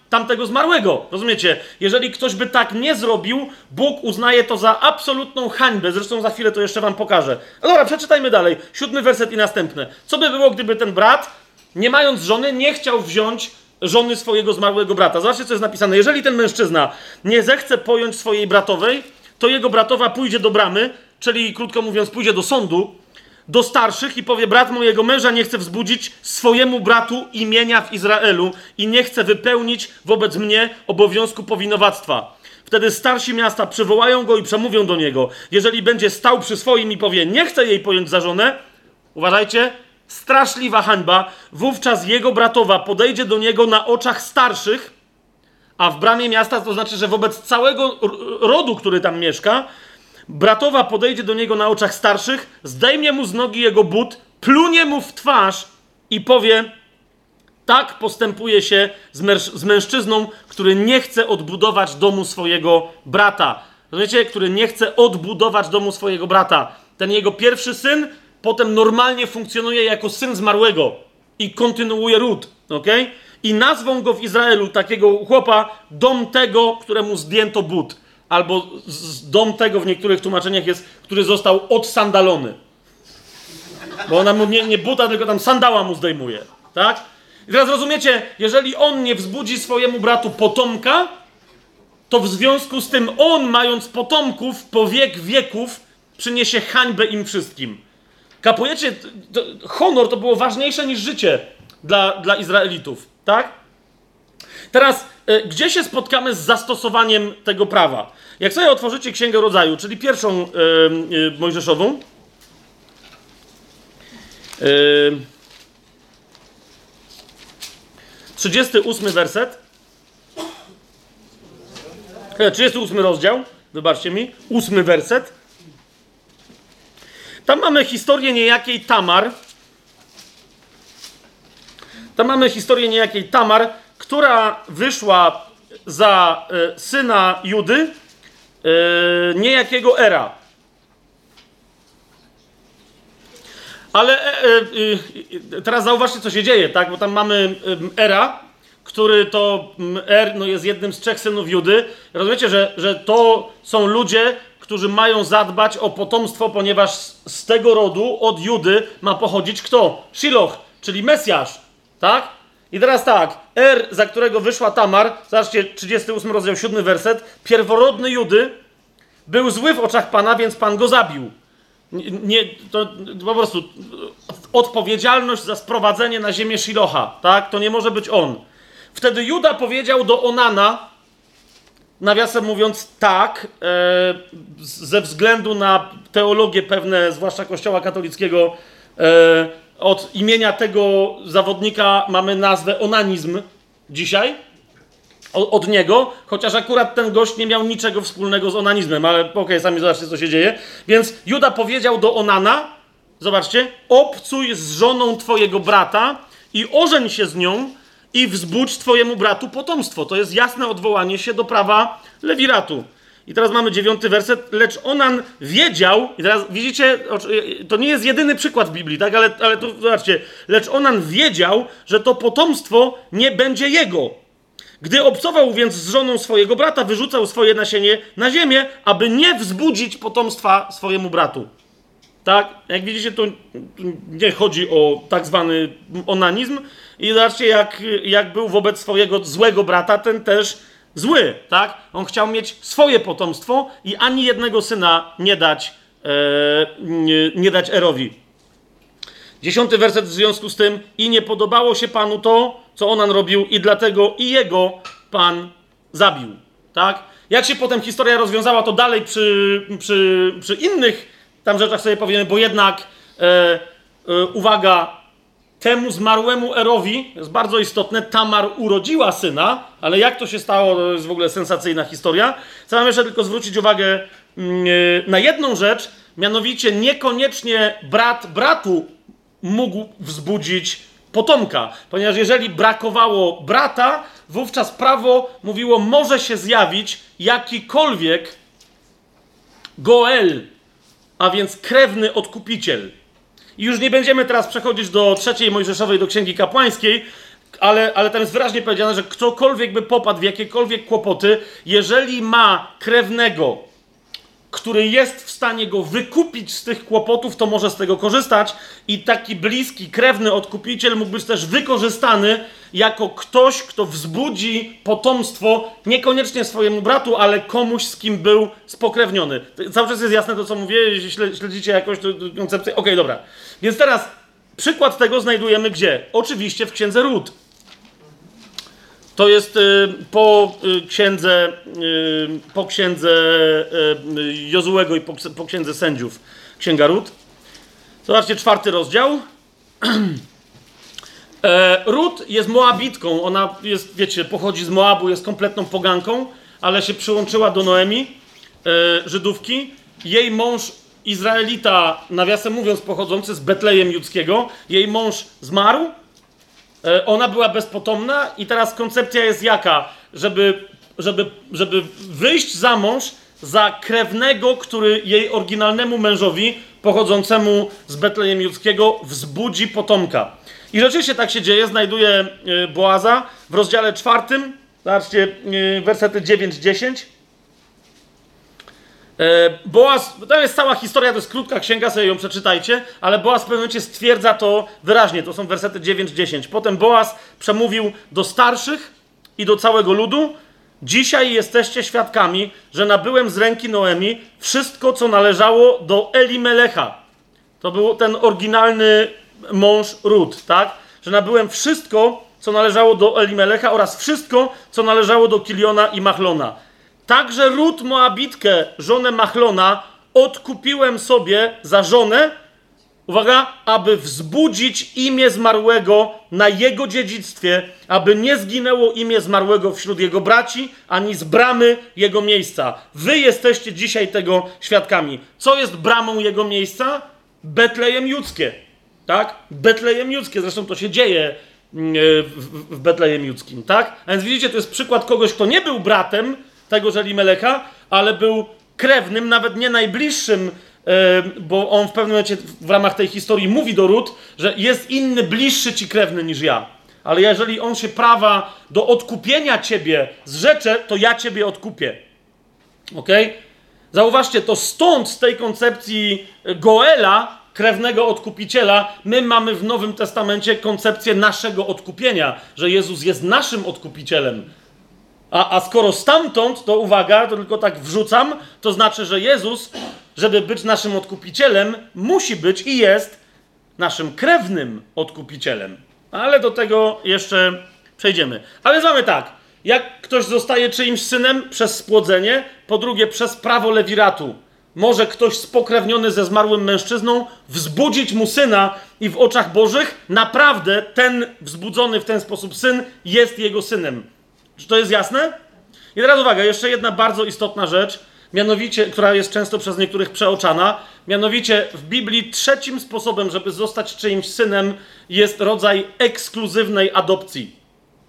tamtego zmarłego. Rozumiecie? Jeżeli ktoś by tak nie zrobił, Bóg uznaje to za absolutną hańbę. Zresztą za chwilę to jeszcze wam pokażę. No dobra, przeczytajmy dalej. 7 werset i następne. Co by było, gdyby ten brat, nie mając żony, nie chciał wziąć żony swojego zmarłego brata? Zobaczcie, co jest napisane. Jeżeli ten mężczyzna nie zechce pojąć swojej bratowej, to jego bratowa pójdzie do bramy, czyli krótko mówiąc pójdzie do sądu, do starszych i powie: brat mojego męża nie chce wzbudzić swojemu bratu imienia w Izraelu i nie chce wypełnić wobec mnie obowiązku powinowactwa. Wtedy starsi miasta przywołają go i przemówią do niego. Jeżeli będzie stał przy swoim i powie: nie chcę jej pojąć za żonę, uważajcie, straszliwa hańba, wówczas jego bratowa podejdzie do niego na oczach starszych, a w bramie miasta, to znaczy, że wobec całego rodu, który tam mieszka, bratowa podejdzie do niego na oczach starszych, zdejmie mu z nogi jego but, plunie mu w twarz i powie: tak postępuje się z mężczyzną, który nie chce odbudować domu swojego brata. Rozumiecie? Który nie chce odbudować domu swojego brata. Ten jego pierwszy syn potem normalnie funkcjonuje jako syn zmarłego i kontynuuje ród. Okay? I nazwą go w Izraelu, takiego chłopa, dom tego, któremu zdjęto but. Albo dom tego w niektórych tłumaczeniach jest, który został odsandalony. Bo ona mu nie buta, tylko tam sandała mu zdejmuje. Tak? I teraz rozumiecie, jeżeli on nie wzbudzi swojemu bratu potomka, to w związku z tym on, mając potomków po wiek wieków, przyniesie hańbę im wszystkim. Kapujecie? Honor to było ważniejsze niż życie dla Izraelitów. Tak? Teraz, gdzie się spotkamy z zastosowaniem tego prawa? Jak sobie otworzycie Księgę Rodzaju, czyli pierwszą Mojżeszową, 38 werset, 38 rozdział, wybaczcie mi, 8 werset. Tam mamy historię niejakiej Tamar. Która wyszła za syna Judy, niejakiego Era. Ale teraz zauważcie, co się dzieje, tak? Bo tam mamy Era, który to jest jednym z 3 synów Judy. Rozumiecie, że to są ludzie, którzy mają zadbać o potomstwo, ponieważ z tego rodu, od Judy, ma pochodzić kto? Shiloh, czyli Mesjasz, tak? I teraz tak, za którego wyszła Tamar, zobaczcie, 38 rozdział, 7 werset, pierworodny Judy był zły w oczach Pana, więc Pan go zabił. To po prostu odpowiedzialność za sprowadzenie na ziemię Shiloha, tak? To nie może być on. Wtedy Juda powiedział do Onana, nawiasem mówiąc tak, ze względu na teologię pewne, zwłaszcza Kościoła katolickiego, od imienia tego zawodnika mamy nazwę onanizm dzisiaj, od niego, chociaż akurat ten gość nie miał niczego wspólnego z onanizmem, ale okej, sami zobaczcie, co się dzieje. Więc Juda powiedział do Onana, zobaczcie, obcuj z żoną twojego brata i ożeń się z nią i wzbudź twojemu bratu potomstwo. To jest jasne odwołanie się do prawa lewiratu. I teraz mamy 9 werset, lecz Onan wiedział, i teraz widzicie, to nie jest jedyny przykład w Biblii, tak, ale tu zobaczcie, lecz Onan wiedział, że to potomstwo nie będzie jego. Gdy obcował więc z żoną swojego brata, wyrzucał swoje nasienie na ziemię, aby nie wzbudzić potomstwa swojemu bratu. Tak, jak widzicie, to nie chodzi o tak zwany onanizm. I zobaczcie, jak był wobec swojego złego brata, ten też zły, tak? On chciał mieć swoje potomstwo i ani jednego syna nie dać Erowi. 10 werset w związku z tym: i nie podobało się Panu to, co Onan robił, i dlatego i jego Pan zabił. Tak? Jak się potem historia rozwiązała, to dalej przy innych tam rzeczach sobie powiemy, bo jednak uwaga, temu zmarłemu Erowi, jest bardzo istotne, Tamar urodziła syna, ale jak to się stało, to jest w ogóle sensacyjna historia. Chcę wam jeszcze tylko zwrócić uwagę na jedną rzecz, mianowicie niekoniecznie brat bratu mógł wzbudzić potomka, ponieważ jeżeli brakowało brata, wówczas prawo mówiło, może się zjawić jakikolwiek Goel, a więc krewny odkupiciel. I już nie będziemy teraz przechodzić do 3 Mojżeszowej, do Księgi Kapłańskiej. ale tam jest wyraźnie powiedziane, że ktokolwiek by popadł w jakiekolwiek kłopoty, jeżeli ma krewnego, który jest w stanie go wykupić z tych kłopotów, to może z tego korzystać i taki bliski, krewny odkupiciel mógł być też wykorzystany jako ktoś, kto wzbudzi potomstwo niekoniecznie swojemu bratu, ale komuś, z kim był spokrewniony. Cały czas jest jasne to, co mówię, jeśli śledzicie jakoś tę koncepcję. Okej, dobra. Więc teraz przykład tego znajdujemy gdzie? Oczywiście w księdze Rut. To jest po księdze Jozułego i po księdze sędziów. Księga Rut. Zobaczcie, 4 rozdział. Rut jest Moabitką. Ona jest, wiecie, pochodzi z Moabu, jest kompletną poganką, ale się przyłączyła do Noemi, Żydówki. Jej mąż Izraelita, nawiasem mówiąc, pochodzący z Betlejem Judzkiego. Jej mąż zmarł. Ona była bezpotomna i teraz koncepcja jest jaka? Żeby wyjść za mąż za krewnego, który jej oryginalnemu mężowi, pochodzącemu z Betlejem Judzkiego, wzbudzi potomka. I rzeczywiście tak się dzieje. Znajduje Boaza w rozdziale 4. Zobaczcie, wersety 9-10. Boaz, to jest cała historia, to jest krótka księga, sobie ją przeczytajcie, ale Boaz w pewnym momencie stwierdza to wyraźnie, to są wersety 9-10. Potem Boaz przemówił do starszych i do całego ludu: dzisiaj jesteście świadkami, że nabyłem z ręki Noemi wszystko, co należało do Elimelecha. To był ten oryginalny mąż Rut, tak? Że nabyłem wszystko, co należało do Elimelecha oraz wszystko, co należało do Kiliona i Machlona. Także Rut Moabitkę, żonę Machlona, odkupiłem sobie za żonę, uwaga, aby wzbudzić imię zmarłego na jego dziedzictwie, aby nie zginęło imię zmarłego wśród jego braci, ani z bramy jego miejsca. Wy jesteście dzisiaj tego świadkami. Co jest bramą jego miejsca? Betlejem Judzkie. Tak? Betlejem Judzkie. Zresztą to się dzieje w Betlejem Judzkim. Tak? A więc widzicie, to jest przykład kogoś, kto nie był bratem tegoż Elimelecha, ale był krewnym, nawet nie najbliższym, bo on w pewnym momencie w ramach tej historii mówi do Rut, że jest inny, bliższy ci krewny niż ja. Ale jeżeli on się prawa do odkupienia ciebie zrzecze, to ja ciebie odkupię. Okej? Zauważcie, to stąd z tej koncepcji Goela, krewnego odkupiciela, my mamy w Nowym Testamencie koncepcję naszego odkupienia, że Jezus jest naszym odkupicielem. A skoro stamtąd, to uwaga, to tylko tak wrzucam, to znaczy, że Jezus, żeby być naszym odkupicielem, musi być i jest naszym krewnym odkupicielem. Ale do tego jeszcze przejdziemy. A więc mamy tak, jak ktoś zostaje czyimś synem przez spłodzenie, po drugie przez prawo lewiratu, może ktoś spokrewniony ze zmarłym mężczyzną wzbudzić mu syna i w oczach Bożych naprawdę ten wzbudzony w ten sposób syn jest jego synem. Czy to jest jasne? I teraz uwaga, jeszcze jedna bardzo istotna rzecz, mianowicie, która jest często przez niektórych przeoczana, mianowicie w Biblii trzecim sposobem, żeby zostać czyimś synem, jest rodzaj ekskluzywnej adopcji.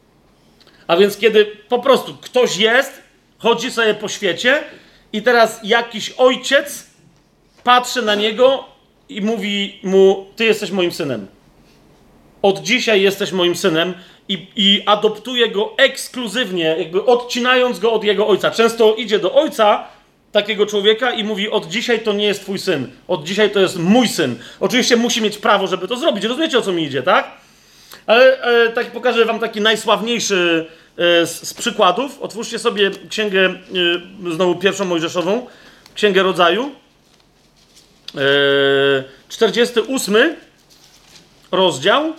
A więc kiedy po prostu ktoś jest, chodzi sobie po świecie i teraz jakiś ojciec patrzy na niego i mówi mu: ty jesteś moim synem. Od dzisiaj jesteś moim synem. I adoptuje go ekskluzywnie, jakby odcinając go od jego ojca. Często idzie do ojca takiego człowieka i mówi: od dzisiaj to nie jest twój syn, od dzisiaj to jest mój syn. Oczywiście musi mieć prawo, żeby to zrobić. Rozumiecie, o co mi idzie, tak? Ale tak pokażę wam taki najsławniejszy z przykładów. Otwórzcie sobie księgę, znowu pierwszą Mojżeszową, księgę Rodzaju. 48 rozdział.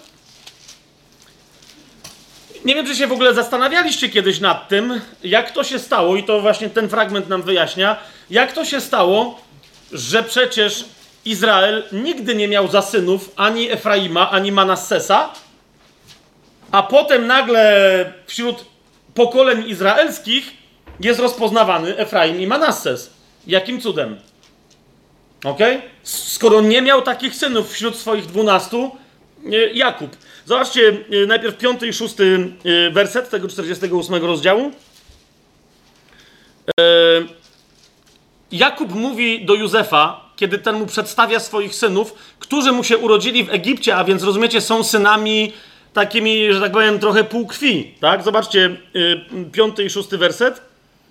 Nie wiem, czy się w ogóle zastanawialiście kiedyś nad tym, jak to się stało, i to właśnie ten fragment nam wyjaśnia, jak to się stało, że przecież Izrael nigdy nie miał za synów ani Efraima, ani Manassesa, a potem nagle wśród pokoleń izraelskich jest rozpoznawany Efraim i Manasses. Jakim cudem? Okej? Skoro nie miał takich synów wśród swoich 12, Jakub. Zobaczcie najpierw 5 i 6 werset tego 48 rozdziału. Jakub mówi do Józefa, kiedy ten mu przedstawia swoich synów, którzy mu się urodzili w Egipcie, a więc rozumiecie, są synami takimi, że tak powiem, trochę półkrwi, tak? Zobaczcie, 5 i 6 werset.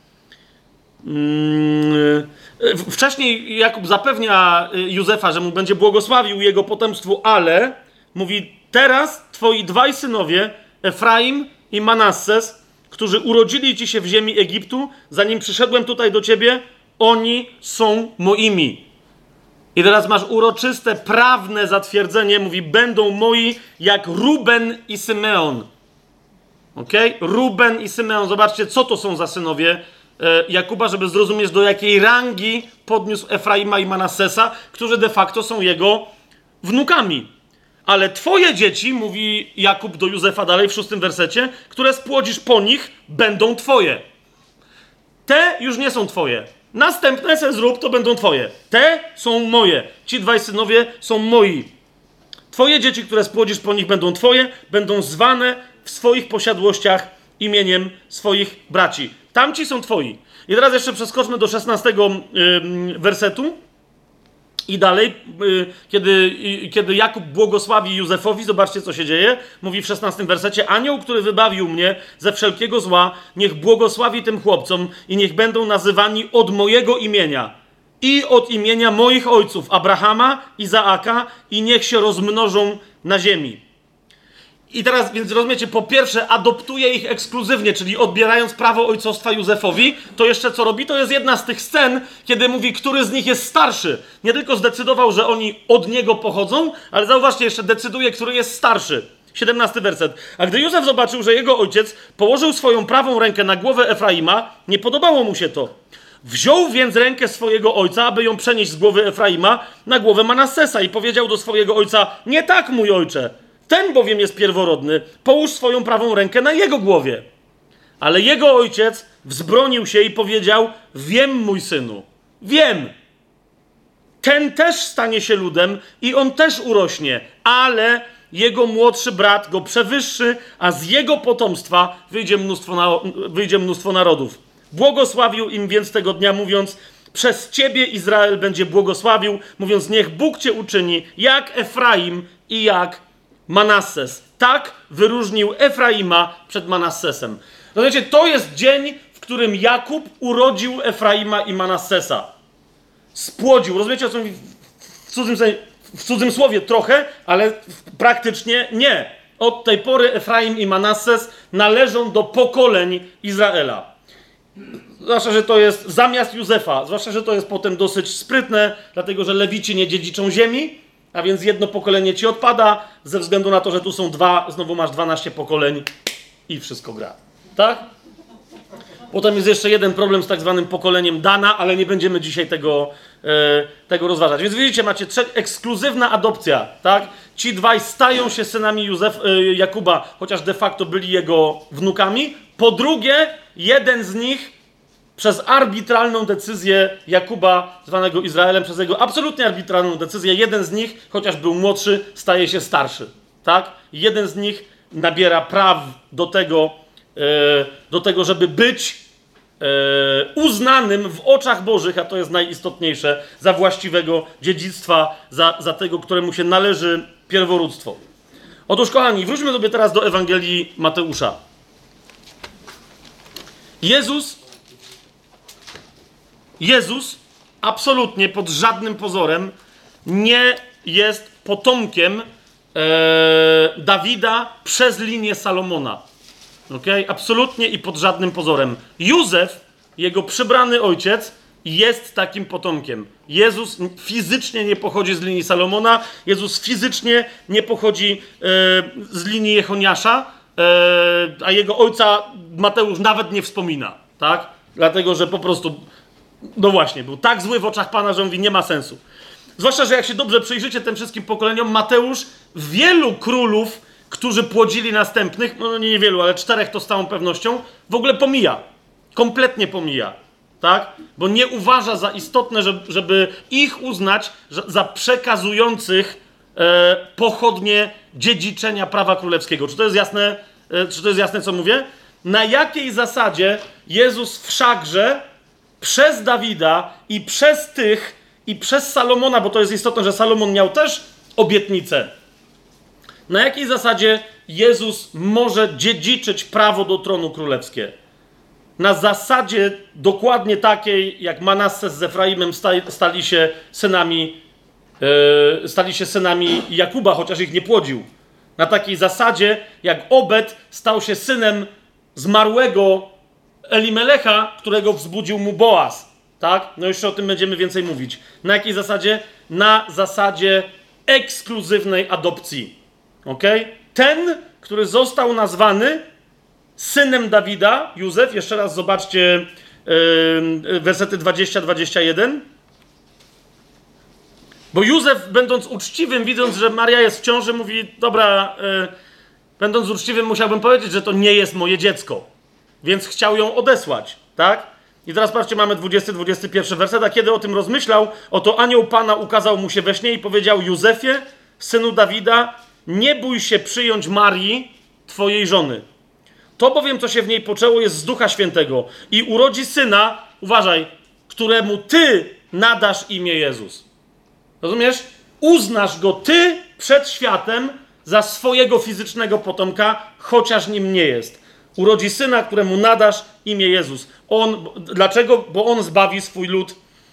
Wcześniej Jakub zapewnia Józefa, że mu będzie błogosławił jego potomstwu, ale mówi, teraz twoi dwaj synowie, Efraim i Manasses, którzy urodzili ci się w ziemi Egiptu, zanim przyszedłem tutaj do ciebie, oni są moimi. I teraz masz uroczyste, prawne zatwierdzenie, mówi, będą moi jak Ruben i Symeon. Okej? Ruben i Symeon. Zobaczcie, co to są za synowie Jakuba, żeby zrozumieć, do jakiej rangi podniósł Efraima i Manassesa, którzy de facto są jego wnukami. Ale twoje dzieci, mówi Jakub do Józefa dalej w 6 wersecie, które spłodzisz po nich, będą twoje. Te już nie są twoje. Następne se zrób, to będą twoje. Te są moje. Ci dwaj synowie są moi. Twoje dzieci, które spłodzisz po nich, będą twoje, będą zwane w swoich posiadłościach imieniem swoich braci. Tamci są twoi. I teraz jeszcze przeskoczmy do 16 wersetu. I dalej, kiedy Jakub błogosławi Józefowi, zobaczcie, co się dzieje. Mówi w 16 wersecie, anioł, który wybawił mnie ze wszelkiego zła, niech błogosławi tym chłopcom i niech będą nazywani od mojego imienia i od imienia moich ojców, Abrahama, Izaaka, i niech się rozmnożą na ziemi. I teraz, więc rozumiecie, po pierwsze adoptuje ich ekskluzywnie, czyli odbierając prawo ojcostwa Józefowi, to jeszcze co robi? To jest jedna z tych scen, kiedy mówi, który z nich jest starszy. Nie tylko zdecydował, że oni od niego pochodzą, ale zauważcie, jeszcze decyduje, który jest starszy. 17 werset. A gdy Józef zobaczył, że jego ojciec położył swoją prawą rękę na głowę Efraima, nie podobało mu się to. Wziął więc rękę swojego ojca, aby ją przenieść z głowy Efraima na głowę Manassesa i powiedział do swojego ojca, nie tak, mój ojcze. Ten bowiem jest pierworodny, połóż swoją prawą rękę na jego głowie. Ale jego ojciec wzbronił się i powiedział, wiem, mój synu, wiem. Ten też stanie się ludem i on też urośnie, ale jego młodszy brat go przewyższy, a z jego potomstwa wyjdzie mnóstwo narodów. Błogosławił im więc tego dnia, mówiąc, przez ciebie Izrael będzie błogosławił, mówiąc, niech Bóg cię uczyni, jak Efraim i jak Manasses. Tak wyróżnił Efraima przed Manassesem. Rozumiecie, to jest dzień, w którym Jakub urodził Efraima i Manassesa. Spłodził. Rozumiecie, o co mówi w cudzym słowie trochę, ale praktycznie nie. Od tej pory Efraim i Manasses należą do pokoleń Izraela. Zwłaszcza, że to jest zamiast Józefa. Zwłaszcza, że to jest potem dosyć sprytne, dlatego, że Lewici nie dziedziczą ziemi, a więc jedno pokolenie ci odpada, ze względu na to, że tu są znowu masz 12 pokoleń i wszystko gra. Tak? Potem jest jeszcze jeden problem z tak zwanym pokoleniem Dana, ale nie będziemy dzisiaj tego rozważać. Więc widzicie, macie ekskluzywna adopcja, tak? Ci dwaj stają się synami Jakuba, chociaż de facto byli jego wnukami. Po drugie, jeden z nich przez arbitralną decyzję Jakuba, zwanego Izraelem, przez jego absolutnie arbitralną decyzję, jeden z nich, chociaż był młodszy, staje się starszy. Tak? Jeden z nich nabiera praw do tego, żeby być uznanym w oczach Bożych, a to jest najistotniejsze, za właściwego dziedzictwa, za tego, któremu się należy pierworództwo. Otóż, kochani, wróćmy sobie teraz do Ewangelii Mateusza. Jezus absolutnie pod żadnym pozorem nie jest potomkiem Dawida przez linię Salomona. Okay? Absolutnie i pod żadnym pozorem. Józef, jego przybrany ojciec, jest takim potomkiem. Jezus fizycznie nie pochodzi z linii Salomona, Jezus fizycznie nie pochodzi z linii Jechoniasza, a jego ojca Mateusz nawet nie wspomina. Tak? Dlatego, że po prostu, no właśnie, był tak zły w oczach Pana, że on mówi, nie ma sensu. Zwłaszcza, że jak się dobrze przyjrzycie tym wszystkim pokoleniom, Mateusz wielu królów, którzy płodzili następnych, no niewielu, ale 4 to z całą pewnością, w ogóle pomija. Kompletnie pomija. Tak? Bo nie uważa za istotne, żeby ich uznać za przekazujących pochodnie dziedziczenia prawa królewskiego. Czy to jest jasne, co mówię? Na jakiej zasadzie Jezus wszakże przez Dawida i przez tych, i przez Salomona, bo to jest istotne, że Salomon miał też obietnicę. Na jakiej zasadzie Jezus może dziedziczyć prawo do tronu królewskie. Na zasadzie dokładnie takiej, jak Manasses z Efraimem stali się synami Jakuba, chociaż ich nie płodził. Na takiej zasadzie, jak Obed stał się synem zmarłego Elimelecha, którego wzbudził mu Boaz. Tak? No jeszcze o tym będziemy więcej mówić. Na jakiej zasadzie? Na zasadzie ekskluzywnej adopcji. Okay? Ten, który został nazwany synem Dawida, Józef, jeszcze raz zobaczcie wersety 20-21. Bo Józef, będąc uczciwym, widząc, że Maria jest w ciąży, mówi, dobra, będąc uczciwym, musiałbym powiedzieć, że to nie jest moje dziecko. Więc chciał ją odesłać, tak? I teraz patrzcie, mamy 20-21 werset, a kiedy o tym rozmyślał, oto anioł Pana ukazał mu się we śnie i powiedział: Józefie, synu Dawida, nie bój się przyjąć Marii, twojej żony. To bowiem, co się w niej poczęło, jest z Ducha Świętego i urodzi syna, uważaj, któremu ty nadasz imię Jezus. Rozumiesz? Uznasz go ty przed światem za swojego fizycznego potomka, chociaż nim nie jest. Urodzi syna, któremu nadasz imię Jezus. Dlaczego? Bo on zbawi swój lud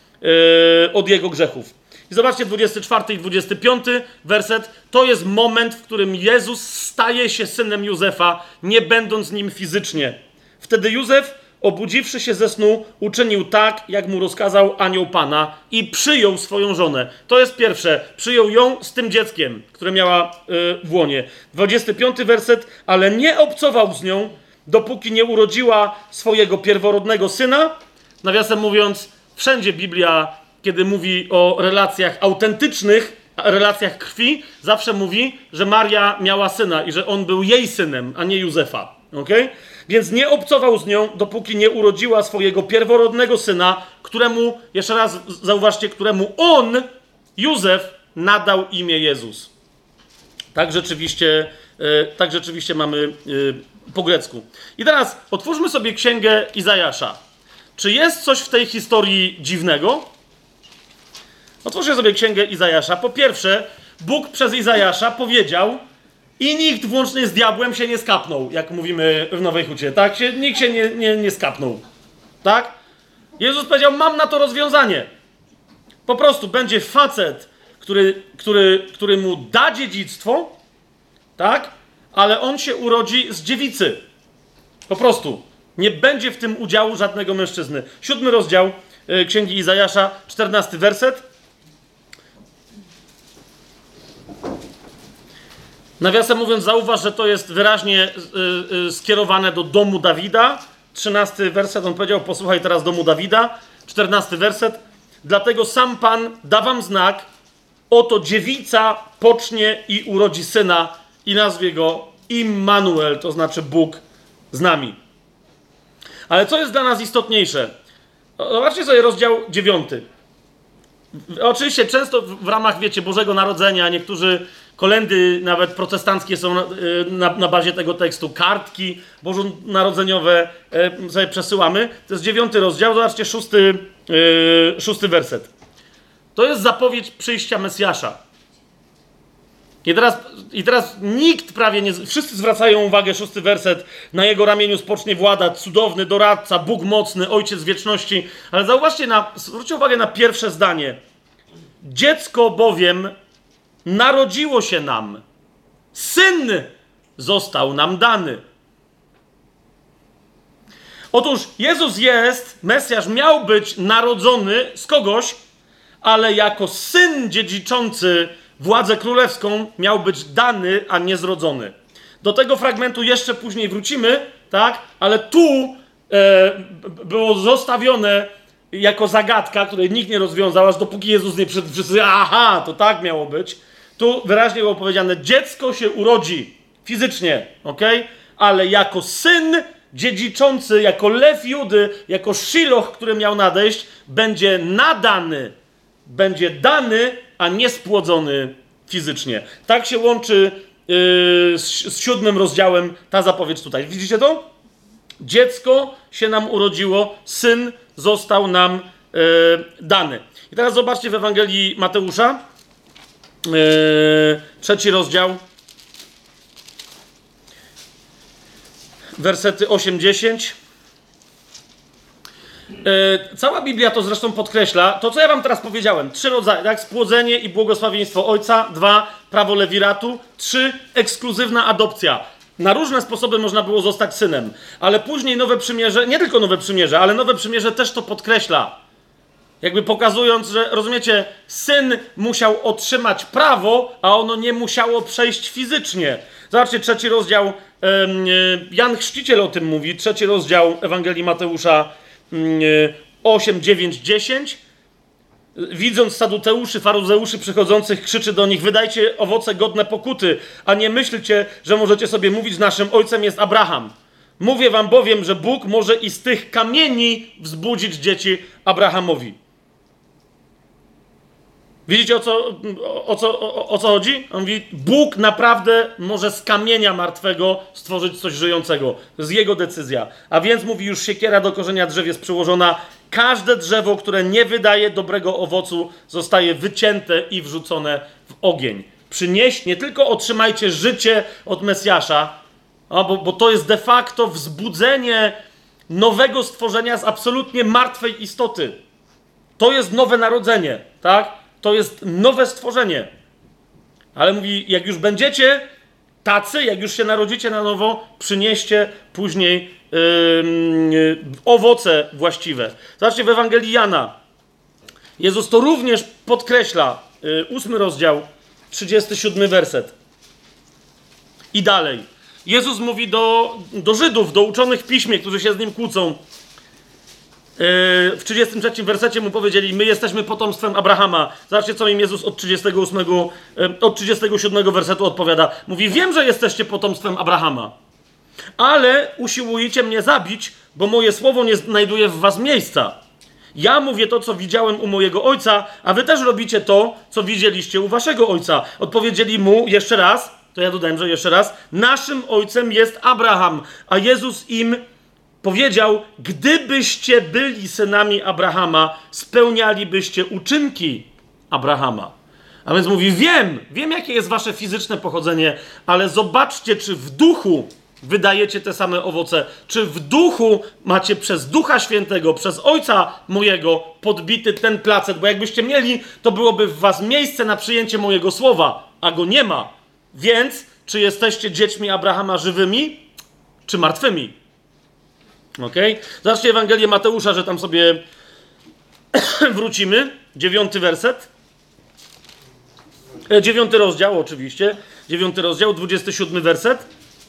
od jego grzechów. I zobaczcie 24 i 25 werset. To jest moment, w którym Jezus staje się synem Józefa, nie będąc nim fizycznie. Wtedy Józef, obudziwszy się ze snu, uczynił tak, jak mu rozkazał anioł Pana i przyjął swoją żonę. To jest pierwsze. Przyjął ją z tym dzieckiem, które miała w łonie. 25 werset. Ale nie obcował z nią, dopóki nie urodziła swojego pierworodnego syna. Nawiasem mówiąc, wszędzie Biblia, kiedy mówi o relacjach autentycznych, relacjach krwi, zawsze mówi, że Maria miała syna i że on był jej synem, a nie Józefa. Okay? Więc nie obcował z nią, dopóki nie urodziła swojego pierworodnego syna, któremu, jeszcze raz zauważcie, któremu on, Józef, nadał imię Jezus. Tak rzeczywiście mamy po grecku. I teraz otwórzmy sobie księgę Izajasza. Czy jest coś w tej historii dziwnego? Otwórzcie sobie księgę Izajasza. Po pierwsze, Bóg przez Izajasza powiedział i nikt włącznie z diabłem się nie skapnął, jak mówimy w Nowej Hucie, tak? Nikt się nie skapnął, tak? Jezus powiedział, mam na to rozwiązanie. Po prostu będzie facet, który mu da dziedzictwo, tak? Ale on się urodzi z dziewicy. Po prostu. Nie będzie w tym udziału żadnego mężczyzny. 7 rozdział księgi Izajasza, 14 werset. Nawiasem mówiąc, zauważ, że to jest wyraźnie skierowane do domu Dawida. 13 werset, on powiedział, posłuchaj teraz domu Dawida. 14 werset. Dlatego sam Pan da wam znak, oto dziewica pocznie i urodzi syna i nazwie go Immanuel, to znaczy Bóg z nami. Ale co jest dla nas istotniejsze? Zobaczcie sobie rozdział 9. Oczywiście często w ramach, wiecie, Bożego Narodzenia, niektórzy kolendy nawet protestanckie są na bazie tego tekstu, kartki bożonarodzeniowe sobie przesyłamy. To jest 9 rozdział, zobaczcie 6 werset. To jest zapowiedź przyjścia Mesjasza. I teraz nikt prawie nie... Wszyscy zwracają uwagę, 6 werset, na jego ramieniu spocznie władza, cudowny doradca, Bóg mocny, Ojciec wieczności. Ale zauważcie, zwróćcie uwagę na pierwsze zdanie. Dziecko bowiem narodziło się nam. Syn został nam dany. Otóż Jezus Mesjasz miał być narodzony z kogoś, ale jako syn dziedziczący władzę królewską miał być dany, a nie zrodzony. Do tego fragmentu jeszcze później wrócimy, tak? Ale tu było zostawione jako zagadka, której nikt nie rozwiązał, aż dopóki Jezus nie przyszedł, aha, to tak miało być. Tu wyraźnie było powiedziane, dziecko się urodzi fizycznie, okej? Ale jako syn dziedziczący, jako lew Judy, jako Shiloh, który miał nadejść, będzie nadany, będzie dany, a nie spłodzony fizycznie. Tak się łączy z 7 rozdziałem ta zapowiedź tutaj. Widzicie to? Dziecko się nam urodziło, syn został nam dany. I teraz zobaczcie w Ewangelii Mateusza, 3 rozdział. wersety 8-10. Cała Biblia to zresztą podkreśla, to co ja wam teraz powiedziałem, 3 rodzaje, tak? Spłodzenie i błogosławieństwo ojca, 2, prawo lewiratu, 3, ekskluzywna adopcja. Na różne sposoby można było zostać synem, ale później Nowe Przymierze, nie tylko Nowe Przymierze, ale Nowe Przymierze też to podkreśla. Jakby pokazując, że, rozumiecie, syn musiał otrzymać prawo, a ono nie musiało przejść fizycznie. Zobaczcie, 3 rozdział, Jan Chrzciciel o tym mówi, 3 rozdział Ewangelii Mateusza, 8, 9, 10. Widząc Saduteuszy, faryzeuszy przychodzących, krzyczy do nich: wydajcie owoce godne pokuty, a nie myślcie, że możecie sobie mówić, naszym ojcem jest Abraham. Mówię wam bowiem, że Bóg może i z tych kamieni wzbudzić dzieci Abrahamowi. Widzicie, o co chodzi? On mówi, Bóg naprawdę może z kamienia martwego stworzyć coś żyjącego. To jest jego decyzja. A więc mówi, już siekiera do korzenia drzew jest przyłożona. Każde drzewo, które nie wydaje dobrego owocu, zostaje wycięte i wrzucone w ogień. Przynieś, nie tylko otrzymajcie życie od Mesjasza, bo to jest de facto wzbudzenie nowego stworzenia z absolutnie martwej istoty. To jest nowe narodzenie, tak? To jest nowe stworzenie. Ale mówi, jak już będziecie tacy, jak już się narodzicie na nowo, przynieście później owoce właściwe. Zobaczcie, w Ewangelii Jana Jezus to również podkreśla. 8 rozdział, 37 werset. I dalej. Jezus mówi do Żydów, do uczonych w piśmie, którzy się z nim kłócą. W 33 wersecie mu powiedzieli: my jesteśmy potomstwem Abrahama. Zobaczcie, co im Jezus od 37 wersetu odpowiada. Mówi: wiem, że jesteście potomstwem Abrahama, ale usiłujecie mnie zabić, bo moje słowo nie znajduje w was miejsca. Ja mówię to, co widziałem u mojego ojca, a wy też robicie to, co widzieliście u waszego ojca. Odpowiedzieli mu jeszcze raz, to ja dodałem, że jeszcze raz: naszym ojcem jest Abraham. A Jezus im powiedział: gdybyście byli synami Abrahama, spełnialibyście uczynki Abrahama. A więc mówi: wiem, jakie jest wasze fizyczne pochodzenie, ale zobaczcie, czy w duchu wydajecie te same owoce, czy w duchu macie przez Ducha Świętego, przez Ojca mojego podbity ten placet, bo jakbyście mieli, to byłoby w was miejsce na przyjęcie mojego słowa, a go nie ma. Więc, czy jesteście dziećmi Abrahama żywymi, czy martwymi? Okej? Zobaczcie Ewangelię Mateusza, że tam sobie wrócimy. 9 werset. 9 rozdział, oczywiście. 9 rozdział, 27 werset.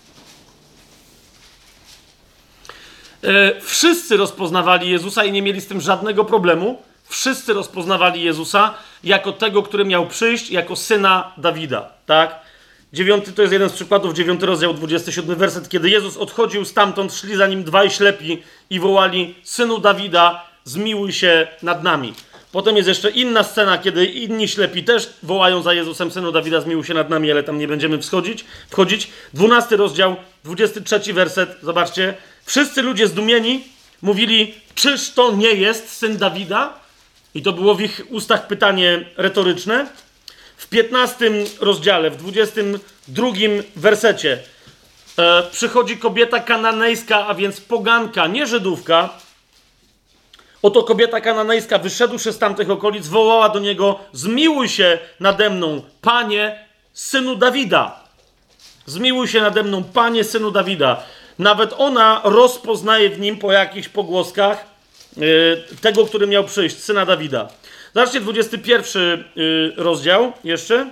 Wszyscy rozpoznawali Jezusa i nie mieli z tym żadnego problemu. Wszyscy rozpoznawali Jezusa jako tego, który miał przyjść, jako syna Dawida. Tak? 9 to jest jeden z przykładów, 9 rozdział, 27 werset. Kiedy Jezus odchodził stamtąd, szli za nim dwaj ślepi i wołali: synu Dawida, zmiłuj się nad nami. Potem jest jeszcze inna scena, kiedy inni ślepi też wołają za Jezusem: synu Dawida, zmiłuj się nad nami, ale tam nie będziemy wchodzić. 12 rozdział, 23 werset, zobaczcie. Wszyscy ludzie zdumieni mówili: czyż to nie jest syn Dawida? I to było w ich ustach pytanie retoryczne. W 15 rozdziale, w 22 wersecie przychodzi kobieta kananejska, a więc poganka, nie Żydówka. Oto kobieta kananejska, wyszedłszy z tamtych okolic, wołała do niego: zmiłuj się nade mną, Panie, synu Dawida. Zmiłuj się nade mną, Panie, synu Dawida. Nawet ona rozpoznaje w nim po jakichś pogłoskach tego, który miał przyjść, syna Dawida. Zobaczcie 21 rozdział jeszcze.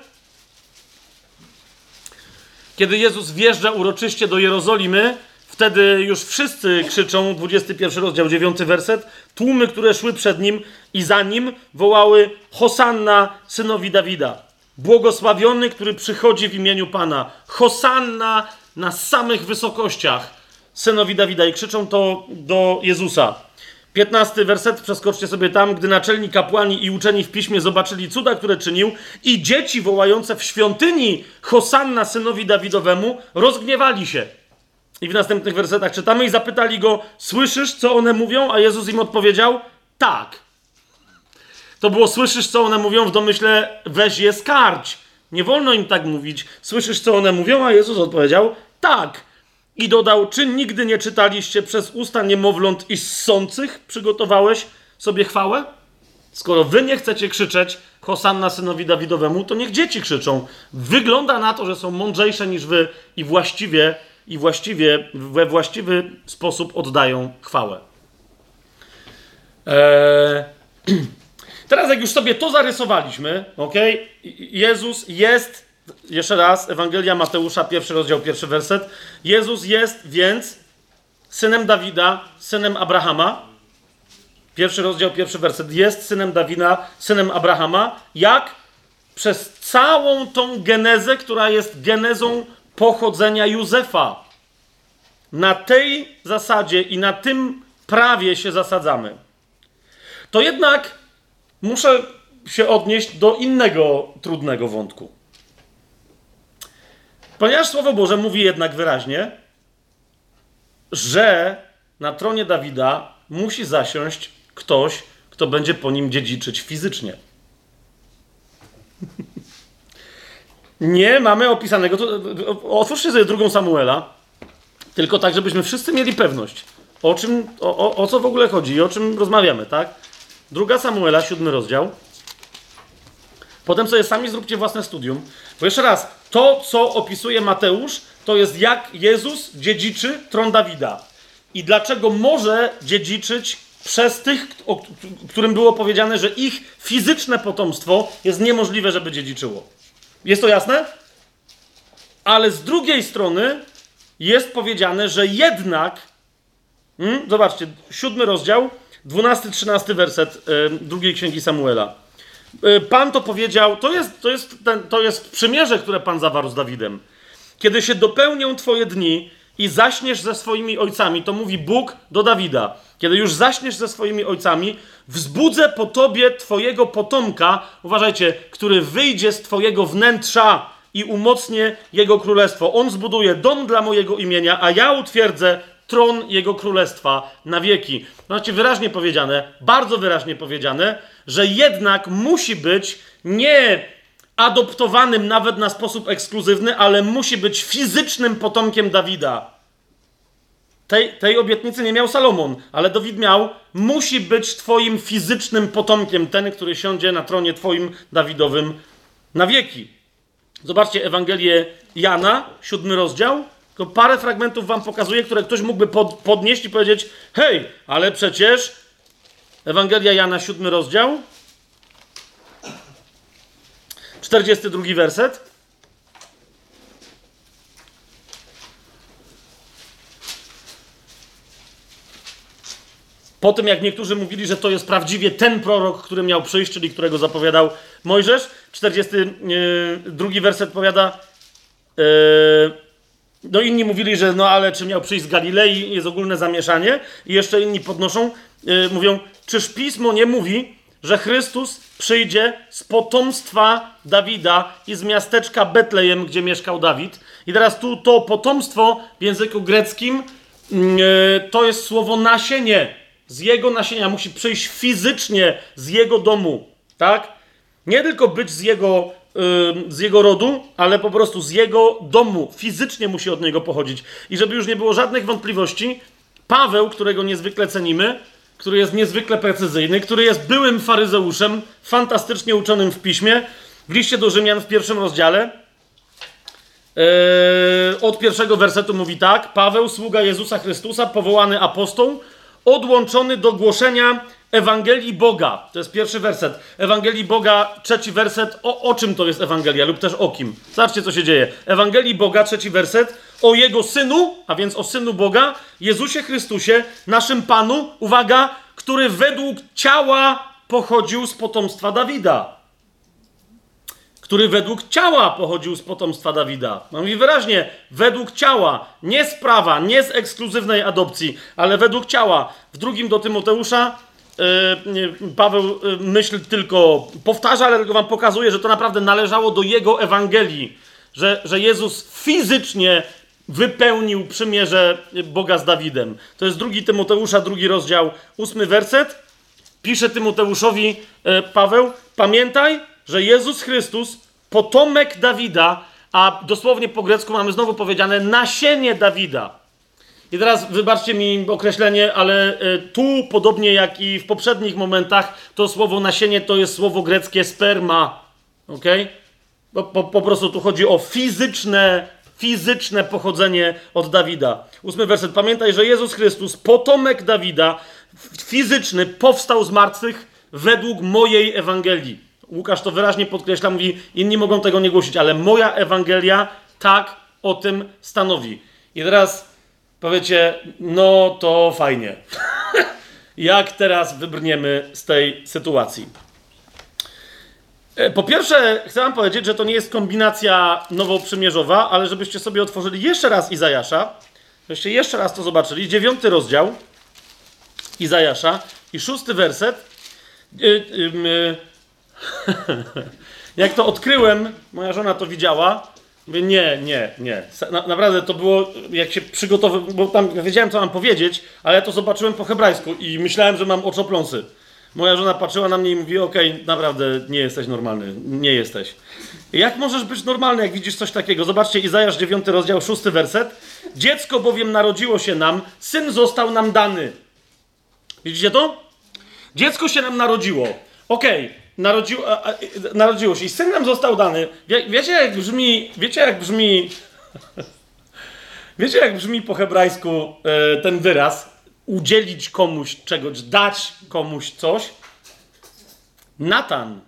Kiedy Jezus wjeżdża uroczyście do Jerozolimy, wtedy już wszyscy krzyczą, 21 rozdział, 9 werset, tłumy, które szły przed nim i za nim, wołały: Hosanna synowi Dawida. Błogosławiony, który przychodzi w imieniu Pana. Hosanna na samych wysokościach synowi Dawida. I krzyczą to do Jezusa. 15 werset, przeskoczcie sobie tam. Gdy naczelni kapłani i uczeni w piśmie zobaczyli cuda, które czynił, i dzieci wołające w świątyni: Hosanna synowi Dawidowemu, rozgniewali się. I w następnych wersetach czytamy: i zapytali go: słyszysz, co one mówią? A Jezus im odpowiedział: tak. To było: słyszysz, co one mówią, w domyśle weź je skarć. Nie wolno im tak mówić. Słyszysz, co one mówią? A Jezus odpowiedział: tak. I dodał, czy nigdy nie czytaliście przez usta niemowląt i ssących przygotowałeś sobie chwałę? Skoro wy nie chcecie krzyczeć Hosanna synowi Dawidowemu, to niech dzieci krzyczą. Wygląda na to, że są mądrzejsze niż wy i we właściwy sposób oddają chwałę. Teraz jak już sobie to zarysowaliśmy, okej? Jezus jest, jeszcze raz, Ewangelia Mateusza, 1 rozdział, 1 werset. Jezus jest więc synem Dawida, synem Abrahama. 1 rozdział, 1 werset. Jest synem Dawida, synem Abrahama. Jak? Przez całą tą genezę, która jest genezą pochodzenia Józefa. Na tej zasadzie i na tym prawie się zasadzamy. To jednak muszę się odnieść do innego trudnego wątku. Ponieważ Słowo Boże mówi jednak wyraźnie, że na tronie Dawida musi zasiąść ktoś, kto będzie po nim dziedziczyć fizycznie. Nie mamy opisanego. Otwórzcie sobie 2 Samuela, tylko tak, żebyśmy wszyscy mieli pewność, o co w ogóle chodzi i o czym rozmawiamy, tak? 2 Samuela, 7 rozdział. Potem sobie sami zróbcie własne studium. Bo jeszcze raz, to co opisuje Mateusz, to jest jak Jezus dziedziczy tron Dawida. I dlaczego może dziedziczyć przez tych, o którym było powiedziane, że ich fizyczne potomstwo jest niemożliwe, żeby dziedziczyło. Jest to jasne? Ale z drugiej strony jest powiedziane, że jednak, zobaczcie, 7 rozdział, 12-13 werset 2 Księgi Samuela. Pan to powiedział, to jest przymierze, które Pan zawarł z Dawidem. Kiedy się dopełnią twoje dni i zaśniesz ze swoimi ojcami, to mówi Bóg do Dawida. Kiedy już zaśniesz ze swoimi ojcami, wzbudzę po tobie twojego potomka, uważajcie, który wyjdzie z twojego wnętrza i umocnię jego królestwo. On zbuduje dom dla mojego imienia, a ja utwierdzę tron jego królestwa na wieki. Znaczy wyraźnie powiedziane, bardzo wyraźnie powiedziane, że jednak musi być nie adoptowanym nawet na sposób ekskluzywny, ale musi być fizycznym potomkiem Dawida. Tej obietnicy nie miał Salomon, ale Dawid miał, musi być twoim fizycznym potomkiem, ten, który siądzie na tronie twoim Dawidowym na wieki. Zobaczcie Ewangelię Jana, 7 rozdział. Tylko parę fragmentów wam pokazuję, które ktoś mógłby podnieść i powiedzieć, hej, ale przecież Ewangelia Jana, 7 rozdział, 42 werset. Po tym, jak niektórzy mówili, że to jest prawdziwie ten prorok, który miał przyjść, czyli którego zapowiadał Mojżesz, 42 werset powiada, no inni mówili, że no ale czy miał przyjść z Galilei, jest ogólne zamieszanie. I jeszcze inni podnoszą, mówią, czyż Pismo nie mówi, że Chrystus przyjdzie z potomstwa Dawida i z miasteczka Betlejem, gdzie mieszkał Dawid. I teraz tu to potomstwo w języku greckim to jest słowo nasienie. Z jego nasienia musi przyjść fizycznie z jego domu, tak? Nie tylko być z jego rodu, ale po prostu z jego domu. Fizycznie musi od niego pochodzić. I żeby już nie było żadnych wątpliwości, Paweł, którego niezwykle cenimy, który jest niezwykle precyzyjny, który jest byłym faryzeuszem, fantastycznie uczonym w piśmie, w liście do Rzymian w 1 rozdziale, od 1 wersetu mówi tak: Paweł, sługa Jezusa Chrystusa, powołany apostoł, odłączony do głoszenia Ewangelii Boga. To jest 1 werset. Ewangelii Boga, 3 werset. O czym to jest Ewangelia lub też o kim? Zobaczcie, co się dzieje. Ewangelii Boga, 3 werset. O Jego Synu, a więc o Synu Boga, Jezusie Chrystusie, naszym Panu, uwaga, który według ciała pochodził z potomstwa Dawida. Który według ciała pochodził z potomstwa Dawida. Mówi wyraźnie, według ciała, nie z prawa, nie z ekskluzywnej adopcji, ale według ciała. W 2 do Tymoteusza Paweł myśl tylko powtarza, ale tylko wam pokazuje, że to naprawdę należało do jego Ewangelii, że Jezus fizycznie wypełnił przymierze Boga z Dawidem. To jest 2 Tymoteusza, 2 rozdział, 8 werset. Pisze Tymoteuszowi Paweł, pamiętaj, że Jezus Chrystus, potomek Dawida, a dosłownie po grecku mamy znowu powiedziane nasienie Dawida. I teraz wybaczcie mi określenie, ale tu, podobnie jak i w poprzednich momentach, to słowo nasienie to jest słowo greckie sperma. Okej? Po prostu tu chodzi o fizyczne pochodzenie od Dawida. 8 werset. Pamiętaj, że Jezus Chrystus, potomek Dawida, fizyczny, powstał z martwych według mojej Ewangelii. Łukasz to wyraźnie podkreśla, mówi, inni mogą tego nie głosić, ale moja Ewangelia tak o tym stanowi. I teraz powiecie, no to fajnie. Jak teraz wybrniemy z tej sytuacji? Po pierwsze, chcę wam powiedzieć, że to nie jest kombinacja nowoprzymierzowa, ale żebyście sobie otworzyli jeszcze raz Izajasza, żebyście jeszcze raz to zobaczyli. 9 rozdział Izajasza i 6 werset. Jak to odkryłem, moja żona to widziała. Mówię, nie. Naprawdę to było, jak się przygotowywałem, bo tam wiedziałem, co mam powiedzieć, ale ja to zobaczyłem po hebrajsku i myślałem, że mam oczopląsy. Moja żona patrzyła na mnie i mówi, okej, naprawdę nie jesteś normalny, nie jesteś. Jak możesz być normalny, jak widzisz coś takiego? Zobaczcie, Izajasz 9 rozdział, 6 werset. Dziecko bowiem narodziło się nam, syn został nam dany. Widzicie to? Dziecko się nam narodziło. Narodziło się i syn nam został dany. Wiecie jak brzmi po hebrajsku ten wyraz? Udzielić komuś czegoś, dać komuś coś. Natan.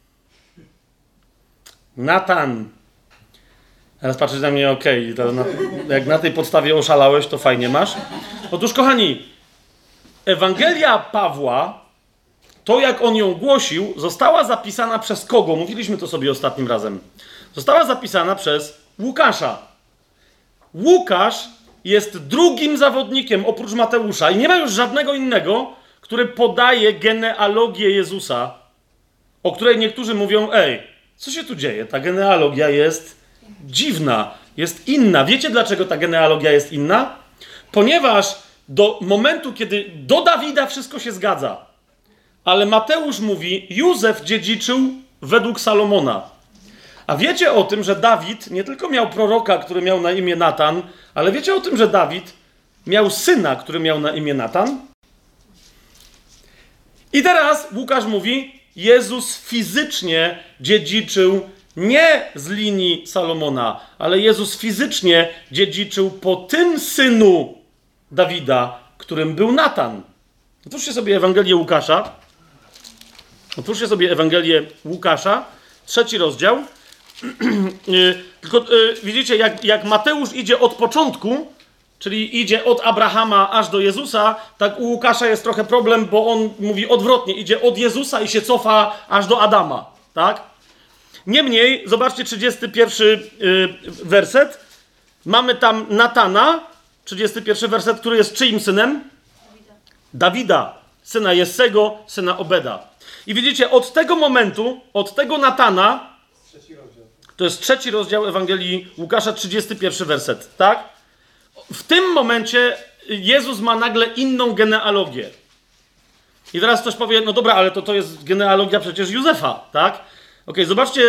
Teraz patrzysz na mnie, jak na tej podstawie oszalałeś, to fajnie masz. Otóż, kochani, Ewangelia Pawła, to jak on ją głosił, została zapisana przez kogo? Mówiliśmy to sobie ostatnim razem. Została zapisana przez Łukasza. Łukasz jest drugim zawodnikiem oprócz Mateusza i nie ma już żadnego innego, który podaje genealogię Jezusa, o której niektórzy mówią, co się tu dzieje? Ta genealogia jest dziwna, jest inna. Wiecie, dlaczego ta genealogia jest inna? Ponieważ do momentu, kiedy do Dawida wszystko się zgadza, ale Mateusz mówi, Józef dziedziczył według Salomona. A wiecie o tym, że Dawid nie tylko miał proroka, który miał na imię Natan, ale wiecie o tym, że Dawid miał syna, który miał na imię Natan? I teraz Łukasz mówi, Jezus fizycznie dziedziczył nie z linii Salomona, ale Jezus fizycznie dziedziczył po tym synu Dawida, którym był Natan. Otwórzcie sobie Ewangelię Łukasza, 3 rozdział. Tylko widzicie, jak Mateusz idzie od początku, czyli idzie od Abrahama aż do Jezusa, tak u Łukasza jest trochę problem, bo on mówi odwrotnie, idzie od Jezusa i się cofa aż do Adama, tak? Niemniej, zobaczcie 31 werset, mamy tam Natana, 31 werset, który jest czyim synem? Dawida, syna Jessego, syna Obeda. I widzicie, od tego momentu, od tego Natana, to jest 3 rozdział Ewangelii Łukasza, 31 werset, tak? W tym momencie Jezus ma nagle inną genealogię. I teraz ktoś powie, no dobra, ale to jest genealogia przecież Józefa, tak? Zobaczcie,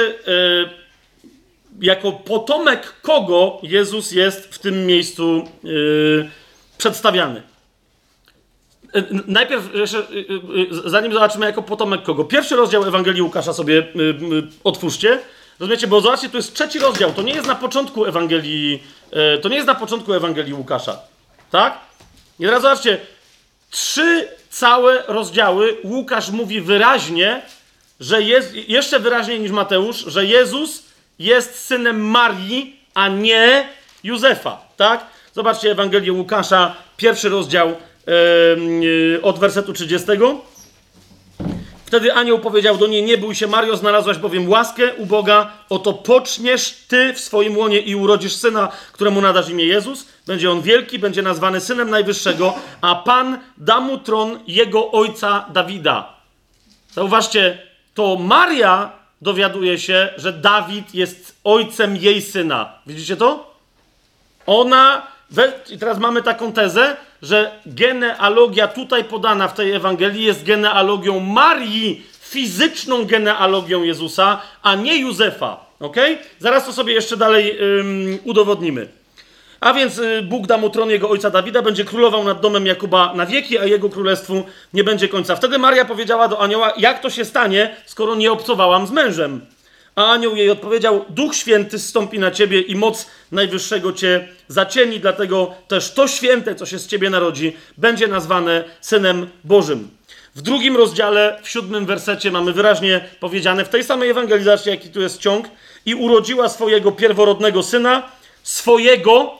jako potomek kogo Jezus jest w tym miejscu przedstawiany. Najpierw, zanim zobaczymy jako potomek kogo, 1 rozdział Ewangelii Łukasza sobie otwórzcie. Rozumiecie, bo zobaczcie, tu jest 3 rozdział, to nie jest na początku Ewangelii Łukasza, tak? I teraz zobaczcie, 3 całe rozdziały Łukasz mówi wyraźnie, że jest, jeszcze wyraźniej niż Mateusz, że Jezus jest synem Marii, a nie Józefa, tak? Zobaczcie Ewangelię Łukasza, 1 rozdział od wersetu 30. Wtedy anioł powiedział do niej, nie bój się Mario, znalazłaś bowiem łaskę u Boga, oto poczniesz ty w swoim łonie i urodzisz syna, któremu nadasz imię Jezus. Będzie on wielki, będzie nazwany Synem Najwyższego, a Pan da mu tron jego ojca Dawida. Zauważcie, to Maria dowiaduje się, że Dawid jest ojcem jej syna. Widzicie to? I teraz mamy taką tezę, że genealogia tutaj podana w tej Ewangelii jest genealogią Marii, fizyczną genealogią Jezusa, a nie Józefa. Ok? Zaraz to sobie jeszcze dalej udowodnimy. A więc Bóg da mu tron jego ojca Dawida, będzie królował nad domem Jakuba na wieki, a jego królestwu nie będzie końca. Wtedy Maria powiedziała do anioła, jak to się stanie, skoro nie obcowałam z mężem? A anioł jej odpowiedział, Duch Święty zstąpi na ciebie i moc Najwyższego cię zacieni, dlatego też to święte, co się z ciebie narodzi, będzie nazwane Synem Bożym. W 2 rozdziale, w 7 wersecie mamy wyraźnie powiedziane, w tej samej ewangelizacji, jaki tu jest ciąg, i urodziła swojego pierworodnego syna, swojego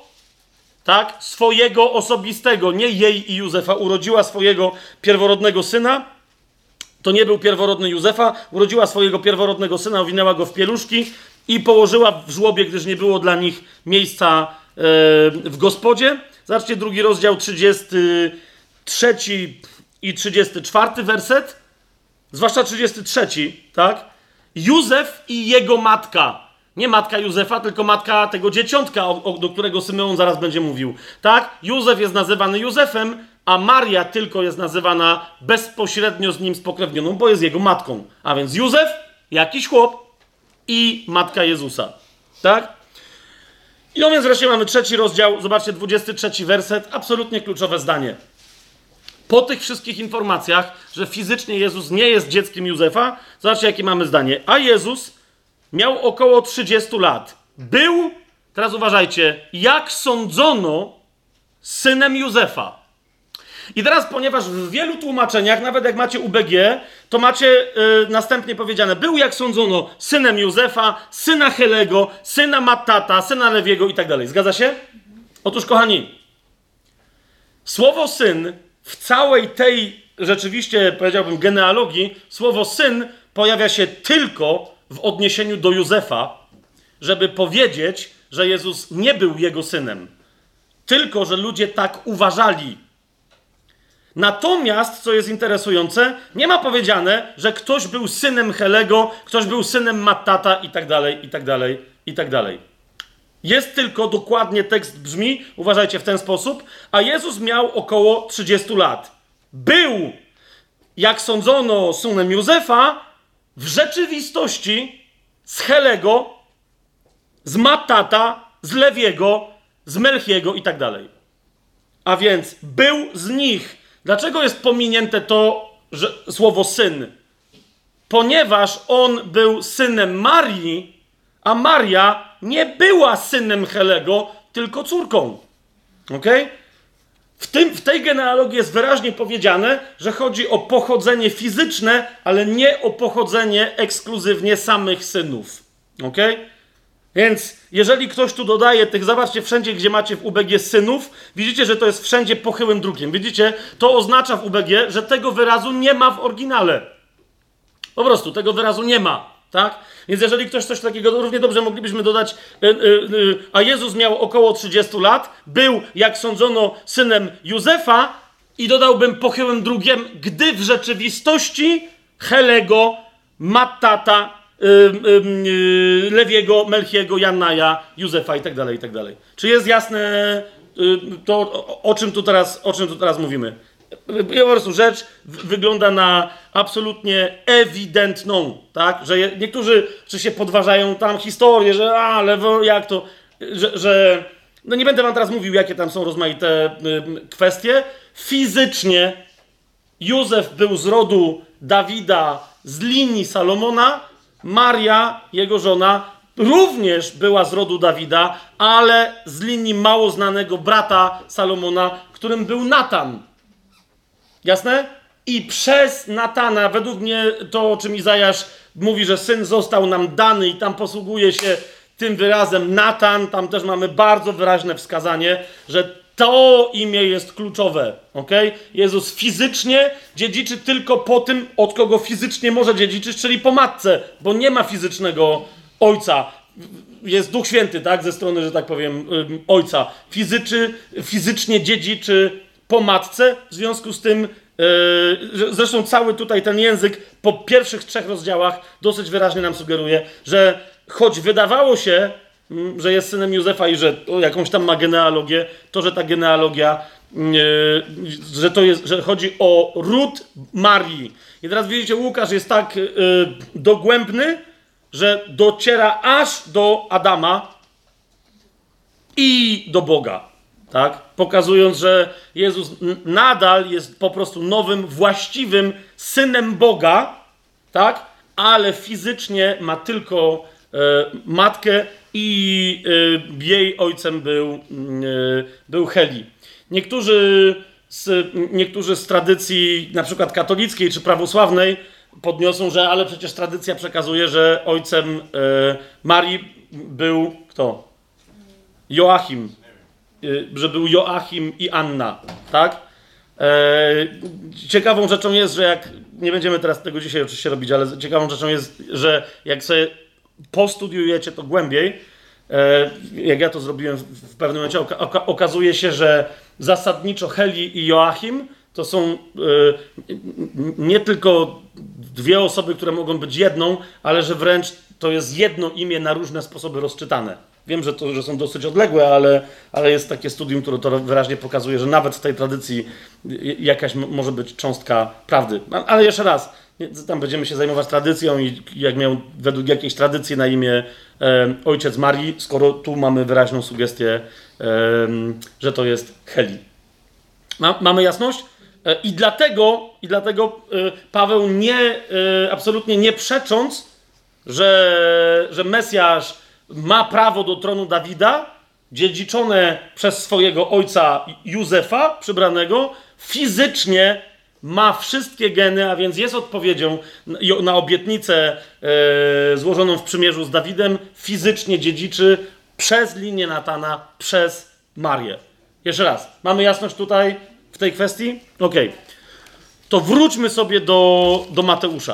osobistego, nie jej i Józefa, urodziła swojego pierworodnego syna. To nie był pierworodny Józefa, urodziła swojego pierworodnego syna, owinęła go w pieluszki i położyła w żłobie, gdyż nie było dla nich miejsca w gospodzie. Zobaczcie 2 rozdział, 33 i 34 werset, zwłaszcza 33, tak? Józef i jego matka. Nie matka Józefa, tylko matka tego dzieciątka, do którego Symeon zaraz będzie mówił. Tak? Józef jest nazywany Józefem, a Maria tylko jest nazywana bezpośrednio z nim spokrewnioną, bo jest jego matką. A więc Józef, jakiś chłop i matka Jezusa. Tak? I no więc wreszcie mamy 3 rozdział, zobaczcie 23 werset, absolutnie kluczowe zdanie. Po tych wszystkich informacjach, że fizycznie Jezus nie jest dzieckiem Józefa, zobaczcie jakie mamy zdanie. A Jezus miał około 30 lat. Był, teraz uważajcie, jak sądzono, synem Józefa. I teraz, ponieważ w wielu tłumaczeniach, nawet jak macie UBG, to macie następnie powiedziane, był jak sądzono synem Józefa, syna Helego, syna Mattata, syna Lewiego i tak dalej. Zgadza się? Otóż, kochani, słowo syn w całej tej, rzeczywiście powiedziałbym, genealogii, słowo syn pojawia się tylko w odniesieniu do Józefa, żeby powiedzieć, że Jezus nie był jego synem. Tylko, że ludzie tak uważali. Natomiast, co jest interesujące, nie ma powiedziane, że ktoś był synem Helego, ktoś był synem Mattata i tak dalej, i tak dalej, i tak dalej. Jest tylko dokładnie, tekst brzmi, uważajcie, w ten sposób, a Jezus miał około 30 lat. Był, jak sądzono, synem Józefa, w rzeczywistości z Helego, z Mattata, z Lewiego, z Melchiego i tak dalej. A więc był z nich. Dlaczego jest pominięte to że słowo syn? Ponieważ on był synem Marii, a Maria nie była synem Helego, tylko córką. Okej? W tej genealogii jest wyraźnie powiedziane, że chodzi o pochodzenie fizyczne, ale nie o pochodzenie ekskluzywnie samych synów. Okej? Więc jeżeli ktoś tu dodaje tych, zobaczcie, wszędzie, gdzie macie w UBG synów, widzicie, że to jest wszędzie pochyłym drukiem. Widzicie? To oznacza w UBG, że tego wyrazu nie ma w oryginale. Po prostu tego wyrazu nie ma. Tak? Więc jeżeli ktoś coś takiego, to równie dobrze moglibyśmy dodać, a Jezus miał około 30 lat, był, jak sądzono, synem Józefa i dodałbym pochyłym drugiem, gdy w rzeczywistości Helego, Mattata, Lewiego, Melchiego, Jannaja, Józefa i tak dalej, i tak dalej. Czy jest jasne to, o czym tu teraz mówimy? Po prostu rzecz wygląda na absolutnie ewidentną, tak? Że niektórzy się podważają tam historię, że ale jak to, że no nie będę wam teraz mówił, jakie tam są rozmaite kwestie. Fizycznie Józef był z rodu Dawida, z linii Salomona, Maria, jego żona, również była z rodu Dawida, ale z linii mało znanego brata Salomona, którym był Natan. Jasne? I przez Natana, według mnie to, o czym Izajasz mówi, że syn został nam dany i tam posługuje się tym wyrazem Natan, tam też mamy bardzo wyraźne wskazanie, że to imię jest kluczowe. Okay? Jezus fizycznie dziedziczy tylko po tym, od kogo fizycznie może dziedziczyć, czyli po matce, bo nie ma fizycznego ojca. Jest Duch Święty, tak? Ze strony, że tak powiem, ojca. Fizycznie dziedziczy po matce, w związku z tym, zresztą cały tutaj ten język po pierwszych 3 rozdziałach dosyć wyraźnie nam sugeruje, że choć wydawało się, że jest synem Józefa i że jakąś tam ma genealogię, to, że ta genealogia, że chodzi o ród Marii. I teraz widzicie, Łukasz jest tak dogłębny, że dociera aż do Adama, i do Boga, tak? Pokazując, że Jezus nadal jest po prostu nowym, właściwym Synem Boga, tak? Ale fizycznie ma tylko matkę i jej ojcem był Heli. Niektórzy z tradycji na przykład katolickiej czy prawosławnej podniosą, że ale przecież tradycja przekazuje, że ojcem Marii był kto? Joachim. Że był Joachim i Anna, tak? Ciekawą rzeczą jest, że jak, nie będziemy teraz tego dzisiaj oczywiście robić, ale ciekawą rzeczą jest, że jak sobie postudiujecie to głębiej, jak ja to zrobiłem w pewnym momencie, okazuje się, że zasadniczo Heli i Joachim to są nie tylko dwie osoby, które mogą być jedną, ale że wręcz to jest jedno imię na różne sposoby rozczytane. Wiem, że są dosyć odległe, ale jest takie studium, które to wyraźnie pokazuje, że nawet w tej tradycji jakaś może być cząstka prawdy. Ale jeszcze raz, tam będziemy się zajmować tradycją i jak miał według jakiejś tradycji na imię ojciec Marii, skoro tu mamy wyraźną sugestię, że to jest Heli. Mamy jasność? I dlatego Paweł absolutnie nie przecząc, że Mesjasz ma prawo do tronu Dawida, dziedziczone przez swojego ojca Józefa, przybranego, fizycznie ma wszystkie geny, a więc jest odpowiedzią na obietnicę złożoną w przymierzu z Dawidem, fizycznie dziedziczy przez linię Natana, przez Marię. Jeszcze raz, mamy jasność tutaj w tej kwestii? Okej. To wróćmy sobie do Mateusza.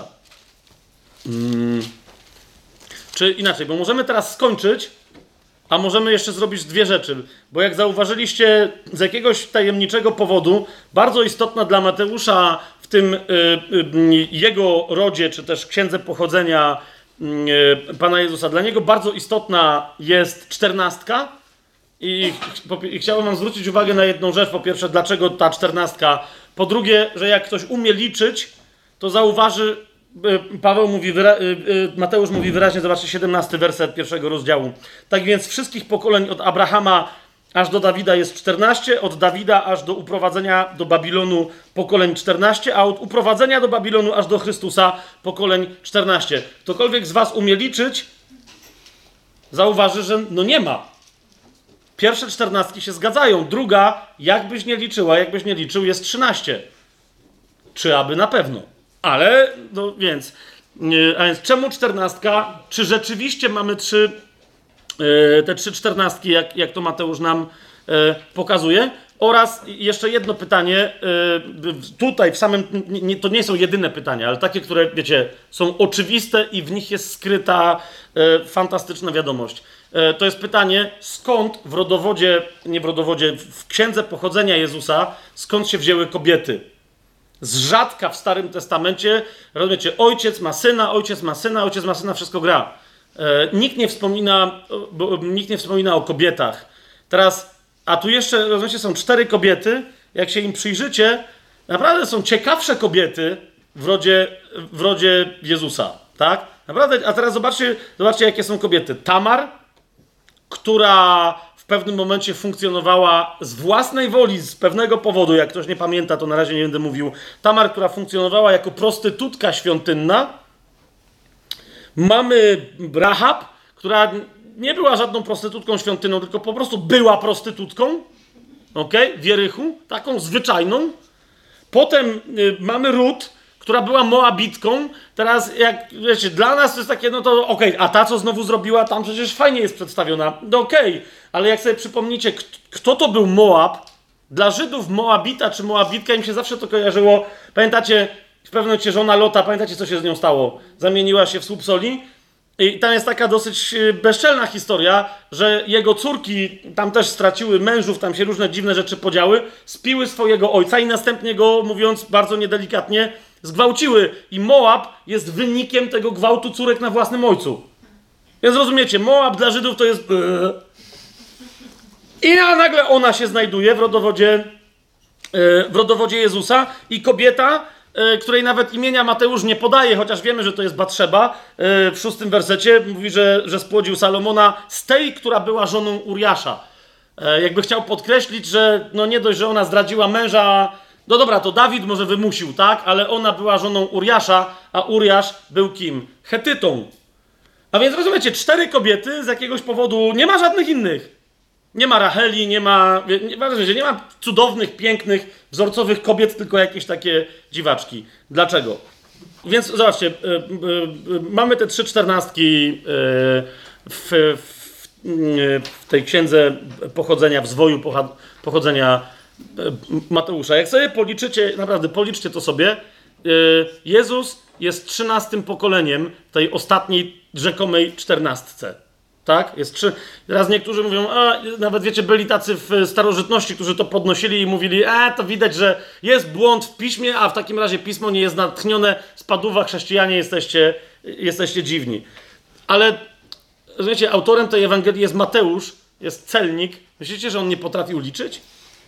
Czy inaczej, bo możemy teraz skończyć, a możemy jeszcze zrobić dwie rzeczy. Bo jak zauważyliście, z jakiegoś tajemniczego powodu, bardzo istotna dla Mateusza w tym jego rodzie, czy też księdze pochodzenia Pana Jezusa, dla niego bardzo istotna jest 14. I chciałbym wam zwrócić uwagę na jedną rzecz. Po pierwsze, dlaczego ta 14. Po drugie, że jak ktoś umie liczyć, to zauważy, Mateusz mówi wyraźnie, zobaczcie 17 werset pierwszego rozdziału. Tak więc wszystkich pokoleń od Abrahama aż do Dawida jest 14, od Dawida aż do uprowadzenia do Babilonu pokoleń 14, a od uprowadzenia do Babilonu aż do Chrystusa pokoleń 14. Ktokolwiek z was umie liczyć, zauważy, że no nie ma. Pierwsze 14 się zgadzają, druga, jakbyś nie liczył, jest 13. Czy aby na pewno. Ale, no więc, a więc czemu 14? Czy rzeczywiście mamy te 3 14, jak to Mateusz nam pokazuje? Oraz jeszcze jedno pytanie, tutaj w samym, to nie są jedyne pytania, ale takie, które, wiecie, są oczywiste i w nich jest skryta fantastyczna wiadomość. To jest pytanie, skąd w księdze pochodzenia Jezusa, skąd się wzięły kobiety? Z rzadka w Starym Testamencie, rozumiecie, ojciec ma syna, wszystko gra. Nikt nie wspomina o kobietach. Teraz, a tu jeszcze, rozumiecie, są 4 kobiety, jak się im przyjrzycie, naprawdę są ciekawsze kobiety w rodzie Jezusa, tak? Naprawdę, a teraz zobaczcie, jakie są kobiety. Tamar, która w pewnym momencie funkcjonowała z własnej woli, z pewnego powodu, jak ktoś nie pamięta, to na razie nie będę mówił. Tamar, która funkcjonowała jako prostytutka świątynna. Mamy Rahab, która nie była żadną prostytutką świątynną, tylko po prostu była prostytutką, w Jerychu, taką zwyczajną. Potem mamy Rut, która była Moabitką. Teraz, jak wiecie, dla nas to jest takie, no to a ta, co znowu zrobiła, tam przecież fajnie jest przedstawiona. No ale jak sobie przypomnicie, kto to był Moab, dla Żydów Moabita czy Moabitka im się zawsze to kojarzyło. Pamiętacie, w pewnym momencie żona Lota, pamiętacie, co się z nią stało? Zamieniła się w słup soli. I tam jest taka dosyć bezczelna historia, że jego córki tam też straciły mężów, tam się różne dziwne rzeczy podziały, spiły swojego ojca i następnie go, mówiąc bardzo niedelikatnie, zgwałciły. I Moab jest wynikiem tego gwałtu córek na własnym ojcu. Więc rozumiecie, Moab dla Żydów to jest... I nagle ona się znajduje w rodowodzie Jezusa i kobieta, której nawet imienia Mateusz nie podaje, chociaż wiemy, że to jest Batszeba, w 6 wersecie mówi, że spłodził Salomona z tej, która była żoną Uriasza. Jakby chciał podkreślić, że no nie dość, że ona zdradziła męża, no dobra, to Dawid może wymusił, tak? Ale ona była żoną Uriasza, a Uriasz był kim? Chetytą. A więc rozumiecie, 4 kobiety z jakiegoś powodu, nie ma żadnych innych. Nie ma Racheli, nie ma cudownych, pięknych, wzorcowych kobiet, tylko jakieś takie dziwaczki. Dlaczego? Więc zobaczcie, mamy te 3 czternastki w tej księdze pochodzenia, w zwoju pochodzenia Mateusza. Jak sobie policzycie, naprawdę policzcie to sobie, Jezus jest 13 pokoleniem tej ostatniej rzekomej 14. Tak? Teraz niektórzy mówią, nawet wiecie, byli tacy w starożytności, którzy to podnosili i mówili, to widać, że jest błąd w piśmie, a w takim razie pismo nie jest natchnione, spadówa, chrześcijanie jesteście dziwni. Ale, rozumiecie, autorem tej Ewangelii jest Mateusz, jest celnik. Myślicie, że on nie potrafił liczyć?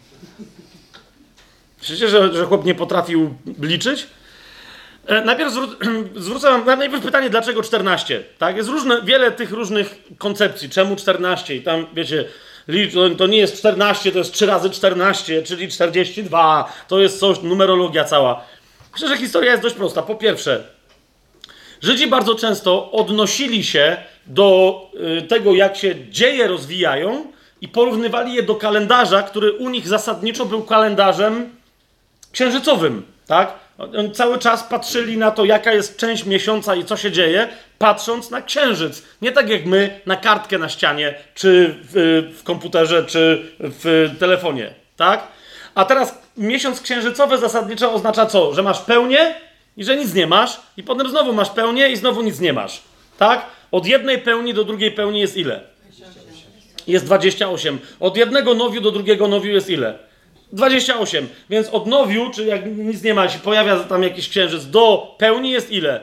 Myślicie, że chłop nie potrafił liczyć? Najpierw zwrócę wam najpierw pytanie, dlaczego 14? Tak? Jest wiele tych różnych koncepcji. Czemu 14? I tam, wiecie, to nie jest 14, to jest 3 razy 14, czyli 42. To jest coś, numerologia cała. Myślę, że historia jest dość prosta. Po pierwsze, Żydzi bardzo często odnosili się do tego, jak się dzieje rozwijają i porównywali je do kalendarza, który u nich zasadniczo był kalendarzem księżycowym. Tak? Oni cały czas patrzyli na to, jaka jest część miesiąca i co się dzieje, patrząc na księżyc. Nie tak jak my, na kartkę na ścianie, czy w komputerze, czy w telefonie. Tak? A teraz miesiąc księżycowy zasadniczo oznacza co? Że masz pełnię i że nic nie masz, i potem znowu masz pełnię i znowu nic nie masz. Tak? Od jednej pełni do drugiej pełni jest ile? Jest 28. Od jednego nowiu do drugiego nowiu jest ile? 28. Więc od nowiu, czy jak nic nie ma, się pojawia tam jakiś księżyc, do pełni jest ile?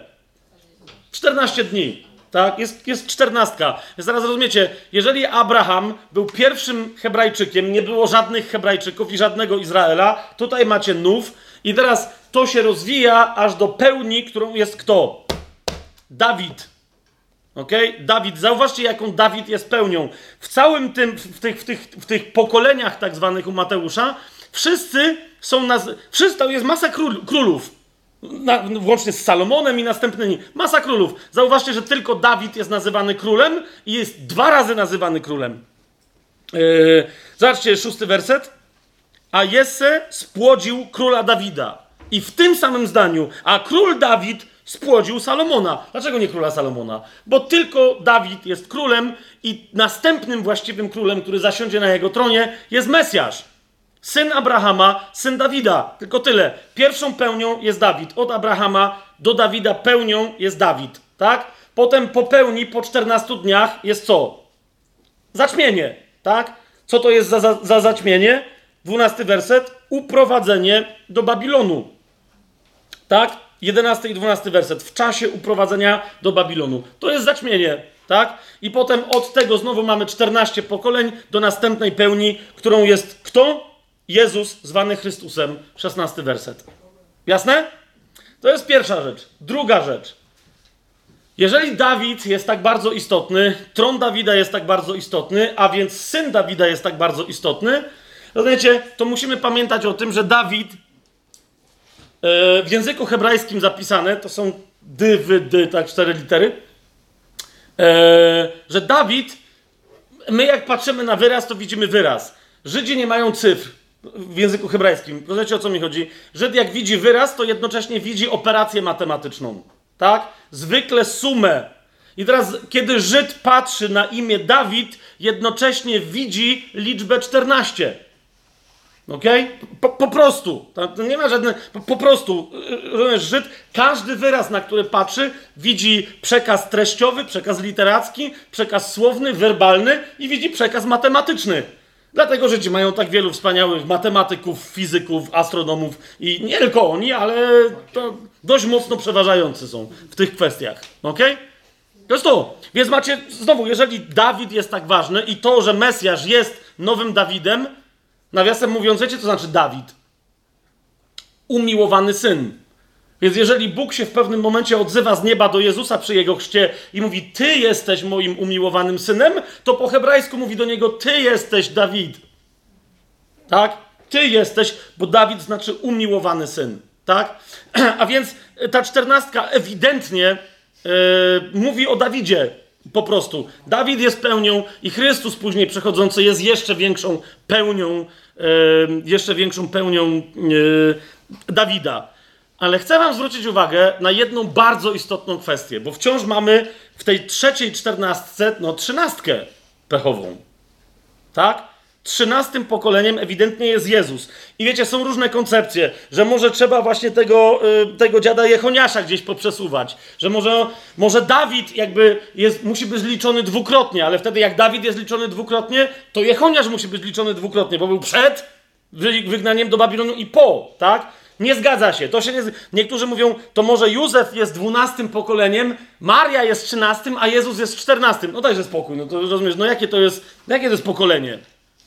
14 dni. Tak? Jest 14. Więc zaraz rozumiecie, jeżeli Abraham był pierwszym Hebrajczykiem, nie było żadnych Hebrajczyków i żadnego Izraela, tutaj macie nów i teraz to się rozwija aż do pełni, którą jest kto? Dawid. Okay? Dawid, zauważcie, jaką Dawid jest pełnią. W całym tym, w tych pokoleniach tak zwanych u Mateusza, wszyscy są to jest masa królów. Włącznie z Salomonem i następnymi. Masa królów. Zauważcie, że tylko Dawid jest nazywany królem i jest 2 razy nazywany królem. Zobaczcie, 6 werset. A Jesse spłodził króla Dawida. I w tym samym zdaniu, a król Dawid spłodził Salomona. Dlaczego nie króla Salomona? Bo tylko Dawid jest królem i następnym właściwym królem, który zasiądzie na jego tronie, jest Mesjasz. Syn Abrahama, syn Dawida. Tylko tyle. Pierwszą pełnią jest Dawid. Od Abrahama do Dawida pełnią jest Dawid. Tak? Potem po pełni, po 14 dniach jest co? Zaćmienie. Tak? Co to jest za zaćmienie? 12 werset. Uprowadzenie do Babilonu. Tak? 11 i 12 werset. W czasie uprowadzenia do Babilonu. To jest zaćmienie. Tak? I potem od tego znowu mamy 14 pokoleń do następnej pełni, którą jest kto? Jezus, zwany Chrystusem. 16 werset. Jasne? To jest pierwsza rzecz. Druga rzecz. Jeżeli Dawid jest tak bardzo istotny, tron Dawida jest tak bardzo istotny, a więc syn Dawida jest tak bardzo istotny, rozumiecie, to musimy pamiętać o tym, że Dawid w języku hebrajskim zapisane, to są tak 4 litery, że Dawid, my jak patrzymy na wyraz, to widzimy wyraz. Żydzi nie mają cyfr w języku hebrajskim. Rozumiecie, o co mi chodzi? Żyd jak widzi wyraz, to jednocześnie widzi operację matematyczną. Tak? Zwykle sumę. I teraz, kiedy Żyd patrzy na imię Dawid, jednocześnie widzi liczbę 14. Okej? Po prostu. To nie ma żadnych... Po prostu. Rozumiesz, Żyd, każdy wyraz, na który patrzy, widzi przekaz treściowy, przekaz literacki, przekaz słowny, werbalny i widzi przekaz matematyczny. Dlatego Żydzi mają tak wielu wspaniałych matematyków, fizyków, astronomów i nie tylko oni, ale to dość mocno przeważający są w tych kwestiach. Okej? To jest to. Więc macie, znowu, jeżeli Dawid jest tak ważny i to, że Mesjasz jest nowym Dawidem, nawiasem mówiąc, wiecie, co znaczy Dawid? Umiłowany syn. Więc jeżeli Bóg się w pewnym momencie odzywa z nieba do Jezusa przy jego chrzcie i mówi, ty jesteś moim umiłowanym synem, to po hebrajsku mówi do niego, ty jesteś Dawid. Tak? Ty jesteś, bo Dawid znaczy umiłowany syn. Tak? A więc ta 14 ewidentnie mówi o Dawidzie po prostu. Dawid jest pełnią i Chrystus później przechodzący jest jeszcze większą pełnią Dawida. Ale chcę wam zwrócić uwagę na jedną bardzo istotną kwestię, bo wciąż mamy w tej trzeciej 14, 13 pechową. Tak? 13 pokoleniem ewidentnie jest Jezus. I wiecie, są różne koncepcje, że może trzeba właśnie tego dziada Jechoniasza gdzieś poprzesuwać, że może Dawid jakby musi być liczony dwukrotnie, ale wtedy jak Dawid jest liczony dwukrotnie, to Jechoniasz musi być liczony dwukrotnie, bo był przed wygnaniem do Babilonu i po, tak? Nie zgadza się. Niektórzy mówią, to może Józef jest 12 pokoleniem, Maria jest 13, a Jezus jest 14. No dajże spokój, no to rozumiesz, no jakie to jest pokolenie?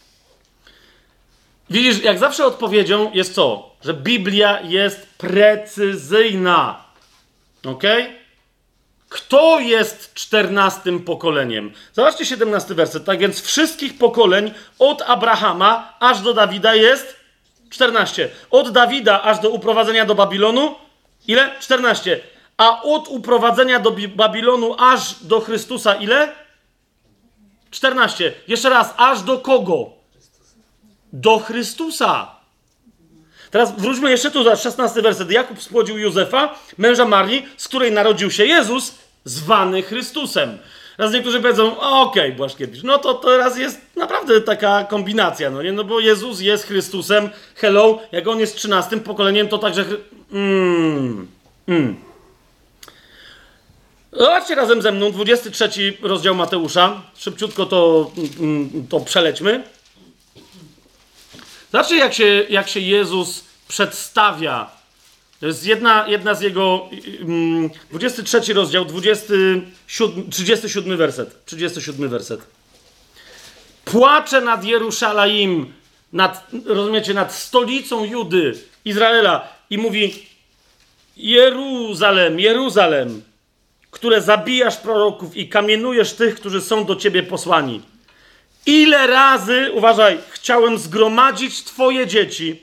Widzisz, jak zawsze odpowiedzią jest co? Że Biblia jest precyzyjna. Okej? Kto jest 14 pokoleniem? Zobaczcie 17 werset. Tak więc wszystkich pokoleń od Abrahama aż do Dawida jest 14. Od Dawida aż do uprowadzenia do Babilonu ile? 14. A od uprowadzenia do Babilonu aż do Chrystusa ile? 14. Jeszcze raz, aż do kogo? Do Chrystusa. Teraz wróćmy jeszcze tu za 16 werset. Jakub spłodził Józefa, męża Marii, z której narodził się Jezus, zwany Chrystusem. Raz niektórzy powiedzą, okej, Błaszkiewicz, no to teraz jest naprawdę taka kombinacja, no nie? No bo Jezus jest Chrystusem, hello, jak on jest 13 pokoleniem, to także... Zobaczcie razem ze mną 23 rozdział Mateusza. Szybciutko to przelećmy. Zobaczcie, jak się Jezus przedstawia. To jest jedna z jego... 23 rozdział, 37 werset. 37 werset. Płacze nad Jerusalem, rozumiecie, nad stolicą Judy, Izraela i mówi: Jeruzalem, Jeruzalem, które zabijasz proroków i kamienujesz tych, którzy są do ciebie posłani. Ile razy, uważaj, chciałem zgromadzić twoje dzieci,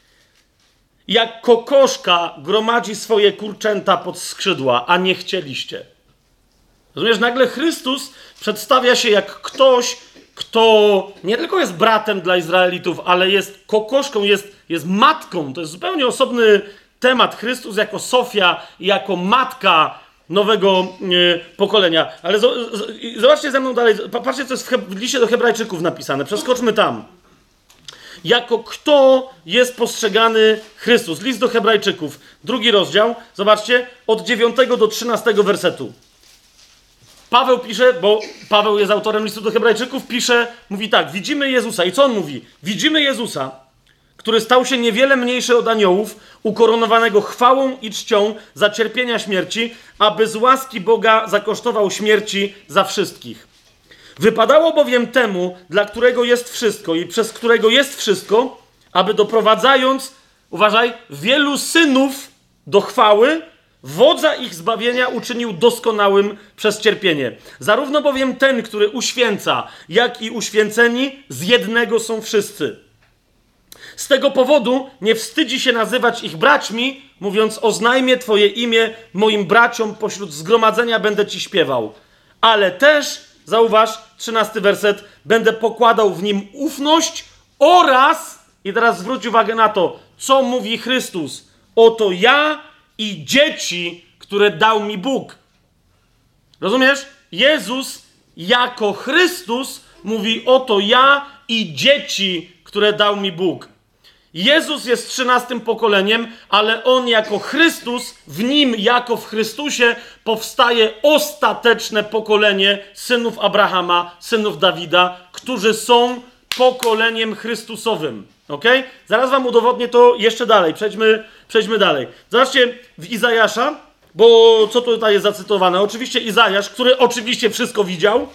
jak kokoszka gromadzi swoje kurczęta pod skrzydła, a nie chcieliście. Rozumiesz, nagle Chrystus przedstawia się jak ktoś, kto nie tylko jest bratem dla Izraelitów, ale jest kokoszką, jest matką. To jest zupełnie osobny temat. Chrystus jako Sofia i jako matka nowego pokolenia. Ale zobaczcie ze mną dalej. Patrzcie, co jest w liście do Hebrajczyków napisane. Przeskoczmy tam. Jako kto jest postrzegany Chrystus. List do Hebrajczyków, 2 rozdział. Zobaczcie, od 9 do 13 wersetu. Paweł pisze, bo Paweł jest autorem listu do Hebrajczyków, pisze, mówi tak, widzimy Jezusa. I co on mówi? Widzimy Jezusa, który stał się niewiele mniejszy od aniołów, ukoronowanego chwałą i czcią za cierpienia śmierci, aby z łaski Boga zakosztował śmierci za wszystkich. Wypadało bowiem temu, dla którego jest wszystko i przez którego jest wszystko, aby doprowadzając, uważaj, wielu synów do chwały, wodza ich zbawienia uczynił doskonałym przez cierpienie. Zarówno bowiem ten, który uświęca, jak i uświęceni z jednego są wszyscy. Z tego powodu nie wstydzi się nazywać ich braćmi, mówiąc: oznajmię twoje imię moim braciom, pośród zgromadzenia będę ci śpiewał. Ale też, zauważ, 13 werset, będę pokładał w nim ufność oraz, i teraz zwróć uwagę na to, co mówi Chrystus. Oto ja i dzieci, które dał mi Bóg. Rozumiesz? Jezus jako Chrystus mówi: oto ja i dzieci, które dał mi Bóg. Jezus jest 13 pokoleniem, ale On jako Chrystus, w Nim jako w Chrystusie powstaje ostateczne pokolenie synów Abrahama, synów Dawida, którzy są pokoleniem Chrystusowym. Okay? Zaraz wam udowodnię to jeszcze dalej. Przejdźmy dalej. Zobaczcie w Izajasza, bo co tutaj jest zacytowane? Oczywiście Izajasz, który oczywiście wszystko widział.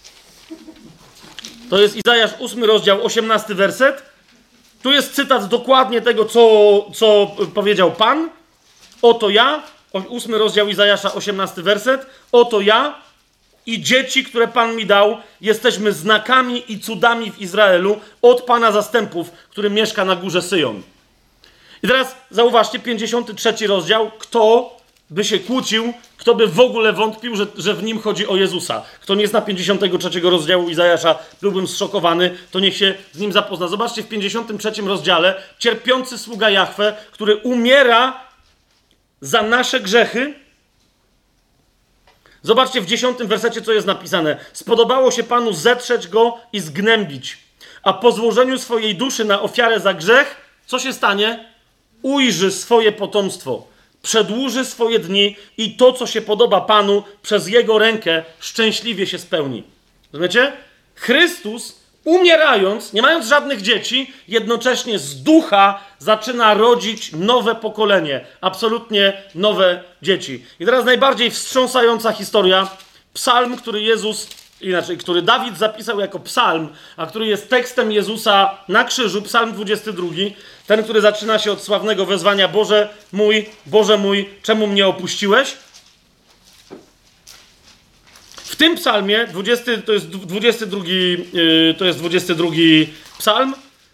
To jest Izajasz 8 rozdział, 18 werset. Tu jest cytat dokładnie tego, co powiedział Pan. Oto ja, 8 rozdział Izajasza, 18 werset, oto ja i dzieci, które Pan mi dał, jesteśmy znakami i cudami w Izraelu od Pana zastępów, który mieszka na górze Syjon. I teraz zauważcie, 53 rozdział, kto by się kłócił, kto by w ogóle wątpił, że w nim chodzi o Jezusa. Kto nie zna 53 rozdziału Izajasza, byłbym zszokowany, to niech się z nim zapozna. Zobaczcie, w 53 rozdziale cierpiący sługa Jahwe, który umiera za nasze grzechy. Zobaczcie w 10 wersecie, co jest napisane. Spodobało się Panu zetrzeć go i zgnębić, a po złożeniu swojej duszy na ofiarę za grzech, co się stanie? Ujrzy swoje potomstwo, przedłuży swoje dni i to, co się podoba Panu, przez Jego rękę szczęśliwie się spełni. Rozumiecie? Chrystus, umierając, nie mając żadnych dzieci, jednocześnie z ducha zaczyna rodzić nowe pokolenie. Absolutnie nowe dzieci. I teraz najbardziej wstrząsająca historia. Psalm, który Dawid zapisał jako psalm, a który jest tekstem Jezusa na krzyżu, psalm 22, ten, który zaczyna się od sławnego wezwania: Boże mój, czemu mnie opuściłeś? W tym psalmie, to jest 22 psalm,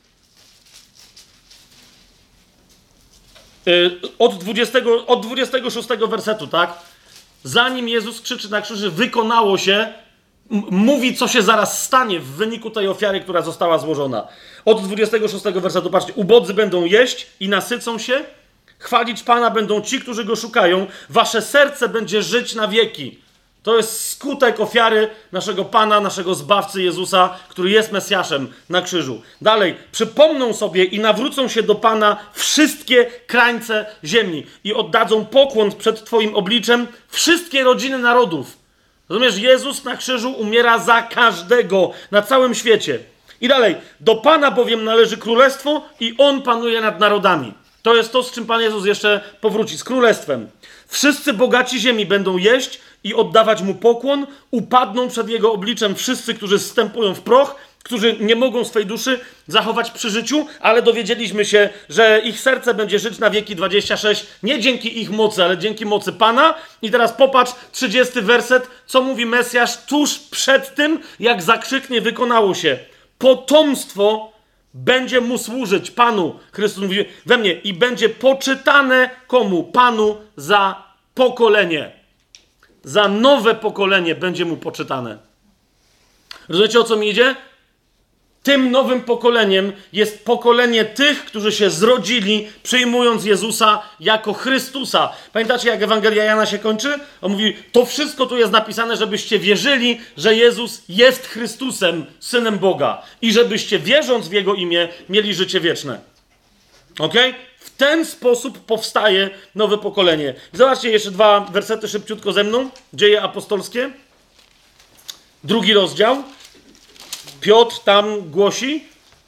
od 26 wersetu, tak? Zanim Jezus krzyczy na krzyży, wykonało się, mówi, co się zaraz stanie w wyniku tej ofiary, która została złożona. Od 26 wersetu, patrzcie, ubodzy będą jeść i nasycą się, chwalić Pana będą ci, którzy Go szukają, wasze serce będzie żyć na wieki. To jest skutek ofiary naszego Pana, naszego Zbawcy Jezusa, który jest Mesjaszem na krzyżu. Dalej, przypomną sobie i nawrócą się do Pana wszystkie krańce ziemi i oddadzą pokłon przed Twoim obliczem wszystkie rodziny narodów. Rozumiesz, Jezus na krzyżu umiera za każdego na całym świecie. I dalej, do Pana bowiem należy królestwo i On panuje nad narodami. To jest to, z czym Pan Jezus jeszcze powróci, z królestwem. Wszyscy bogaci ziemi będą jeść i oddawać Mu pokłon, upadną przed Jego obliczem wszyscy, którzy zstępują w proch, którzy nie mogą swej duszy zachować przy życiu, ale dowiedzieliśmy się, że ich serce będzie żyć na wieki 26, nie dzięki ich mocy, ale dzięki mocy Pana. I teraz popatrz, 30 werset, co mówi Mesjasz tuż przed tym, jak zakrzyknie, wykonało się. Potomstwo będzie Mu służyć, Panu. Chrystus mówi we mnie i będzie poczytane komu? Panu za pokolenie. Za nowe pokolenie będzie Mu poczytane. Rozumiecie, o co mi idzie? Tym nowym pokoleniem jest pokolenie tych, którzy się zrodzili, przyjmując Jezusa jako Chrystusa. Pamiętacie, jak Ewangelia Jana się kończy? On mówi, to wszystko tu jest napisane, żebyście wierzyli, że Jezus jest Chrystusem, Synem Boga. I żebyście, wierząc w Jego imię, mieli życie wieczne. Okej? W ten sposób powstaje nowe pokolenie. Zobaczcie jeszcze 2 wersety szybciutko ze mną. Dzieje apostolskie. 2 rozdział. Piotr tam głosi.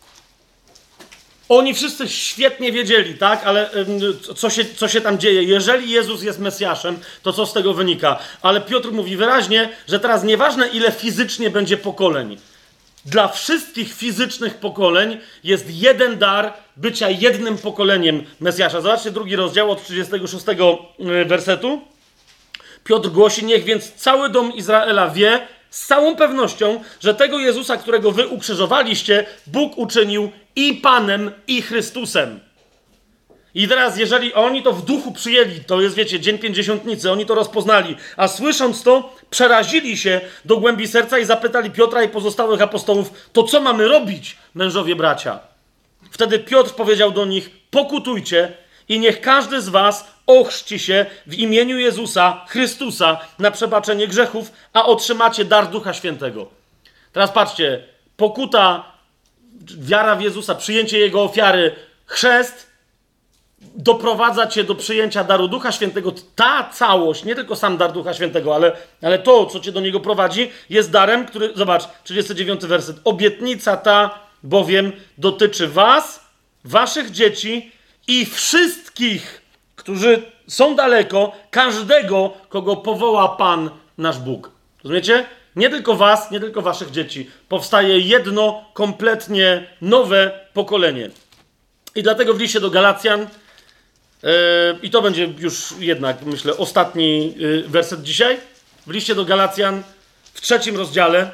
Oni wszyscy świetnie wiedzieli, tak? Ale co się tam dzieje? Jeżeli Jezus jest Mesjaszem, to co z tego wynika? Ale Piotr mówi wyraźnie, że teraz nieważne, ile fizycznie będzie pokoleń. Dla wszystkich fizycznych pokoleń jest jeden dar bycia jednym pokoleniem Mesjasza. Zobaczcie 2 rozdział od 36 wersetu. Piotr głosi, niech więc cały dom Izraela wie z całą pewnością, że tego Jezusa, którego wy ukrzyżowaliście, Bóg uczynił i Panem, i Chrystusem. I teraz, jeżeli oni to w duchu przyjęli, to jest, wiecie, Dzień Pięćdziesiątnicy, oni to rozpoznali, a słysząc to, przerazili się do głębi serca i zapytali Piotra i pozostałych apostołów, to co mamy robić, mężowie bracia? Wtedy Piotr powiedział do nich, pokutujcie i niech każdy z was ochrzci się w imieniu Jezusa, Chrystusa, na przebaczenie grzechów, a otrzymacie dar Ducha Świętego. Teraz patrzcie, pokuta, wiara w Jezusa, przyjęcie Jego ofiary, chrzest, doprowadza cię do przyjęcia daru Ducha Świętego. Ta całość, nie tylko sam dar Ducha Świętego, ale to, co cię do niego prowadzi, jest darem, który, zobacz, 39 werset. Obietnica ta bowiem dotyczy was, waszych dzieci i wszystkich, którzy są daleko, każdego, kogo powoła Pan, nasz Bóg. Rozumiecie? Nie tylko was, nie tylko waszych dzieci. Powstaje jedno, kompletnie nowe pokolenie. I dlatego w liście do Galacjan I to będzie już jednak, myślę, ostatni werset dzisiaj. W liście do Galacjan w 3 rozdziale,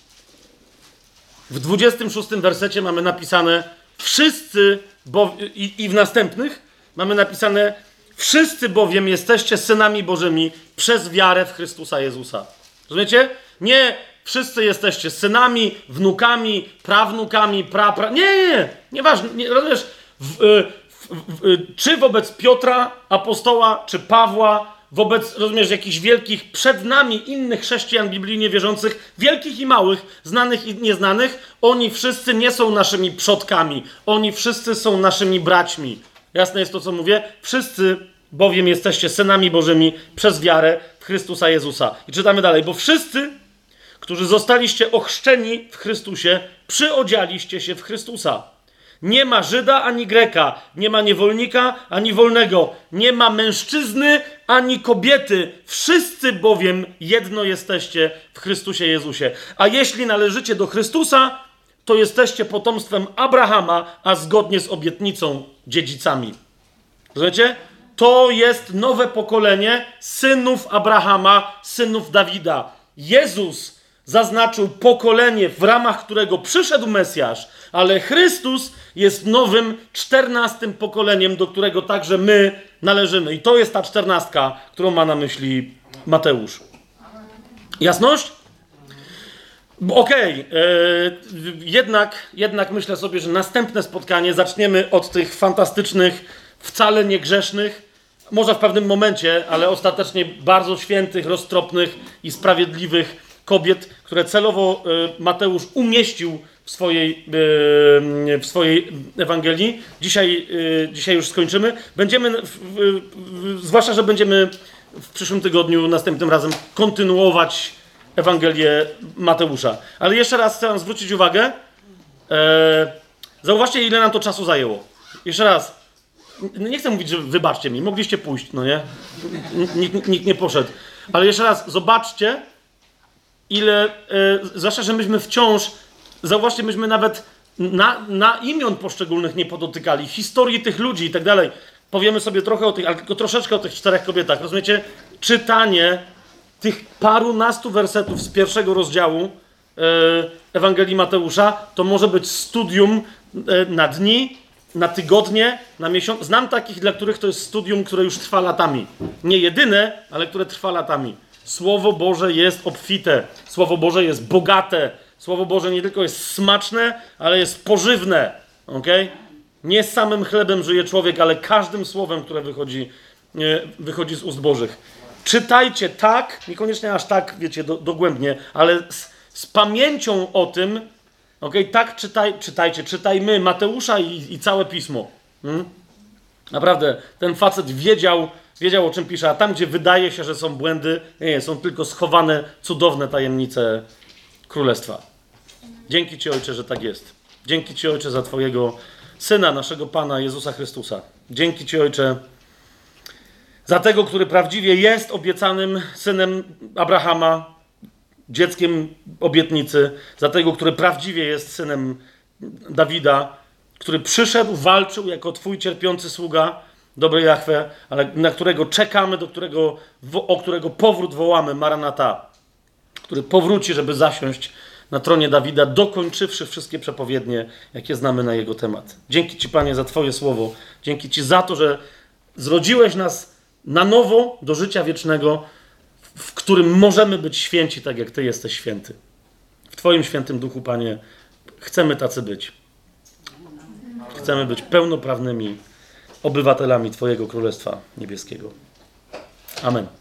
w 26 wersecie mamy napisane wszyscy, i w następnych mamy napisane wszyscy bowiem jesteście synami Bożymi przez wiarę w Chrystusa Jezusa. Rozumiecie? Nie wszyscy jesteście synami, wnukami, prawnukami, nieważne, rozumiesz? Czy wobec Piotra, apostoła, czy Pawła, wobec, rozumiesz, jakichś wielkich przed nami innych chrześcijan biblijnie wierzących, wielkich i małych, znanych i nieznanych, oni wszyscy nie są naszymi przodkami, oni wszyscy są naszymi braćmi. Jasne jest to, co mówię? Wszyscy bowiem jesteście synami Bożymi przez wiarę w Chrystusa Jezusa. I czytamy dalej, bo wszyscy, którzy zostaliście ochrzczeni w Chrystusie, przyodzialiście się w Chrystusa. Nie ma Żyda ani Greka, nie ma niewolnika ani wolnego, nie ma mężczyzny ani kobiety. Wszyscy bowiem jedno jesteście w Chrystusie Jezusie. A jeśli należycie do Chrystusa, to jesteście potomstwem Abrahama, a zgodnie z obietnicą dziedzicami. Rozumiecie? To jest nowe pokolenie synów Abrahama, synów Dawida. Jezus zaznaczył pokolenie, w ramach którego przyszedł Mesjasz, ale Chrystus jest nowym 14. pokoleniem, do którego także my należymy. I to jest ta 14, którą ma na myśli Mateusz. Jasność? Okej. Jednak myślę sobie, że następne spotkanie zaczniemy od tych fantastycznych, wcale niegrzesznych, może w pewnym momencie, ale ostatecznie bardzo świętych, roztropnych i sprawiedliwych kobiet, które celowo Mateusz umieścił w swojej Ewangelii. Dzisiaj już skończymy. Zwłaszcza, że będziemy w przyszłym tygodniu, następnym razem kontynuować Ewangelię Mateusza. Ale jeszcze raz chcę zwrócić uwagę. Zauważcie, ile nam to czasu zajęło. Jeszcze raz. Nie chcę mówić, że wybaczcie mi. Mogliście pójść, no nie? Nikt nie poszedł. Ale jeszcze raz, zobaczcie, ile, zwłaszcza, że myśmy wciąż, zauważcie, myśmy nawet na imion poszczególnych nie podotykali, historii tych ludzi i tak dalej. Powiemy sobie trochę o tych, ale tylko troszeczkę o tych 4 kobietach. Rozumiecie? Czytanie tych parunastu wersetów z 1 rozdziału Ewangelii Mateusza to może być studium na dni, na tygodnie, na miesiąc. Znam takich, dla których to jest studium, które już trwa latami. Nie jedyne, ale które trwa latami. Słowo Boże jest obfite. Słowo Boże jest bogate. Słowo Boże nie tylko jest smaczne, ale jest pożywne. Okay? Nie samym chlebem żyje człowiek, ale każdym słowem, które wychodzi z ust Bożych. Czytajcie tak, niekoniecznie aż tak, wiecie, dogłębnie, ale z pamięcią o tym, tak czytajmy Mateusza i całe Pismo. Naprawdę, ten facet wiedział, o czym pisze, a tam, gdzie wydaje się, że są błędy, nie, są tylko schowane cudowne tajemnice Królestwa. Dzięki Ci, Ojcze, że tak jest. Dzięki Ci, Ojcze, za Twojego Syna, naszego Pana Jezusa Chrystusa. Dzięki Ci, Ojcze, za tego, który prawdziwie jest obiecanym synem Abrahama, dzieckiem obietnicy, za tego, który prawdziwie jest synem Dawida, który przyszedł, walczył jako Twój cierpiący sługa, dobry Jahwe, ale na którego czekamy, o którego powrót wołamy, Maranata, który powróci, żeby zasiąść na tronie Dawida, dokończywszy wszystkie przepowiednie, jakie znamy na jego temat. Dzięki Ci, Panie, za Twoje słowo. Dzięki Ci za to, że zrodziłeś nas na nowo do życia wiecznego, w którym możemy być święci, tak jak Ty jesteś święty. W Twoim świętym duchu, Panie, chcemy tacy być. Chcemy być pełnoprawnymi obywatelami Twojego Królestwa Niebieskiego. Amen.